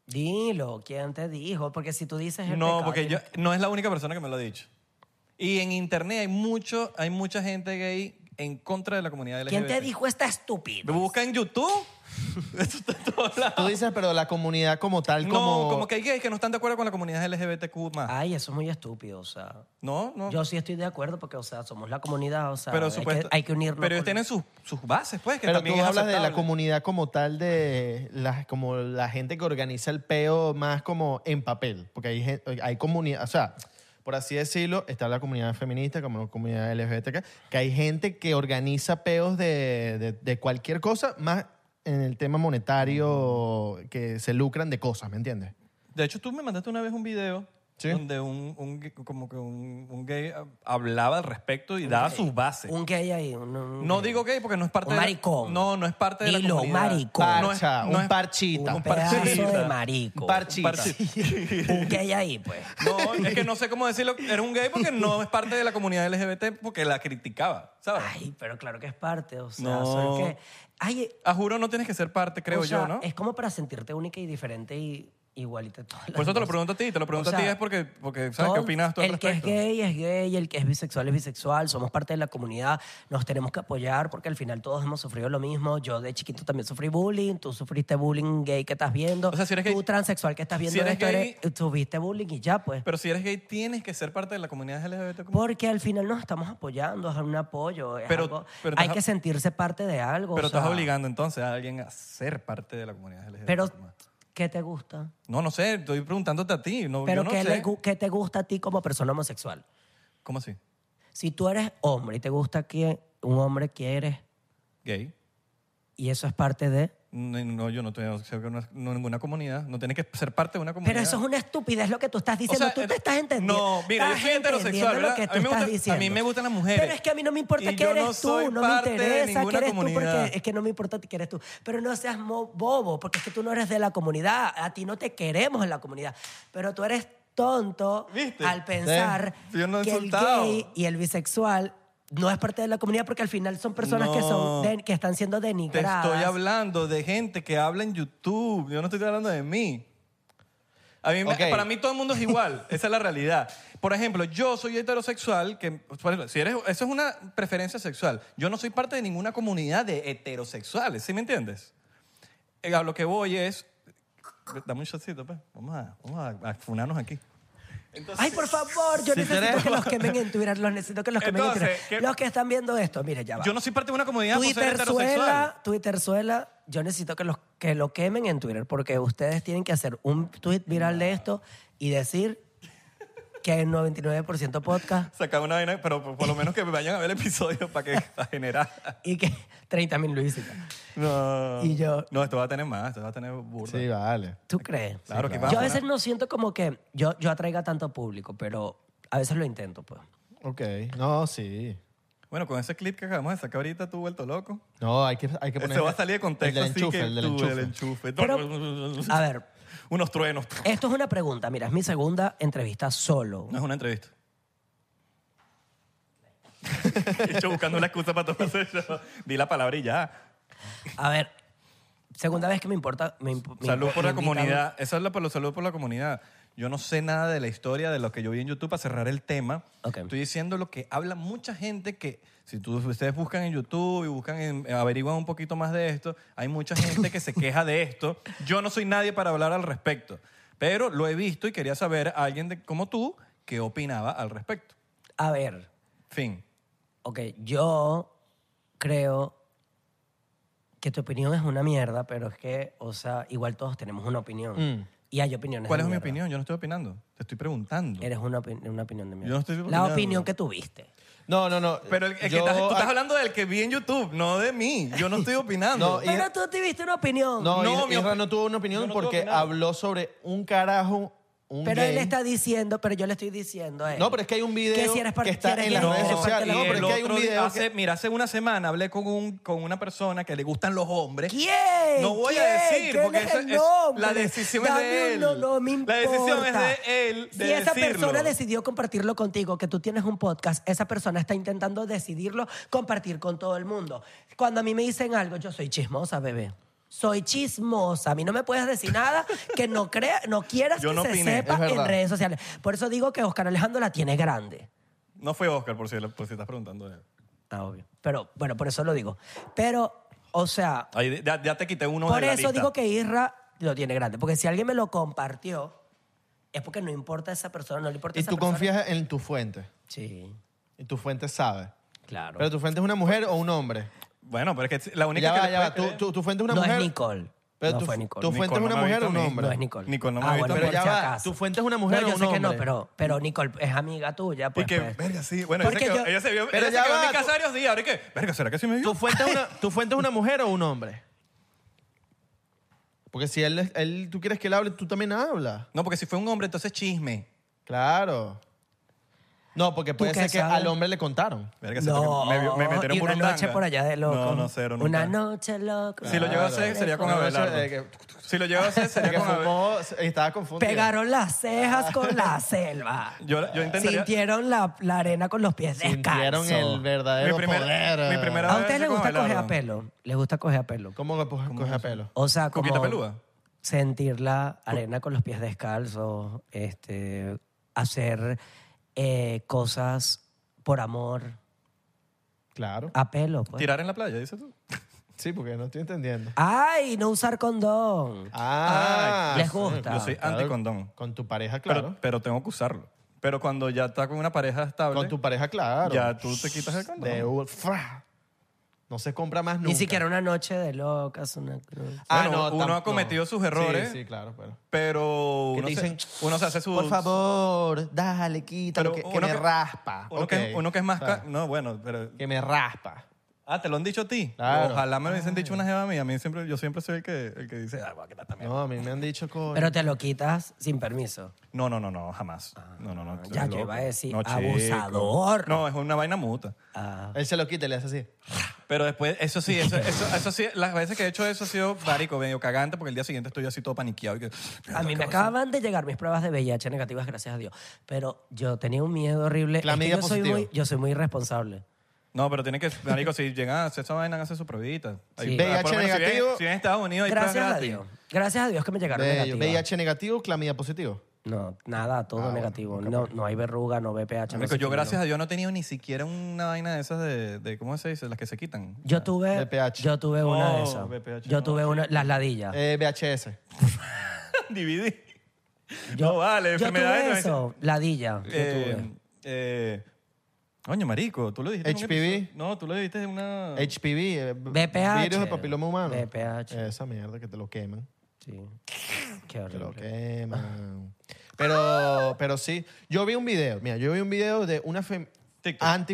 Dilo. ¿Quién te dijo? Porque si tú dices el No, pecado, porque tienes no es la única persona que me lo ha dicho. Y en internet hay mucha gente gay en contra de la comunidad LGBT. ¿Quién te dijo esta estúpida? Busca en YouTube. Esto está en todos lados. Tú dices, pero la comunidad como tal, como... No, como que hay gays que no están de acuerdo con la comunidad LGBTQ+. Ay, eso es muy estúpido, o sea. No. Yo sí estoy de acuerdo porque, o sea, somos la comunidad, o sea, pero hay que unirnos. Pero ellos con- tienen sus bases, pues, que Pero también tú es hablas de la aceptable. comunidad como tal, de como la gente que organiza el peo más como en papel. Porque hay comunidad, o sea, por así decirlo, está la comunidad feminista como la comunidad LGBTQ, que hay gente que organiza peos de cualquier cosa, más en el tema monetario, que se lucran de cosas, ¿me entiendes? De hecho, tú me mandaste una vez un video Sí. donde un gay hablaba al respecto y daba sus bases. Un gay ahí. No digo gay porque no es parte Un de maricón. No es parte de la Dilo, un comunidad. maricón. Parcha, no un es- parchita. Un pedazo parchita. de marico. Un parchita. Un gay ahí, pues. No, es que no sé cómo decirlo. Era un gay porque no es parte de la comunidad LGBT porque la criticaba, ¿sabes? Ay, pero claro que es parte, o sea, No. solo que... Ay, A juro no tienes que ser parte, creo o sea, yo, ¿no? Es como para sentirte única y diferente y igualita a todas las Por eso te lo demás. pregunto a ti, te lo pregunto O sea, a ti es porque ¿sabes qué Todos- opinas tú al El que es respecto? gay es gay, el que es bisexual, somos parte de la comunidad, nos tenemos que apoyar porque al final todos hemos sufrido lo mismo. Yo de chiquito también sufrí bullying, tú sufriste bullying gay que estás viendo, O sea, si eres gay- tú transexual que estás viendo si eres esto, gay- tuviste bullying y ya pues. Pero si eres gay tienes que ser parte de la comunidad LGBT. Porque al final nos estamos apoyando, es un apoyo, es Pero- algo- pero hay estás- que sentirse parte de algo. Pero o sea, estás obligando entonces a alguien a ser parte de la comunidad LGBT. Pero, ¿qué te gusta? No sé, estoy preguntándote a ti. No, Pero yo no ¿qué, sé. ¿qué te gusta a ti como persona homosexual? ¿Cómo así? Si tú eres hombre y te gusta que un hombre quiere Gay. y eso es parte de... No, yo no estoy ninguna comunidad. No tienes que ser parte de una comunidad. Pero eso es una estupidez lo que tú estás diciendo. O sea, tú te estás entendiendo. no, mira, yo Estás soy heterosexual, entendiendo ¿verdad? lo que A tú mí me estás gusta- diciendo. a mí me gustan las mujeres. Pero es que a mí no me importa Y que yo eres no soy tú, no me parte de interesa que ninguna eres tú comunidad. porque es que no me importa que eres tú. Pero no seas bobo, porque es que tú no eres de la comunidad. A ti no te queremos en la comunidad. Pero tú eres tonto ¿Viste? al pensar Yo no he que el insultado. gay y el bisexual no es parte de la comunidad porque al final son personas que No. que están siendo Te denigradas. estoy hablando de gente que habla en YouTube. Yo no estoy hablando de mí. Ok. Para mí todo el mundo es igual. Esa es la realidad. Por ejemplo, yo soy heterosexual, que por ejemplo, eso es una preferencia sexual. Yo no soy parte de ninguna comunidad de heterosexuales, ¿sí me entiendes? A lo que voy es... Dame un shotcito, pues. Vamos a funarnos aquí. Ay, por favor, yo necesito que los quemen en Twitter, los necesito que los quemen en Entonces, Twitter. ¿qué? Los que están viendo esto, mire, ya va. Yo no soy parte de una comunidad por ser heterosexual. Twitterzuela, yo necesito que lo quemen en Twitter porque ustedes tienen que hacer un tweet viral de esto y decir Que es 99% podcast Sacar una vaina, pero por lo menos que me vayan a ver el episodio para generar. y que 30.000 visitas. No. Y yo- No, esto va a tener más, esto va a tener burda. Sí, vale. ¿Tú crees? Claro que va Yo a a veces poner- no siento como que yo atraiga tanto público, pero a veces lo intento, pues. Ok. No, sí. Bueno, con ese clip que acabamos de sacar ahorita, tú vuelto loco. No, hay que poner... Se va a salir de contexto, El del enchufe, así que el del tú, enchufe. el enchufe. Pero, a ver, Unos truenos. esto es una pregunta. Mira, es mi segunda entrevista solo. No es una entrevista. Yo buscando una excusa para tomarse eso. Di la palabra y ya. A ver, segunda vez que me importa... Salud por me la invitan- comunidad. Eso es por salud por la comunidad. Yo no sé nada de la historia de lo que yo vi en YouTube para cerrar el tema. Ok. Estoy diciendo lo que habla mucha gente que si ustedes buscan en YouTube y averiguan un poquito más de esto, hay mucha gente que se queja de esto. Yo no soy nadie para hablar al respecto, pero lo he visto y quería saber a alguien como tú qué opinaba al respecto. A ver, Fin. ok, yo creo que tu opinión es una mierda, pero es que, o sea, igual todos tenemos una opinión. Y hay opiniones ¿Cuál de es mi mierda. opinión? Yo no estoy opinando. Te estoy preguntando. Eres una opinión de mierda. Yo no estoy La opinando. opinión que tuviste. No. Pero tú estás hablando del que vi en YouTube, no de mí. Yo no estoy opinando. No, y- Pero tú tuviste una opinión. No, No, mi Isra opi- no tuvo una opinión yo no estoy porque opinando. habló sobre un carajo, un Pero gay. él está diciendo, pero yo le estoy diciendo a él. No, pero es que hay un video si eres que está si eres en las gay, redes eres parte sociales. de la No, Y pero es el que hay un otro día, video que... mira, hace una semana hablé con una persona que le gustan los hombres. ¿Quién? No voy ¿Quién? a decir, ¿Quién porque es eso el es, nombre? la decisión es Dame de él. no me importa. La decisión es de él, de Si esa decirlo. persona decidió compartirlo contigo, que tú tienes un podcast, esa persona está intentando decidirlo compartir con todo el mundo. Cuando a mí me dicen algo, yo soy chismosa, bebé. Soy chismosa. A mí no me puedes decir nada que no quieras Yo que no se opiné, sepa es en verdad. redes sociales. Por eso digo que Oscar Alejandro la tiene grande. No fue Oscar, por si estás preguntando de él. Ah, obvio. Pero, bueno, por eso lo digo. Pero, o sea, Ahí, ya te quité uno por de la eso lista. digo que Isra lo tiene grande. Porque si alguien me lo compartió, es porque no importa a esa persona, no le importa a Y esa tú persona. confías en tu fuente. Sí, Y tu fuente sabe. claro. Pero tu fuente es una mujer o un hombre. Bueno, pero es que la única Ya que va, le ya va. puede creer- Tu fuente es una no mujer. es Nicole. Pero no tu, fue Nicole. tu fuente Nicole es no una me ha mujer o visto un a mí. hombre. No es Nicole. Nicole no me ha visto bueno, a mí. Pero por ya si va. acaso. Tu fuente es una mujer no, o yo un sé que hombre. no, pero Nicole es amiga tuya. Y Pues, que, pues. verga, sí. Bueno, Porque ella, yo- ella se vio, Pero ella se ya quedó en va, mi casa tú- varios días. Ahora que, verga, ¿será que sí me vio? ¿Tu fuente es una mujer o un hombre? Porque si tú quieres que él hable, tú también hablas. No, porque si fue un hombre, entonces chisme. Claro. No, porque puede qué ser que sabes? al hombre le contaron. Verga, ¿será que No, me metieron y por una un noche tanga? por allá de loco. No, no, cero, nunca. Una noche loco. Si lo llevo a hacer, sería con Una noche Abelardo. de que- Si lo llevo a hacer, sería que con Abelardo. fumó, estaba confundido. Pegaron las cejas con la selva. Yo intentaría... Sintieron la arena con los pies Sintieron descalzos. el verdadero Mi primer- poder. mi primera- ¿A vez ustedes les con gusta coger Abelardo. a pelo? ¿Les gusta coger a pelo? ¿Cómo que coge a pelo? O sea, como ¿Coquita pelúa? sentir la arena con los pies descalzos, hacer cosas por amor Claro. a pelo. Pues. Tirar en la playa, dices tú. Sí, porque no estoy entendiendo. Ay, no usar condón. Ah. ¿les gusta? Yo soy Claro. anticondón. Con tu pareja, claro. Pero tengo que usarlo. Pero cuando ya está con una pareja estable, Con tu pareja, claro. ya tú te quitas el condón. ¡fra! No se compra más nunca. Ni siquiera una noche de locas, una cruz. Bueno, uno ha tampoco. cometido sus errores. Sí, sí, claro. Pero Que uno, te dicen, uno se hace su... Por favor, dale, quítalo, Pero que uno me que- raspa. Uno, Ok. uno que es más... O sea, No, bueno, pero... que me raspa. Ah, ¿te lo han dicho a ti? Claro. Ojalá me lo hubiesen dicho una jeva mía. Yo siempre soy el que dice, ah, voy a quitar esta mierda. No, a mí me han dicho cosas. Pero te lo quitas sin permiso. No, jamás. No. ya, estás yo iba a loco. decir, No, chico. abusador. No, es una vaina muta. Ah. Él se lo quita y le hace así. Pero después, eso sí, las veces que he hecho eso ha sido, marico, medio cagante, porque el día siguiente estoy así todo paniqueado. Y que, A mí me acaban de llegar mis pruebas de VIH negativas, gracias a Dios. Pero yo tenía un miedo horrible. Es que Clamidia positivo. yo soy muy irresponsable. No, pero tiene que, marico, si llegan a hacer esa vaina, hacer su pruebita. Sí. VIH por lo menos negativo. Si en Estados Unidos hay Gracias pruebas a gratis. Dios. Gracias a Dios que me llegaron Bello. negativas. VIH negativo, clamidia positivo. No, nada, todo bueno, negativo. No hay verruga, no VPH. Marico, yo gracias a Dios no he tenido ni siquiera una vaina de esas de ¿cómo se dice? Las que se quitan. Yo tuve una de No, esas. VPH Yo no, tuve una, las ladillas. VHS. DVD. No vale, Yo enfermedades. tuve eso, ladilla. Yo tuve. Coño, marico, tú lo dijiste en un HPV. episodio. No, tú lo dijiste en una... HPV. VPH. Virus de papiloma humano. VPH. Esa mierda que te lo queman. Sí. Qué Que lo horrible. queman. Pero sí, yo vi un video, mira, de una TikTok.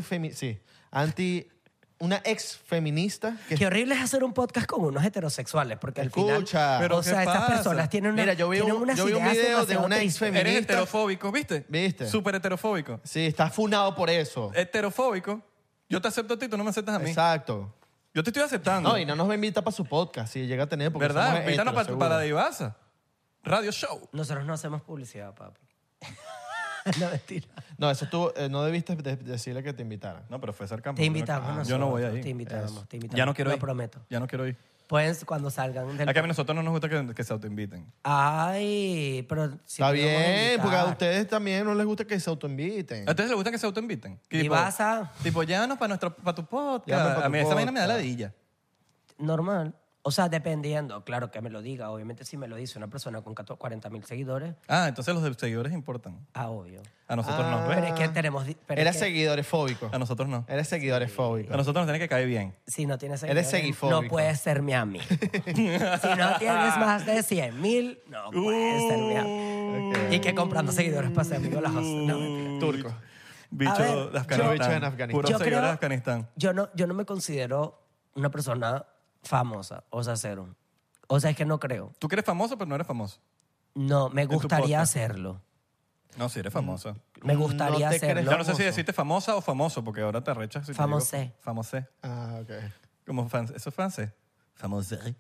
una ex feminista que Qué horrible es hacer un podcast con unos heterosexuales, porque al Escucha. final, Pero o sea, ¿qué estas pasa? personas tienen una, Mira, yo vi tienen un unas video ideas de demasiado una ex tristes. feminista. Eres heterofóbico, ¿viste? ¿Viste? Súper heterofóbico. sí, está funado por eso. Heterofóbico. Yo te acepto a ti, tú no me aceptas a mí. Exacto. Yo te estoy aceptando. No, y no nos va a invitar para su podcast si llega a tener porque ¿Verdad? somos Invítanos heteros, para seguro. Divasa. Radio Show. Nosotros no hacemos publicidad, papi. No, mentira. No, eso tú no debiste decirle que te invitaran. No, pero fue cerca. Te invitamos nosotros. Yo no voy a ir. Te invitamos, te invitamos. Ya no quiero Lo ir. prometo. Ya no quiero ir. Pueden cuando salgan del... Es que a nosotros no nos gusta que se autoinviten. Ay, pero... si Está te íbamos a bien, invitar. porque a ustedes también no les gusta que se autoinviten. ¿A ustedes les gusta que se autoinviten? Divasa. Tipo, llévanos para tu Llévame podcast. pa' A tu mí esa vaina me da podcast. ladilla. Normal. O sea, dependiendo. Claro que me lo diga. Obviamente si me lo dice una persona con 40,000 seguidores, Ah, entonces los seguidores importan. obvio. A nosotros no. Pero ¿ves? es que tenemos... pero es Eres que seguidores fóbicos. A nosotros no. Eres seguidores fóbicos. A nosotros nos tiene que caer bien. Si no tienes Eres seguidores, seguifóbico. no puedes ser mi amigo. Si no tienes más de 100,000, no puedes ser mi amigo. Y que comprando seguidores para ser amigo de las cosas. No, mentira. Turco. Bicho A ver, de Afganistán. bicho en Afganistán. Puro Yo seguidor de creo- Afganistán. Yo no me considero una persona famosa, o sea, cero. O sea, es que no creo. Tú que eres famoso, pero no eres famoso. No, me tu gustaría podcast. hacerlo. No, sí eres famoso. Me No gustaría te hacerlo. crees Yo no sé si famoso. decirte famosa o famoso, porque ahora te arrechas. Si te Famosé. digo famosé. Ah, ok. Como eso es francés. Famosé.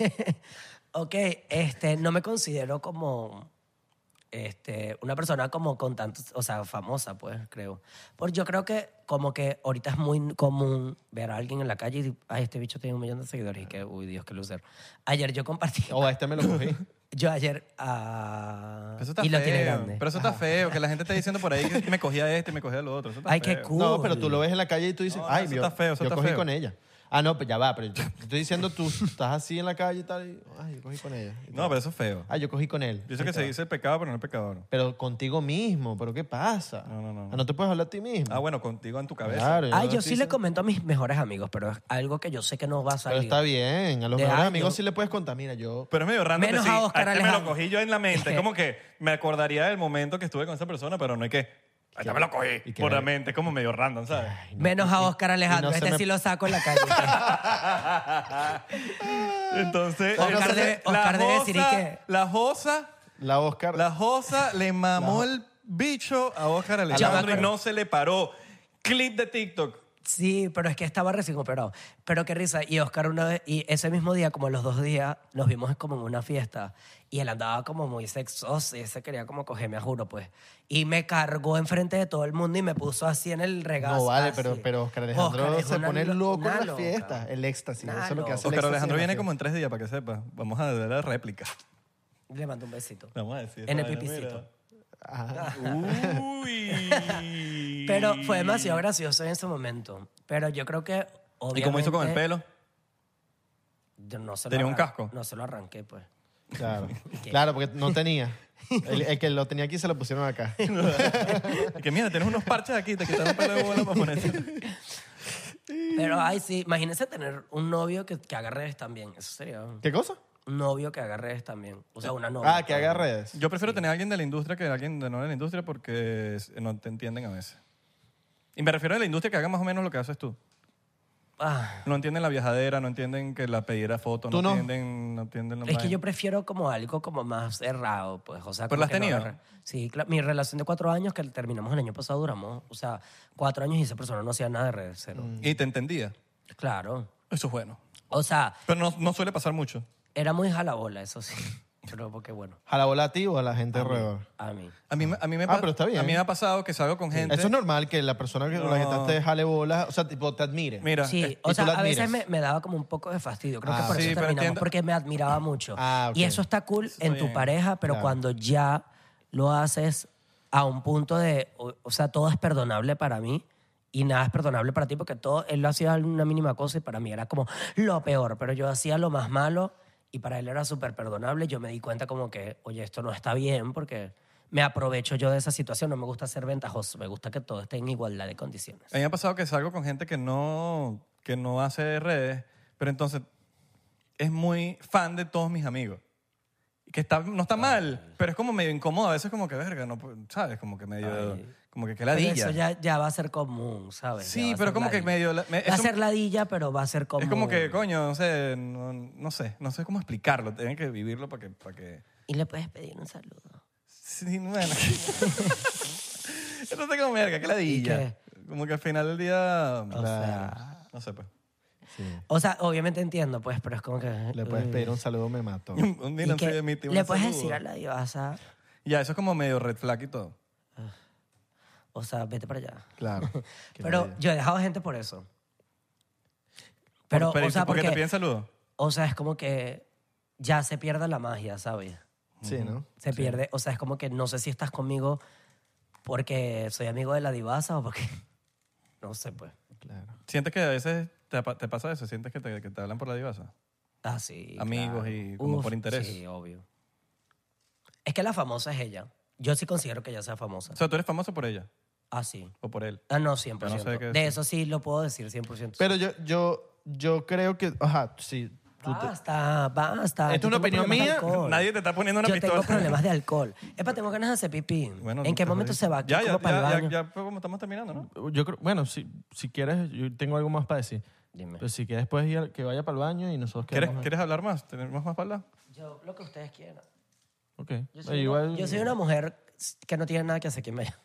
Ok, no me considero como una persona como con tantos, o sea, famosa, pues, creo. Porque yo creo que como que ahorita es muy común ver a alguien en la calle y ay, este bicho tiene 1 millón de seguidores y que, uy, Dios, qué loser. Ayer yo compartí, O me lo cogí. yo ayer, Pero eso está y lo tiene feo. grande. Pero eso está feo, que la gente esté diciendo por ahí que me cogía este y me cogía lo otro. Eso está Ay, feo. qué cool. No, pero tú lo ves en la calle y tú dices, No, ay, eso yo, está feo, eso yo está cogí feo. con ella. Ah, no, pues ya va, pero yo te estoy diciendo tú estás así en la calle y tal, y, ay, yo cogí con ella. Y No, tal. pero eso es feo. Ah, yo cogí con él. Yo sé que se dice pecado, pero no es pecador. Pero contigo mismo, ¿pero qué pasa? No. Ah, no te puedes hablar a ti mismo. Ah, bueno, contigo en tu cabeza. Claro, Ay, no yo estoy sí le diciendo- comento a mis mejores amigos, pero es algo que yo sé que no va a Pero salir. está bien, a los De mejores años. amigos sí le puedes contar, mira, yo... Pero es medio random Menos decir, a Oscar "Ah, este me lo Alejandro". cogí yo en la mente. Como que me acordaría del momento que estuve con esa persona, pero no hay que... "Este me lo cogí y que- por la mente". Es como medio random, ¿sabes? Ay, no. Menos a Oscar Alejandro, y no se este me- sí lo saco en la calle. Entonces... Oscar debe- Oscar debe decir, ¿y qué? La Josa La Oscar... le mamó el bicho a Oscar Yo me Alejandro y acuerdo. no se le paró. Clip de TikTok. Sí, pero es que estaba recién operado. Pero qué risa. Y Oscar una vez, y ese mismo día, como los 2 días, nos vimos como en una fiesta. Y él andaba como muy sexoso y se quería como cogerme, a juro, pues. Y me cargó enfrente de todo el mundo y me puso así en el regazo. No vale, así. pero Oscar Alejandro Oscar es se una pone loco en una las loca. fiestas. El éxtasis, Una eso es lo que hace el Oscar éxtasis Alejandro en la viene fiesta. como en 3 días, para que sepa. Vamos a dar la réplica. Le mando un besito. Vamos a decir. En el esa vaina, pipicito. Ajá. mira. Uy. Pero fue demasiado gracioso en ese momento. Pero yo creo que, obviamente... ¿Y cómo hizo con el pelo? Yo no se lo ¿Tenía un arran- casco? No se lo arranqué, pues. Claro. Claro, porque no tenía. El que lo tenía aquí se lo pusieron acá. Y que mira, tienes unos parches aquí, te quitaron pelo de bola para ponerte. Pero, ay, sí, imagínense tener un novio que haga redes también. Eso sería ¿Qué cosa? un novio que haga redes también. O sea, una novia. Ah, que haga redes. Yo prefiero tener a alguien de la industria que a alguien de no de la industria porque no te entienden a veces. Y me refiero a la industria que haga más o menos lo que haces tú. Ah, No entienden la viajadera, no entienden que la pedida foto, ¿Tú no? entienden la es que vaina. yo prefiero como algo como más cerrado, pues. O sea, ¿Pero como la has que no tenido? agarre- Sí, mi relación de 4 años que terminamos el año pasado duramos, o sea, 4 años y esa persona no hacía nada de redes, cero. Y te entendía. Claro. Eso es bueno. O sea, Pero no suele pasar mucho. era muy jalabola, eso sí. Pero porque bueno, ¿Jalabola a ti o a la gente alrededor? a mí. A mí me Ah, pero está bien. A mí me ha pasado que salgo con gente... Eso es normal que la persona con la que No. estás te jale bolas, o sea, tipo, te admire. Mira, Sí, y o tú sea, la a veces admiras. me daba como un poco de fastidio. Creo Ah, que por sí, eso pero terminamos, entiendo. porque me admiraba mucho. Ah, ok. Y eso está cool Está en tu bien. pareja, pero Claro. cuando ya lo haces a un punto de, o sea, todo es perdonable para mí y nada es perdonable para ti, porque todo, él lo hacía una mínima cosa y para mí era como lo peor, pero yo hacía lo más malo y para él era súper perdonable. Yo me di cuenta como que, oye, esto no está bien porque me aprovecho yo de esa situación. No me gusta ser ventajoso, me gusta que todo esté en igualdad de condiciones. A mí me ha pasado que salgo con gente que no hace redes, pero entonces es muy fan de todos mis amigos. que no está mal, pero es como medio incómodo. A veces como que, verga, no, ¿sabes? Como que medio... Ay. Como que Pero ladilla. eso ya va a ser común, ¿sabes? Ya Sí, va a pero ser como que ladilla. medio... Va a eso- ser ladilla, pero va a ser común. es como que, coño, no sé cómo explicarlo. Tienen que vivirlo para que... Y le puedes pedir un saludo. Sí, bueno. No sé cómo verga, que ladilla. ¿Y Como que al final del día... O sea, No sé, pues. Sí. o sea, obviamente entiendo, pues, pero es como que... Le puedes pedir un saludo, me mato. Un día Y no que se emite un le puedes saludo. decir a la divasa, Ya, eso es como medio red flag y todo. o sea, vete para allá. Claro. Qué Pero maravilla. yo he dejado gente por eso. Pero, o sea, ¿por qué te porque... piden saludo? O sea, es como que ya se pierde la magia, ¿sabes? Sí, ¿no? Se pierde, o sea, es como que no sé si estás conmigo porque soy amigo de la divasa o porque... No sé, pues. Claro. ¿Sientes que a veces te pasa eso? ¿Sientes que te hablan por la divasa? Ah, sí. Amigos claro. y como por interés. Sí, obvio. Es que la famosa es ella. Yo sí considero que ella sea famosa. O sea, ¿tú eres famoso por ella Ah, sí. o por él? Ah, no, 100%. Yo no sé qué de decir. eso sí lo puedo decir 100%. Pero yo creo que... Ajá, sí. Basta. ¿Esto es Tú una tienes opinión problemas de mía? alcohol. Nadie te está poniendo una Yo pistola. tengo problemas de alcohol. Epa, tengo ganas de hacer pipí. Bueno, ¿En qué te momento jodiste. se va? Aquí Ya, como para el baño. ya, pues, como estamos terminando, ¿no? Yo creo... Bueno, si quieres, yo tengo algo más para decir. Dime. Pero si quieres, puedes ir que vaya para el baño y nosotros quedamos... ¿Quieres hablar más? ¿Tenemos más para hablar? Yo, lo que ustedes quieran. Ok. Yo soy, Igual... yo soy una mujer que no tiene nada que hacer aquí en Mella.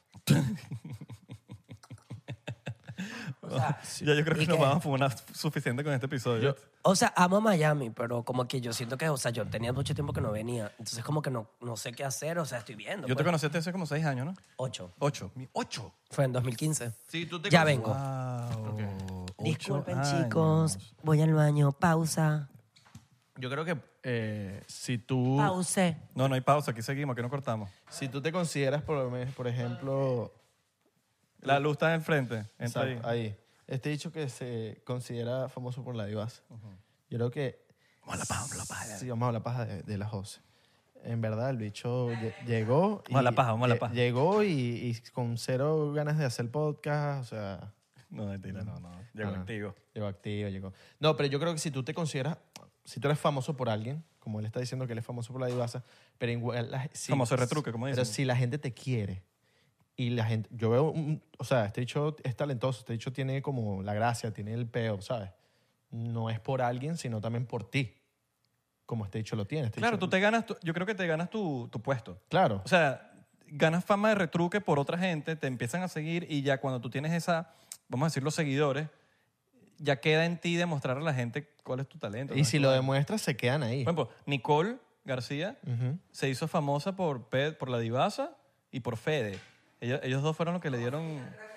O sea, Ya yo creo que ¿y nos qué? vamos a fumar suficiente con este episodio. O sea, amo Miami, pero como que yo siento que, o sea, yo tenía mucho tiempo que no venía. Entonces como que no sé qué hacer, o sea, estoy viendo. Yo te pues. conocí hace como 6 años, ¿no? 8. 8. ¡8! Fue en 2015. Sí, tú te Ya conoces- vengo. Wow. Disculpen, 8 chicos. años. Voy al baño. Pausa. Yo creo que si tú... Pause. No, no hay pausa. Aquí seguimos, aquí no cortamos. Si tú te consideras, por ejemplo... La luz está en el frente. Entra Exacto, ahí. ahí. Este dicho que se considera famoso por la divasa. Yo creo que... Vamos a la paja, vamos a la paja. Sí, vamos a la paja de las 12. En verdad, el bicho llegó... Vamos a la paja, vamos a la paja. Llegó y con cero ganas de hacer podcast, o sea... No, mentira, no. Llegó no. activo. Llegó activo, llegó. No, pero yo creo que si tú te consideras... Si tú eres famoso por alguien, como él está diciendo que él es famoso por la divasa, pero igual... Famoso retruque, como Pero dicen. si la gente te quiere y la gente... Yo veo... o sea, este dicho es talentoso, este dicho tiene como la gracia, tiene el peo, ¿sabes? No es por alguien, sino también por ti. Como este dicho lo tiene. Este Claro, dicho- tú te ganas, yo creo que te ganas tu puesto. Claro. O sea, ganas fama de retruque por otra gente, te empiezan a seguir y ya cuando tú tienes esa, vamos a decir, los seguidores, ya queda en ti demostrar a la gente cuál es tu talento. Y ¿no? si lo demuestras, se quedan ahí. Por ejemplo, Nicole García Ujú. se hizo famosa por la divasa y por Fede. Ellos dos fueron los que le dieron...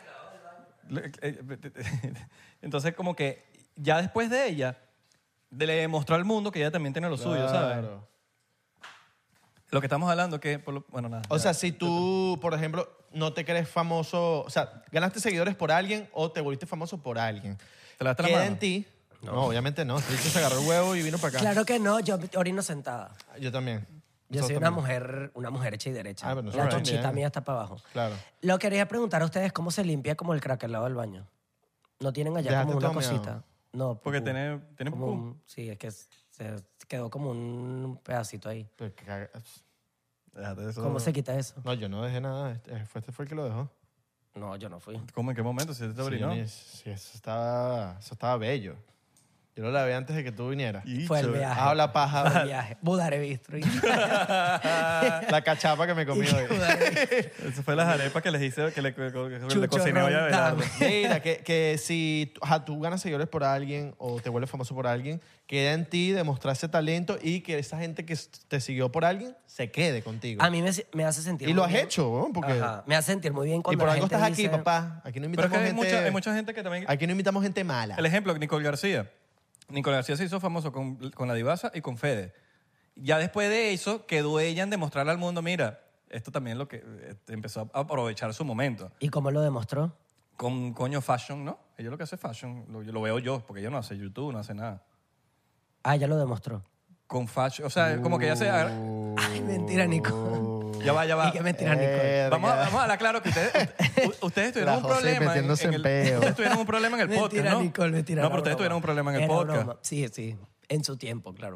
Entonces, como que ya después de ella, le demostró al mundo que ella también tiene lo suyo, ¿sabes? Claro. Lo que estamos hablando que... bueno, nada. O sea, si tú, por ejemplo, no te crees famoso, o sea, ganaste seguidores por alguien o te volviste famoso por alguien. ¿Te lavaste la Queda mano? en ti. No, obviamente no. Este bicho se agarró el huevo y vino para acá. Claro que no, yo orino sentada. Yo también. Yo Nosotros soy también. una mujer hecha y derecha. Ah, pero la nosotros chonchita también. mía está para abajo. Claro. Lo quería preguntar a ustedes cómo se limpia como el crack al lado del baño. ¿No tienen allá Dejaste como una todo meado. cosita? No, Porque pupú. tiene Como pupú. sí, es que se quedó como un pedacito ahí. Pero que caga- Déjate eso. ¿Cómo se quita eso? No, yo no dejé nada. Este fue el que lo dejó. No, yo no fui. ¿Cómo? ¿En qué momento? Si te Sí, orinó. sí, eso estaba bello. Yo lo lavé antes de que tú vinieras. Fue el viaje. Habla Fue paja. el viaje. Budarevistro. La cachapa que me comí hoy. Eso fue las arepas que les hice, que le Chucho cociné hoy a Roldán. Belardo. Mira, que si tú ganas seguidores por alguien o te vuelves famoso por alguien, queda en ti demostrar ese talento y que esa gente que te siguió por alguien se quede contigo. A mí me hace sentir Y muy lo has bien. hecho, ¿no? Porque... Ajá. Me hace sentir muy bien Y cuando por la algo gente estás aquí, dice- papá. Aquí no Pero es invitamos que gente... hay mucha gente que también... Aquí no invitamos gente mala. El ejemplo, Nicole García. Nicole García se hizo famoso con la divasa y con Fede. Ya después de eso, quedó ella en demostrarle al mundo, mira, esto también es lo que empezó a aprovechar su momento. ¿Y cómo lo demostró? Con coño fashion, ¿no? Ella lo que hace fashion, lo veo yo, porque ella no hace YouTube, no hace nada. Ah, ya lo demostró. Con fashion, o sea, como que ella se... agarra- Ay, mentira, Nico. Ya va, ya va. Y qué mentira, Nicole. Vamos a hablar claro que ustedes tuvieron La un José problema metiéndose en peo. ustedes tuvieron un problema en el podcast, Mentira, ¿no? Nicole, mentira. No, era pero ustedes broma. tuvieron un problema en el Era podcast. broma. Sí, sí. En su tiempo, claro.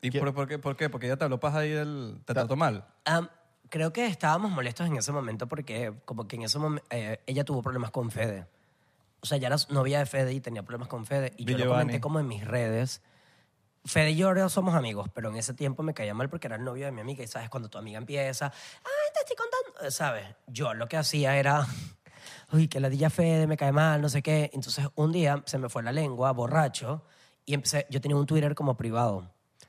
¿Y por qué? Porque ella te habló paja y él te trató mal. Creo que estábamos molestos en ese momento porque como que en ese momento ella tuvo problemas con Fede. O sea, ya era novia de Fede y tenía problemas con Fede. Y yo lo comenté como en mis redes. Fede y yo ahora somos amigos, pero en ese tiempo me caía mal porque era el novio de mi amiga. Y sabes, cuando tu amiga empieza, ay, te estoy contando, ¿sabes? Yo lo que hacía era, uy, que ladilla Fede, me cae mal, no sé qué. Entonces un día se me fue la lengua, borracho, y yo tenía un Twitter como privado.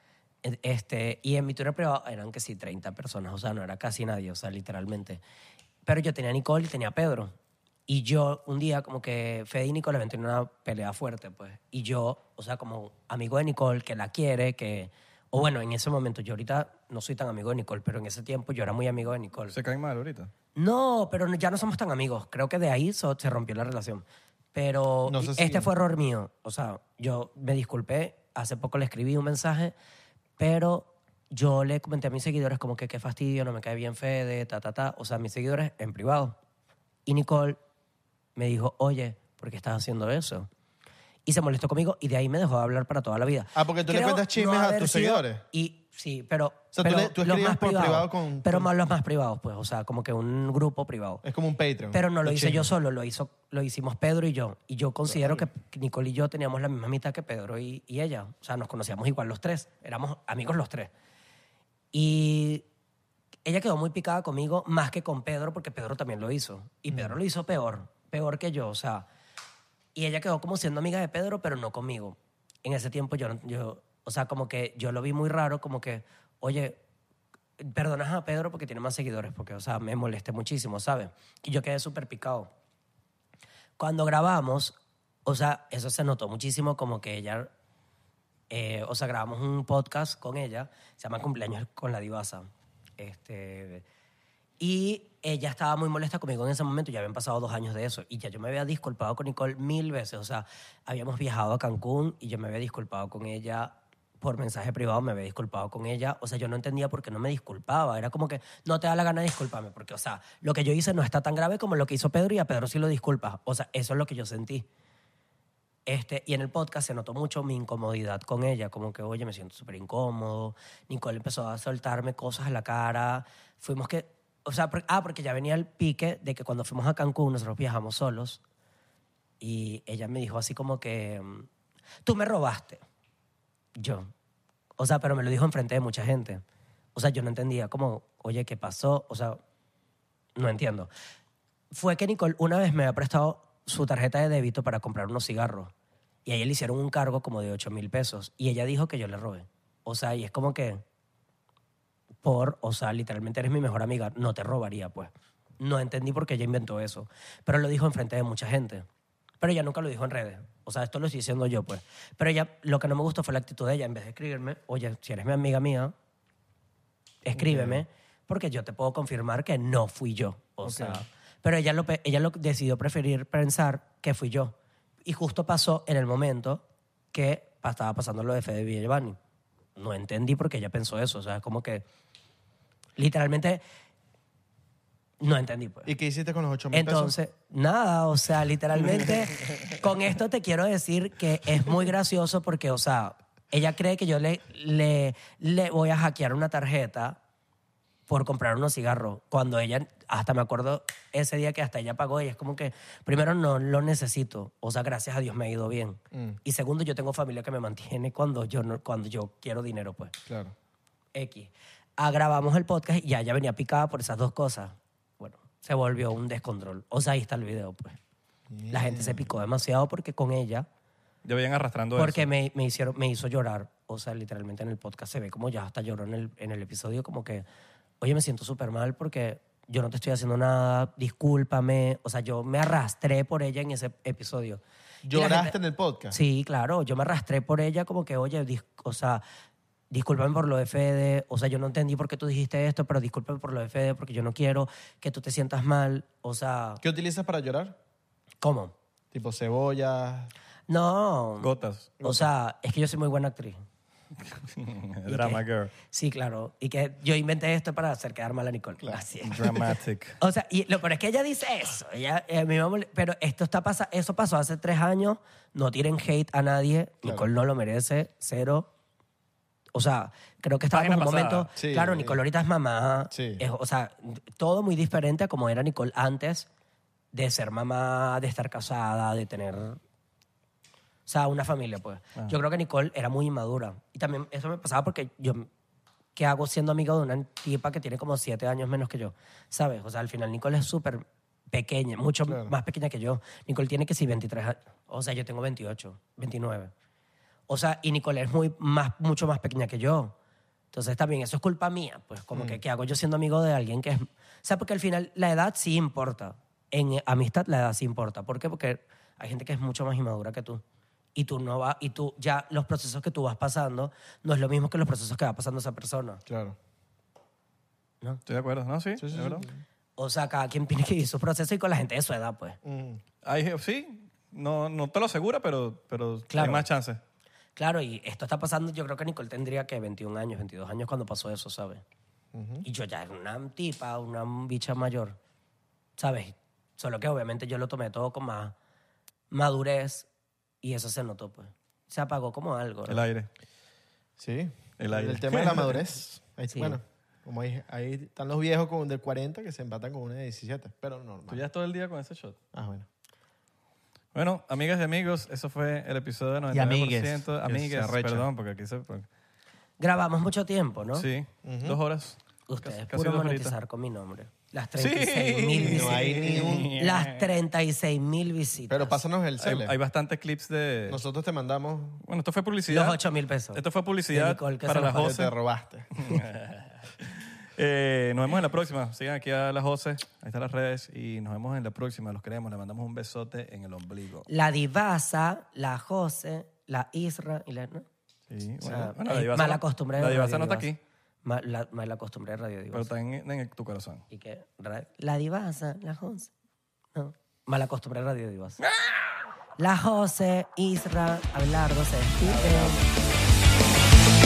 Y en mi Twitter privado eran que sí, 30 personas, o sea, no era casi nadie, o sea, literalmente. Pero yo tenía a Nicole y tenía a Pedro. Y yo, un día, como que Fede y Nicole habían tenido una pelea fuerte, pues. Y yo, o sea, como amigo de Nicole, que la quiere, o bueno, en ese momento, yo ahorita no soy tan amigo de Nicole, pero en ese tiempo yo era muy amigo de Nicole. ¿Se caen mal ahorita? No, pero ya no somos tan amigos. Creo que de ahí se rompió la relación. Pero No se este siguen. fue error mío. O sea, yo me disculpé. Hace poco le escribí un mensaje, pero yo le comenté a mis seguidores como que qué fastidio, no me cae bien Fede, O sea, mis seguidores en privado. Y Nicole me dijo, oye, ¿por qué estás haciendo eso? Y se molestó conmigo y de ahí me dejó de hablar para toda la vida. Porque tú le Creo cuentas chismes no a haber tus sido- seguidores. Y sí, pero... sea, pero tú los escribes más por privados, privado con- Pero con- más los más privados, pues. O sea, como que un grupo privado. Es como un Patreon. Pero no lo de hice yo chismes. solo, lo hicimos Pedro y yo. Y yo considero que Nicole y yo teníamos la misma mitad que Pedro y ella. O sea, nos conocíamos igual los tres. Éramos amigos los tres. Y ella quedó muy picada conmigo más que con Pedro porque Pedro también lo hizo. Y Pedro lo hizo peor que yo. O sea, y ella quedó como siendo amiga de Pedro, pero no conmigo. En ese tiempo o sea, como que yo lo vi muy raro, como que, oye, perdonas a Pedro porque tiene más seguidores, porque, o sea, me molesté muchísimo, ¿sabes? Y yo quedé súper picado. Cuando grabamos, o sea, eso se notó muchísimo como que ella, o sea, grabamos un podcast con ella, se llama Cumpleaños con la Divasa. Y ella estaba muy molesta conmigo en ese momento, ya habían pasado 2 años de eso, y ya yo me había disculpado con Nicole 1000 veces, o sea, habíamos viajado a Cancún y yo me había disculpado con ella por mensaje privado, me había disculpado con ella, o sea, yo no entendía por qué no me disculpaba, era como que no te da la gana de disculparme, porque, o sea, lo que yo hice no está tan grave como lo que hizo Pedro y a Pedro sí lo disculpas, o sea, eso es lo que yo sentí. Y en el podcast se notó mucho mi incomodidad con ella, como que, oye, me siento súper incómodo. Nicole empezó a soltarme cosas a la cara. Porque ya venía el pique de que cuando fuimos a Cancún, nosotros viajamos solos, y ella me dijo así como que, tú me robaste. Yo. O sea, pero me lo dijo enfrente de mucha gente. O sea, yo no entendía como, oye, ¿qué pasó? O sea, no entiendo. Fue que Nicole una vez me había prestado su tarjeta de débito para comprar unos cigarros. Y a ella le hicieron un cargo como de 8,000 pesos. Y ella dijo que yo le robé. O sea, y es como que, o sea, literalmente eres mi mejor amiga, no te robaría, pues. No entendí por qué ella inventó eso. Pero lo dijo enfrente de mucha gente. Pero ella nunca lo dijo en redes. O sea, esto lo estoy diciendo yo, pues. Pero ella, lo que no me gustó fue la actitud de ella. En vez de escribirme, oye, si eres mi amiga mía, escríbeme, porque yo te puedo confirmar que no fui yo. O sea, pero ella lo decidió preferir pensar que fui yo. Y justo pasó en el momento que estaba pasando lo de Fede Villevani. No entendí por qué ella pensó eso. O sea, es como que literalmente no entendí, pues. ¿Y qué hiciste con los 8,000 pesos? Entonces, nada, o sea, literalmente, con esto te quiero decir que es muy gracioso porque, o sea, ella cree que yo le voy a hackear una tarjeta por comprar unos cigarros, cuando ella, hasta me acuerdo ese día que hasta ella pagó, y es como que, primero, no lo necesito, o sea, gracias a Dios me ha ido bien. Y segundo, yo tengo familia que me mantiene cuando yo quiero dinero, pues. Claro. X. Grabamos el podcast y ya ella venía picada por esas dos cosas. Bueno, se volvió un descontrol. O sea, ahí está el video, pues. La gente se picó demasiado porque con ella, Ya vayan arrastrando porque eso. me hizo llorar. O sea, literalmente en el podcast se ve como ya hasta lloró en el episodio, como que, oye, me siento súper mal porque yo no te estoy haciendo nada, discúlpame. O sea, yo me arrastré por ella en ese episodio. Y la ¿Lloraste gente- en el podcast? Sí, claro, yo me arrastré por ella como que, oye, o sea, discúlpame por lo de Fede, o sea, yo no entendí por qué tú dijiste esto, pero discúlpame por lo de Fede porque yo no quiero que tú te sientas mal, o sea, ¿Qué utilizas para llorar? ¿cómo? Tipo cebolla. No, Gotas. o sea, es que yo soy muy buena actriz. Drama girl. Sí, claro, y que yo inventé esto para hacer quedar mal a Nicole. Así es. Dramatic. O sea, y lo peor es que ella dice eso. Pero eso pasó hace 3 años. No tiren hate a nadie. Claro. Nicole no lo merece. 0. O sea, creo que estábamos en un Página momento... pasada. Sí. Claro, Nicole ahorita es mamá. Sí. O sea, todo muy diferente a como era Nicole antes de ser mamá, de estar casada, de tener... O sea, una familia, pues. Yo creo que Nicole era muy inmadura. Y también eso me pasaba porque yo... ¿Qué hago siendo amigo de una tipa que tiene como 7 años menos que yo? ¿Sabes? O sea, al final Nicole es súper pequeña, mucho más pequeña que yo. Nicole tiene que sí 23 años. O sea, yo tengo 28, 29. O sea, y Nicole es mucho más pequeña que yo. Entonces también eso es culpa mía. Pues como que ¿qué hago yo siendo amigo de alguien que es... O sea, porque al final la edad sí importa. En amistad la edad sí importa. ¿Por qué? Porque hay gente que es mucho más inmadura que tú. Y tú no vas, y tú ya los procesos que tú vas pasando no es lo mismo que los procesos que va pasando esa persona. Claro. Estoy de acuerdo, ¿no? Sí, Sí, sí, de verdad. sí. O sea, cada quien tiene que ir su proceso y con la gente de su edad, pues. Sí, no te lo asegura, pero Claro. hay más chances. Claro, y esto está pasando, yo creo que Nicole tendría que 21 años, 22 años cuando pasó eso, ¿sabes? Y yo ya era una tipa, una bicha mayor, ¿sabes? Solo que obviamente yo lo tomé todo con más madurez y eso se notó, pues. Se apagó como algo, ¿no? El aire. Sí. El aire. El tema de la madurez. Ahí, Sí. Bueno, como ahí están los viejos de 40 que se empatan con una de 17, pero normal. Tú ya todo el día con ese shot. Ah, bueno. Bueno, amigas y amigos, eso fue el episodio de 99%. Y amigues, que Amigues, se arrecha. perdón, porque aquí se... Grabamos mucho tiempo, ¿no? Sí, 2 horas. Ustedes Casi puro 2 monetizar horitas. con mi nombre. Las Sí. 36.000 visitas. No hay ni un... Las 36.000 visitas. Pero pásanos el Hay, cele. hay bastantes clips de... Nosotros te mandamos Bueno, esto fue publicidad. Los 8.000 pesos. Esto fue De publicidad Nicole, que para se la nos que Jose. te robaste. Nos vemos en la próxima. Sigan aquí a la Jose. Ahí están las redes. Y nos vemos en la próxima. Los queremos. Le mandamos un besote en el ombligo. La Divasa, la Jose, la Isra y la... ¿no? Sí, O sea, bueno, la es divasa mala no- costumbre de La divasa Radio no está Divasa. aquí, Mala costumbre de Radio pero Divasa. está en tu corazón. ¿Y qué? La Divasa, la Jose. No. Mala costumbre de Radio Divasa. La Jose, Isra, Abelardo se despiden.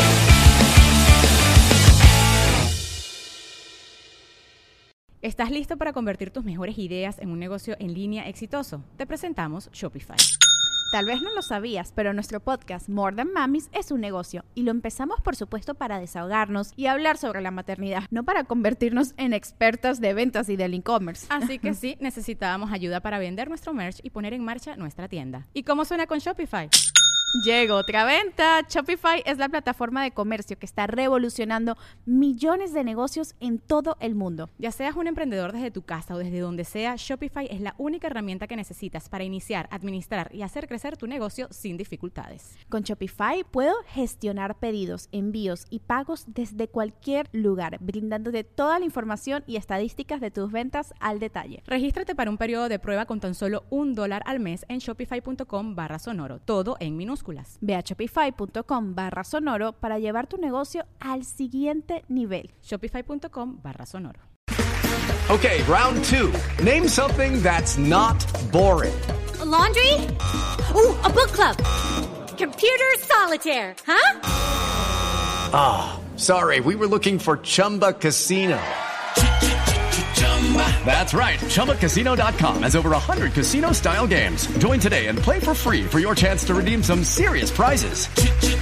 ¿Estás listo para convertir tus mejores ideas en un negocio en línea exitoso? Te presentamos Shopify. Tal vez no lo sabías, pero nuestro podcast More Than Mamis es un negocio y lo empezamos por supuesto para desahogarnos y hablar sobre la maternidad, no para convertirnos en expertas de ventas y del e-commerce. Así que sí, necesitábamos ayuda para vender nuestro merch y poner en marcha nuestra tienda. ¿Y cómo suena con Shopify? Llegó otra venta. Shopify es la plataforma de comercio que está revolucionando millones de negocios en todo el mundo. Ya seas un emprendedor desde tu casa o desde donde sea, Shopify es la única herramienta que necesitas para iniciar, administrar y hacer crecer tu negocio sin dificultades. Con Shopify puedo gestionar pedidos, envíos y pagos desde cualquier lugar, brindándote toda la información y estadísticas de tus ventas al detalle. Regístrate para un periodo de prueba con tan solo $1 al mes en shopify.com/sonoro, todo en minúsculas. Ve a shopify.com/sonoro para llevar tu negocio al siguiente nivel. Shopify.com/sonoro. Okay, round 2. Name something that's not boring. A laundry? Ooh, a book club. Computer solitaire, huh? Sorry, we were looking for Chumba Casino. That's right. ChumbaCasino.com has over 100 casino-style games. Join today and play for free for your chance to redeem some serious prizes.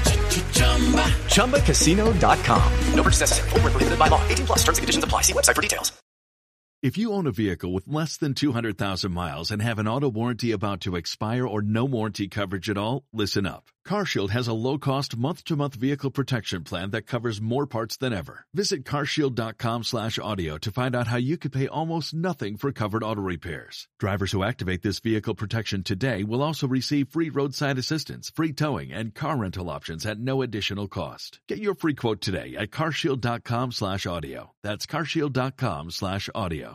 ChumbaCasino.com. No purchase necessary. Void where prohibited by law. 18 plus. Terms and conditions apply. See website for details. If you own a vehicle with less than 200,000 miles and have an auto warranty about to expire or no warranty coverage at all, listen up. CarShield has a low-cost month-to-month vehicle protection plan that covers more parts than ever. Visit carshield.com/audio to find out how you could pay almost nothing for covered auto repairs. Drivers who activate this vehicle protection today will also receive free roadside assistance, free towing, and car rental options at no additional cost. Get your free quote today at carshield.com/audio. That's carshield.com/audio.